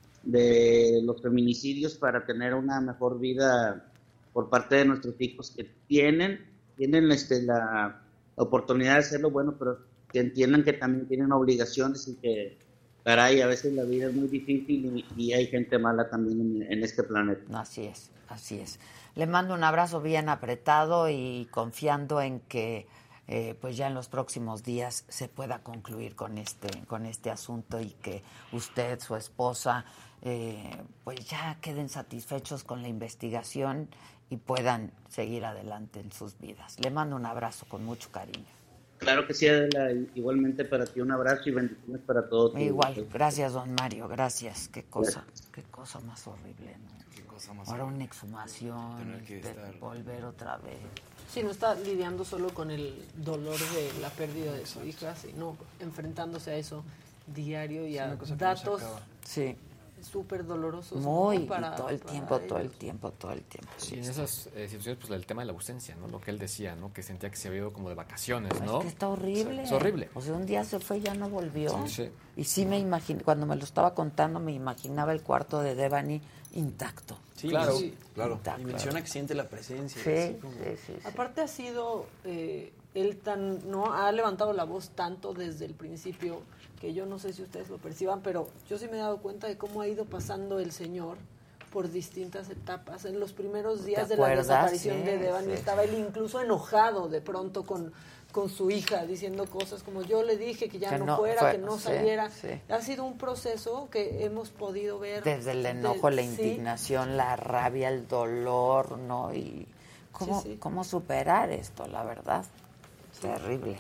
de los feminicidios para tener una mejor vida por parte de nuestros hijos que tienen, tienen este, la, la oportunidad de hacerlo, bueno, pero que entiendan que también tienen obligaciones y que, caray, a veces la vida es muy difícil y, y hay gente mala también en, en este planeta. Así es, así es. Le mando un abrazo bien apretado y confiando en que eh, pues ya en los próximos días se pueda concluir con este, con este asunto y que usted, su esposa, eh, pues ya queden satisfechos con la investigación y puedan seguir adelante en sus vidas. Le mando un abrazo con mucho cariño. Claro que sí, Adela, igualmente para ti un abrazo y bendiciones para todos. Igual, gracias, don Mario, gracias. Qué cosa, qué cosa más horrible, ¿no? Qué cosa más Ahora horrible. una exhumación, Tener que de estar- volver otra vez. Sí, no está lidiando solo con el dolor de la pérdida de su hija, sino enfrentándose a eso diario y Es a una cosa que no se datos acaba. Sí. súper dolorosos. Muy, ¿no? Para- y todo el para tiempo, todo el ellos. tiempo, todo el tiempo. Sí, en esas eh, situaciones, pues el tema de la ausencia, ¿no? Lo que él decía, ¿no? Que sentía que se había ido como de vacaciones, ¿no? Es que está horrible. Es horrible. O sea, un día se fue y ya no volvió. Sí, sí. Y sí me imaginé, cuando me lo estaba contando, me imaginaba el cuarto de Devani intacto. Sí, Claro, sí. claro. Intacto. Y menciona que siente la presencia. Sí, así como- sí, sí, sí. Aparte ha sido eh, él tan, no ha levantado la voz tanto desde el principio que yo no sé si ustedes lo perciban, pero yo sí me he dado cuenta de cómo ha ido pasando el señor por distintas etapas. En los primeros días ¿Te de la acuerdas? desaparición Sí, de Devani sí. estaba él incluso enojado de pronto con, con su hija, diciendo cosas como yo le dije que ya Que no, no fuera, fue- que no sí, saliera. sí. Ha sido un proceso que hemos podido ver Desde el enojo, de- la sí, indignación, la rabia, el dolor, ¿no? Y cómo, Sí, sí. cómo superar esto, la verdad. Terrible.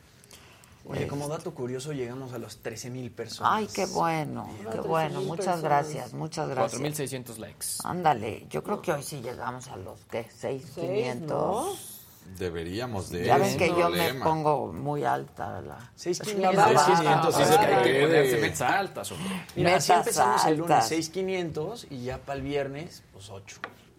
Oye, como dato curioso, llegamos a los trece mil personas. Ay, qué bueno, Ahora qué trece bueno. mil Muchas personas. gracias, muchas cuatro mil gracias. seiscientos likes. Ándale, yo creo que hoy sí llegamos a los, ¿qué? seis mil quinientos. Deberíamos de. Ya ven sin que yo me problema. pongo muy alta la... seis mil La quinientos. barra. seis mil quinientos, sí se Ah, cae Hay que ponerse de- metas altas, hombre. Mira, así Metas empezamos el lunes, altas. seis mil quinientos y ya para el viernes, pues ocho.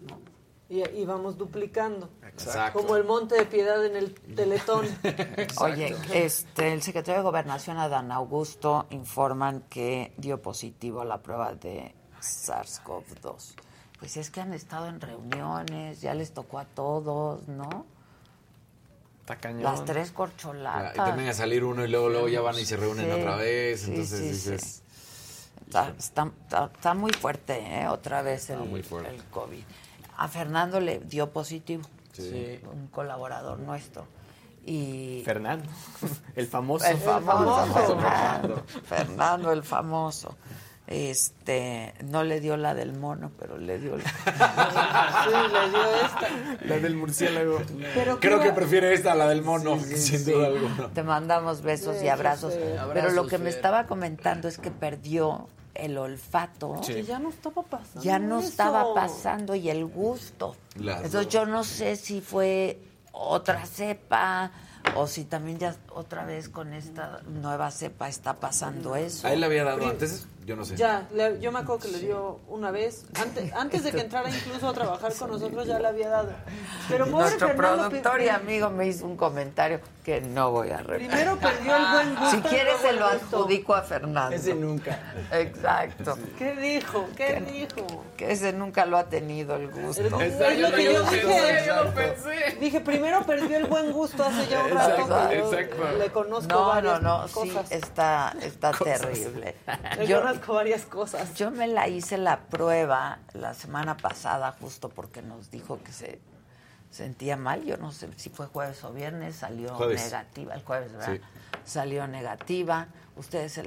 Y, y vamos duplicando. Exacto. Como el Monte de Piedad en el Teletón. Oye, este, el secretario de Gobernación, Adán Augusto, informan que dio positivo a la prueba de SARS-CoV dos. Pues es que han estado en reuniones, ya les tocó a todos, ¿no? Está cañón. Las tres Ya, corcholatas. y también a salir uno y luego, luego ya van y se reúnen Sí, otra vez. sí, Entonces sí, dices. sí. Está, está- está- está muy fuerte, ¿eh? Otra vez el, muy fuerte. el COVID. A Fernando le dio positivo, Sí. un colaborador nuestro. Y Fernando, el famoso. el famoso, famoso. Fernando, Fernando el famoso. Este, no le dio la del mono, pero le dio la, Sí, le dio esta. La del murciélago. Pero Creo qué que va- prefiere esta, la del mono, Sí, sin sí. duda alguna. Te mandamos besos y Besos, abrazos. Fer. Pero Abrazos, lo que me Fer. estaba comentando es que perdió el olfato. Que ya no estaba pasando. Ya no eso. estaba pasando y el gusto. Las Entonces dos. yo no sé si fue otra cepa o si también ya otra vez con esta nueva cepa está pasando eso. A él le había dado Prim- antes, yo no sé. Ya, le- yo me acuerdo que le dio una vez, antes, antes de que entrara incluso a trabajar con nosotros ya le había dado. Pero pobre Nuestro Fernando, productor pi- y amigo me hizo un comentario que no voy a repetir. primero perdió el buen gusto. Si y quieres luego se lo el gusto. adjudico a Fernando. Ese nunca. Exacto. ¿Qué dijo? ¿Qué dijo? Que ese nunca lo ha tenido el gusto. El- Exacto, es lo que yo yo lo dije. pensé, yo lo pensé. Dije, primero perdió el buen gusto hace ya un rato Exacto, que yo exacto. le conozco No, no, varias no, sí, cosas. está, está terrible. Le Yo, conozco varias cosas. yo me la hice la prueba la semana pasada justo porque nos dijo que se sentía mal. Yo no sé si fue jueves o viernes, salió Jueves. negativa, el jueves, ¿verdad? Sí. Salió negativa. Ustedes se la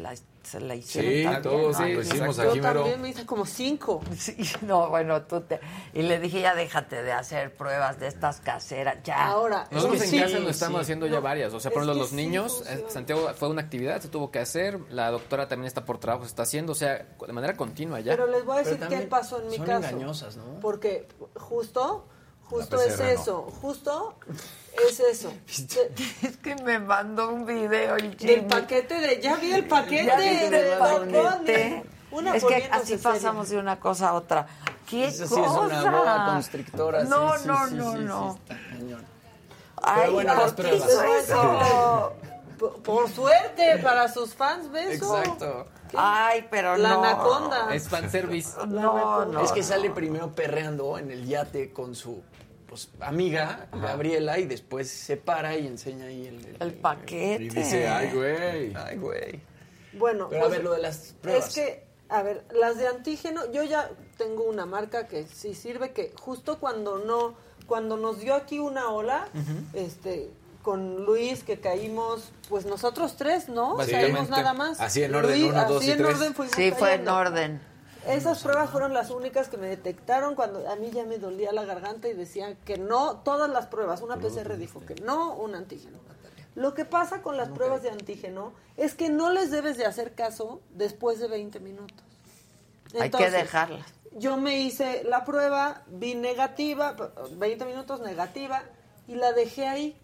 se la hicieron Sí, también, todos, ¿no? sí, lo hicimos Yo aquí, mero. también me hice como cinco. Sí, no, bueno, tú te... Y le dije, ya déjate de hacer pruebas de estas caseras, ya. Ahora, Nosotros es en que casa sí, lo estamos sí. haciendo ya No, varias. O sea, es por ejemplo, que los sí niños, funciona. eh, Santiago fue una actividad, se tuvo que hacer. La doctora también está por trabajo, se está haciendo. O sea, de manera continua ya. Pero les voy a decir Pero qué también pasó en mi son caso. engañosas, ¿no? Porque justo, justo La es P C R no. eso, justo es eso. De- Es que me mandó un video el del Jimmy. paquete de, ya vi el paquete ¿Ya viste de el Bad paquete? Bunny. Una Es que poniéndose así seria. pasamos de una cosa a otra. ¿Qué Eso cosa? sí es una boa constrictora. No, sí, sí, no, sí, no, sí, sí, no. está cañón. Ay, Pero bueno, las ¿por qué pruebas. hizo eso? Por, por suerte, para sus fans, beso. Exacto. Ay, pero La no. anaconda. Es fanservice. No, no. Es que sale primero perreando en el yate con su pues, amiga, Gabriela, y después se para y enseña ahí el, el, El paquete. Y dice, ay, güey. Ay, güey. Bueno, Pero a pues, ver, lo de las pruebas. es que, a ver, las de antígeno, yo ya tengo una marca que sí sirve, que justo cuando no, cuando nos dio aquí una ola, este, con Luis, que caímos, pues nosotros tres, ¿no? Básicamente. Caímos nada más. Así en orden, Luis, uno, dos así y en tres. orden fuimos Sí, fue en cayendo. orden. Esas pruebas fueron las únicas que me detectaron cuando a mí ya me dolía la garganta y decían que no, todas las pruebas, una P C R dijo que no, un antígeno. Lo que pasa con las pruebas de antígeno es que no les debes de hacer caso después de veinte minutos. Hay que dejarlas. Yo me hice la prueba, vi negativa, veinte minutos negativa, y la dejé ahí.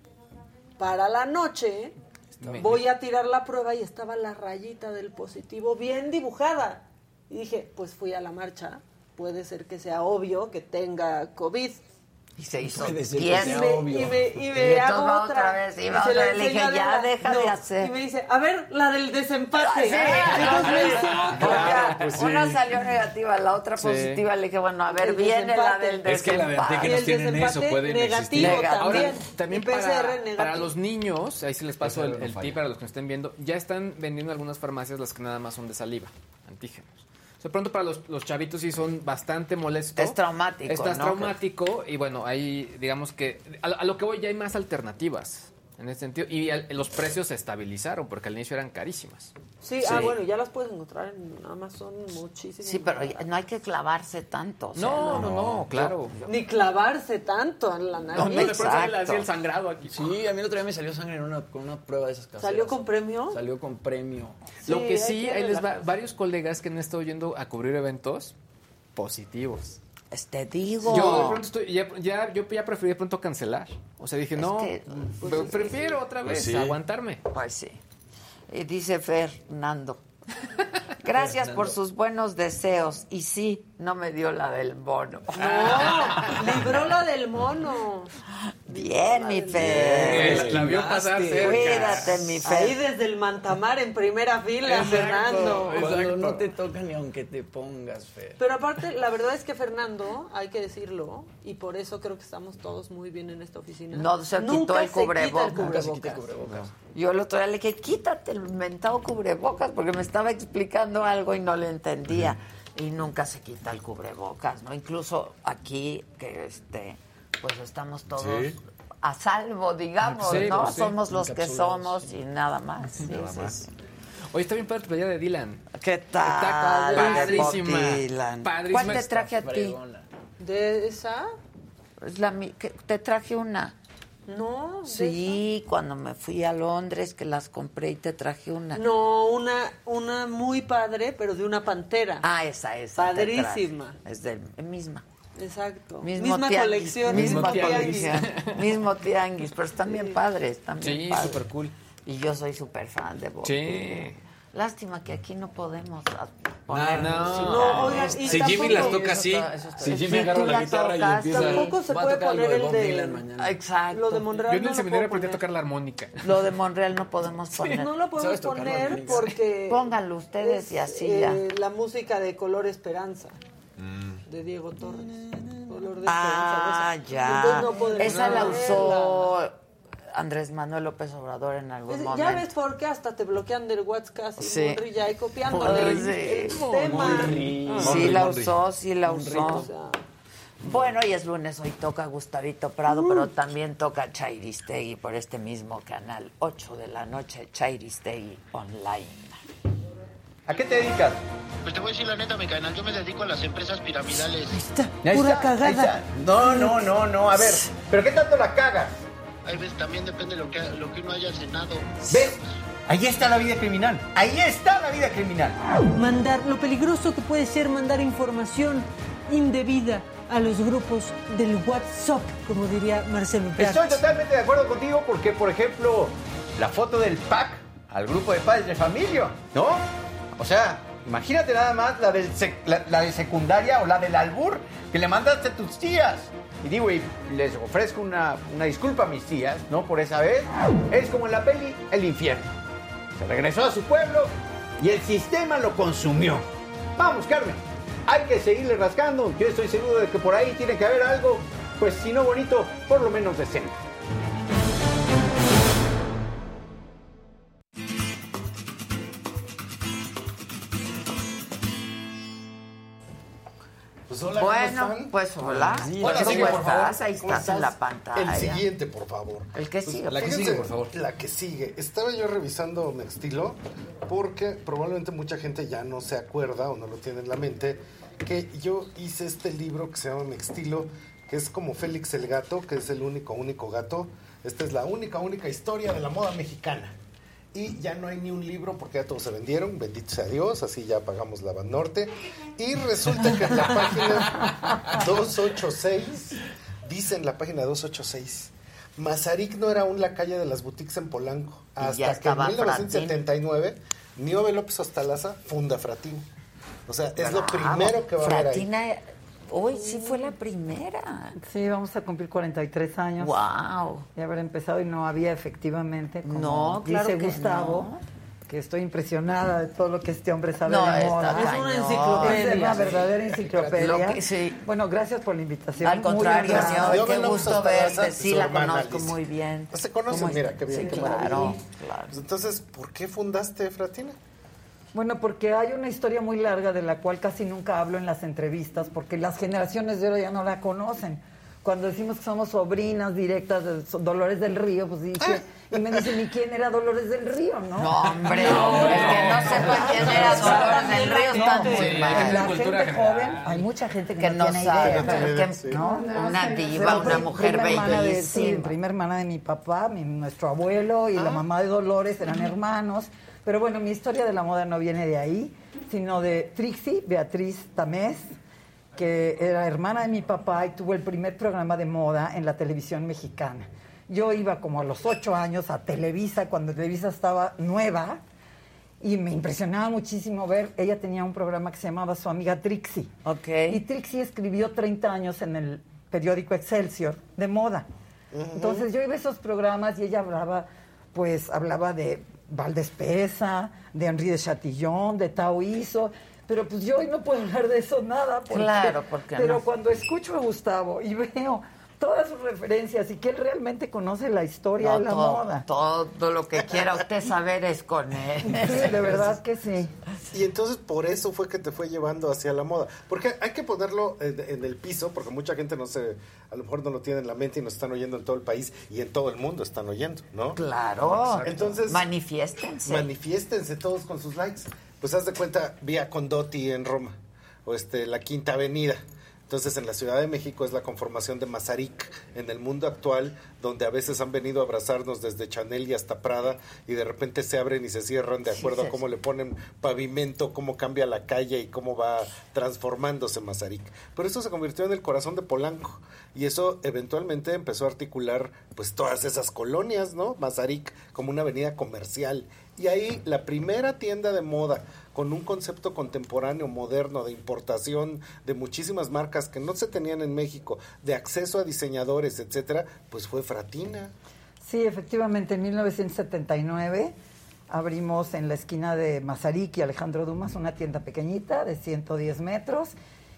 Para la noche voy a tirar la prueba y estaba la rayita del positivo bien dibujada. Y dije, pues fui a la marcha, puede ser que sea obvio que tenga COVID. Y se hizo Puede ser que diez. sea Y me, obvio. y me, y me Y entonces hago va otra. otra vez, y va se otra la vez. Le dije, enseño a ya, Adela. deja de hacer. Y me dice, a ver, la del desempate. Sí. Entonces me hice otra. Claro, pues sí. Una salió negativa, la otra Sí. positiva. Le dije, bueno, a ver, El viene la desempate. del desempate. Es que la de Y antígenos el tienen eso, desempate pueden existir. negativo Ahora, también. También Y P C R para, negativo. para los niños, ahí sí les paso el, P C R no el falla. tip para los que nos estén viendo, ya están vendiendo en algunas farmacias las que nada más son de saliva, antígenos. O sea, pronto para los, los chavitos sí son bastante molestos. Es traumático, Estás ¿no? traumático y bueno, ahí digamos que a, a lo que voy ya hay más alternativas en ese sentido y al- los precios se estabilizaron porque al inicio eran carísimas. Sí, ah, bueno, ya las puedes encontrar en Amazon muchísimo. Sí, pero ya- no hay que clavarse tanto. o sea, No, no, no, claro. Ni clavarse tanto en la nariz. No, de pronto Exacto. le hacía el sangrado aquí. Sí, a mí el otro día me salió sangre en una, con una prueba de esas caseras. ¿Salió con premio? Salió con premio. Lo Sí, que hay sí, que ahí les va, relajarse. varios colegas que han estado yendo a cubrir eventos positivos. Te digo. Yo de pronto estoy, ya, ya, yo ya preferí de pronto cancelar. O sea, dije, no, que, pues, pre- es- prefiero otra Pues vez sí. aguantarme. Pues sí. Y dice Fernando. Gracias por sus buenos deseos. Y sí, no me dio la del mono. No, libró la del mono. Bien, mi La, Fer. la vio pasar cerca. Cuídate, mi Ahí Fer. desde el Mantamar en primera fila, Exacto. Fernando. Cuando Exacto. no te toca ni aunque te pongas, Fer. Pero aparte, la verdad es que Fernando, hay que decirlo, y por eso creo que estamos todos muy bien en esta oficina. No se quitó Nunca el se quita cubrebocas. Nunca se quita el cubrebocas. Yo el otro día le dije, quítate el mentado cubrebocas, porque me estaba explicando algo y no le entendía. Y nunca se quita el cubrebocas, ¿no? Incluso aquí, que este, pues estamos todos Sí. a salvo, digamos, Sí, ¿no? pues sí. Somos los que Encapsulados. somos y nada más. Sí, Nada sí, más. sí. Oye, está bien padre tu playera de Dylan. ¿Qué tal? Está padrísima. Bob Dylan? Padrísima. ¿Cuál te traje a ti? Fregona. ¿De esa? Es la mi- que- te traje una. No. ¿de Sí, cuando me fui a Londres que las compré y te traje una. esa? No, una, una muy padre, pero de una pantera. Ah, esa, esa. te traje. Padrísima. Es del misma. Exacto. Mismo Misma tianguis, colección, mismo mismo tianguis. tianguis. Mismo tianguis, pero están bien padres, están bien Sí, padres. súper cool. Y yo soy súper fan de Bob. Sí. Lástima que aquí no podemos a- poner no. música. No, oigan, y Si Jimmy tampoco- las toca Eso así, está- eso está si bien. Jimmy Sí, agarra tú la la guitarra y tocas, empieza... Tampoco se Voy a puede tocar algo poner de el Bob de... Dylan mañana. Exacto. Lo de Monreal Yo en no el lo seminario puedo aprendí a poner. tocar la armónica. Lo de Monreal no podemos Sí, poner. no lo podemos ¿Sabes tocar la poner armónica? porque... Pónganlo ustedes es, y así eh, ya. La música de Color Esperanza, Mm. de Diego Torres. Color de Ah, Esperanza. ya. Entonces no podemos Esa la ponerla. usó Andrés Manuel López Obrador en algún Es- momento. Ya ves por qué hasta te bloquean del WhatsApp casi. Sí. Monri ya ahí copiando Monri. el, Sí. el tema. Monri. Ah. Sí Monri, la Monri. usó, sí la O usó. sea, Bueno, hoy es lunes, hoy toca Gustavito Prado, pero también toca Chairistegui por este mismo canal, ocho de la noche, Chairistegui Online. ¿A qué te dedicas? Pues te voy a decir la neta, mi canal, yo me dedico a las empresas piramidales. Ahí está, Ahí pura está, cagada. ahí está. No, no, no, no, a ver, ¿pero qué tanto la cagas? Ahí ves, también depende de lo que, lo que uno haya cenado. ¿Ves? Ahí está la vida criminal. Ahí está la vida criminal. Mandar, lo peligroso que puede ser mandar información indebida a los grupos del WhatsApp, como diría Marcelo Ebrard. Estoy totalmente de acuerdo contigo porque, por ejemplo, la foto del P A C al grupo de padres de familia, ¿no? O sea, imagínate nada más la, del sec- la, la de secundaria o la del albur que le mandaste a tus tías. Y digo, y les ofrezco una, una disculpa a mis tías, ¿no? Por esa vez. Es como en la peli El Infierno. Se regresó a su pueblo y el sistema lo consumió. Vamos, Carmen. Hay que seguirle rascando. Yo estoy seguro de que por ahí tiene que haber algo, pues si no bonito, por lo menos decente. Pues hola, Bueno, ¿cómo están? pues hola. Sí, ¿Cómo la que sigue, por favor. estás? Ahí ¿Cómo estás en estás? la pantalla. El siguiente, por favor. El que Pues, sigue. la que Fíjense, sigue, por favor. La que sigue. Estaba yo revisando Mextilo porque probablemente mucha gente ya no se acuerda o no lo tiene en la mente que yo hice este libro que se llama Mextilo, que es como Félix el Gato, que es el único, único gato. Esta es la única, única historia de la moda mexicana. Y ya no hay ni un libro porque ya todos se vendieron, bendito sea Dios, así ya pagamos la Banorte. Y resulta que en la página doscientos ochenta y seis, dice en la página doscientos ochenta y seis, Mazarik no era aún la calle de las boutiques en Polanco. Hasta que en mil novecientos setenta y nueve, Niobe López Ostalaza funda Fratina. O sea, es lo primero que va a haber ahí. Fratina, hoy sí fue la primera. Sí, vamos a cumplir cuarenta y tres años. Wow. De haber empezado y no había efectivamente, como No, claro dice que Gustavo, no. que estoy impresionada de todo lo que este hombre sabe No, de está moda. cañón. Es una enciclopedia. Es una verdadera enciclopedia. Lo que- sí. Bueno, gracias por la invitación. Al contrario, Muy honrada. señor, qué gusto verte. Sí, su la hermana conozco Alicia. muy bien. Se conocen, ¿Cómo mira, está? qué bien, Sí, qué claro, maravilla. claro. Pues entonces, ¿por qué fundaste Fratina? Bueno, porque hay una historia muy larga de la cual casi nunca hablo en las entrevistas, porque las generaciones de ahora ya no la conocen. Cuando decimos que somos sobrinas directas de Dolores del Río, pues dice, y me dicen, ¿y quién era Dolores del Río? No, No, hombre, no, el que no sepa quién era Dolores del Río está muy mal. La gente joven, hay mucha gente que, Que no, no tiene sabe, idea. pero que- Sí. ¿No? una diva, Pero una prim- mujer prima hermana de- sí, bellísima. prima hermana de mi papá, mi- nuestro abuelo y la mamá de Dolores eran hermanos. Pero bueno, mi historia de la moda no viene de ahí, sino de Trixie, Beatriz Tamés, que era hermana de mi papá y tuvo el primer programa de moda en la televisión mexicana. Yo iba como a los ocho años a Televisa, cuando Televisa estaba nueva, y me impresionaba muchísimo ver, ella tenía un programa que se llamaba Su Amiga Trixie. Okay. Y Trixie escribió treinta años en el periódico Excelsior de moda. Entonces yo iba a esos programas y ella hablaba, pues hablaba de Valdés Pesa, de Henri de Chatillon, de Taoíso, pero pues yo hoy no puedo hablar de eso nada. Porque, Claro, porque Pero no. cuando escucho a Gustavo y veo todas sus referencias y que él realmente conoce la historia No, de la todo, moda. todo lo que quiera usted saber es con él. Sí, de verdad que sí. Y entonces por eso fue que te fue llevando hacia la moda. Porque hay que ponerlo en, en el piso, porque mucha gente no se, a lo mejor no lo tiene en la mente y nos están oyendo en todo el país y en todo el mundo están oyendo, ¿no? Claro. Exacto. Entonces, manifiéstense. Manifiéstense todos con sus likes. Pues haz de cuenta, vi a Condotti en Roma, o este, la Quinta Avenida. Entonces, en la Ciudad de México es la conformación de Mazarik en el mundo actual, donde a veces han venido a abrazarnos desde Chanel y hasta Prada, y de repente se abren y se cierran de acuerdo Sí, a cómo le ponen pavimento, cómo cambia la calle y cómo va transformándose Mazarik. Pero eso se convirtió en el corazón de Polanco, y eso eventualmente empezó a articular pues todas esas colonias, ¿no? Mazarik como una avenida comercial. Y ahí la primera tienda de moda con un concepto contemporáneo, moderno, de importación de muchísimas marcas que no se tenían en México, de acceso a diseñadores, etcétera, pues fue Fratina. Sí, efectivamente, en mil novecientos setenta y nueve abrimos en la esquina de Mazarik y Alejandro Dumas una tienda pequeñita de ciento diez metros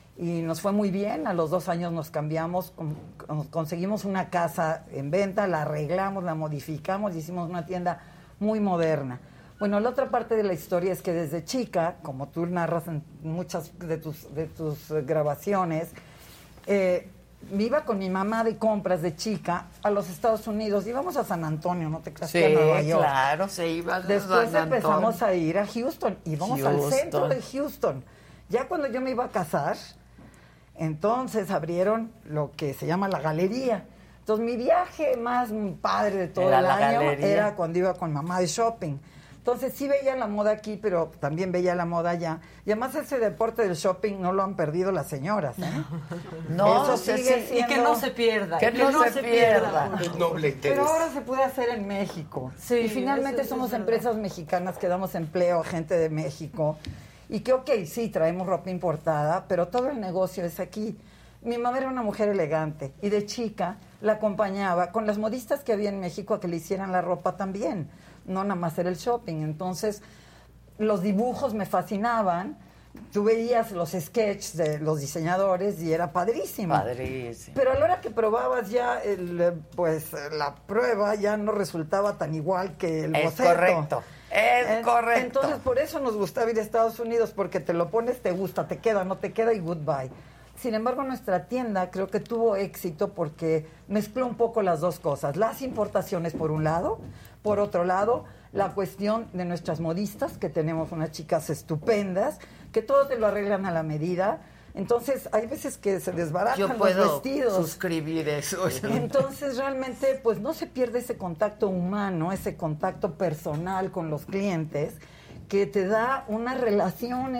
y nos fue muy bien. A los dos años nos cambiamos, con, con, conseguimos una casa en venta, la arreglamos, la modificamos y hicimos una tienda muy moderna. Bueno, la otra parte de la historia es que desde chica, como tú narras en muchas de tus, de tus grabaciones, eh, me iba con mi mamá de compras de chica a los Estados Unidos. Íbamos a San Antonio, no te creas Sí, que a Nueva York. claro, se iba a Después San empezamos Antonio. a ir a Houston. Íbamos al Houston. centro de Houston. Ya cuando yo me iba a casar, entonces abrieron lo que se llama la galería. Entonces mi viaje más padre de todo Era el la año galería. era cuando iba con mamá de shopping. Entonces sí veía la moda aquí, pero también veía la moda allá. Y además ese deporte del shopping no lo han perdido las señoras, ¿eh? No, Eso sí, sigue sí. Y que siendo- no se pierda. Que y no se pierda. Es noble interés. Pero ahora se puede hacer en México. Sí, y finalmente eso- eso somos es verdad. empresas mexicanas que damos empleo a gente de México. Y que, ok, sí, traemos ropa importada, pero todo el negocio es aquí. Mi mamá era una mujer elegante y de chica la acompañaba con las modistas que había en México a que le hicieran la ropa también. No nada más era el shopping. Entonces, los dibujos me fascinaban. Tú veías los sketches de los diseñadores y era padrísimo. Padrísimo. Pero a la hora que probabas ya el, eh, pues eh, la prueba ya no resultaba tan igual que el Es boceto. correcto, es Eh, correcto. Entonces por eso nos gustaba ir a Estados Unidos, porque te lo pones, te gusta, te queda, no te queda y goodbye. Sin embargo, nuestra tienda creo que tuvo éxito porque mezcló un poco las dos cosas. Las importaciones por un lado, por otro lado, la cuestión de nuestras modistas, que tenemos unas chicas estupendas, que todo te lo arreglan a la medida. Entonces, hay veces que se desbaratan Yo los puedo vestidos. suscribir eso. Entonces, realmente, pues no se pierde ese contacto humano, ese contacto personal con los clientes, que te da una relación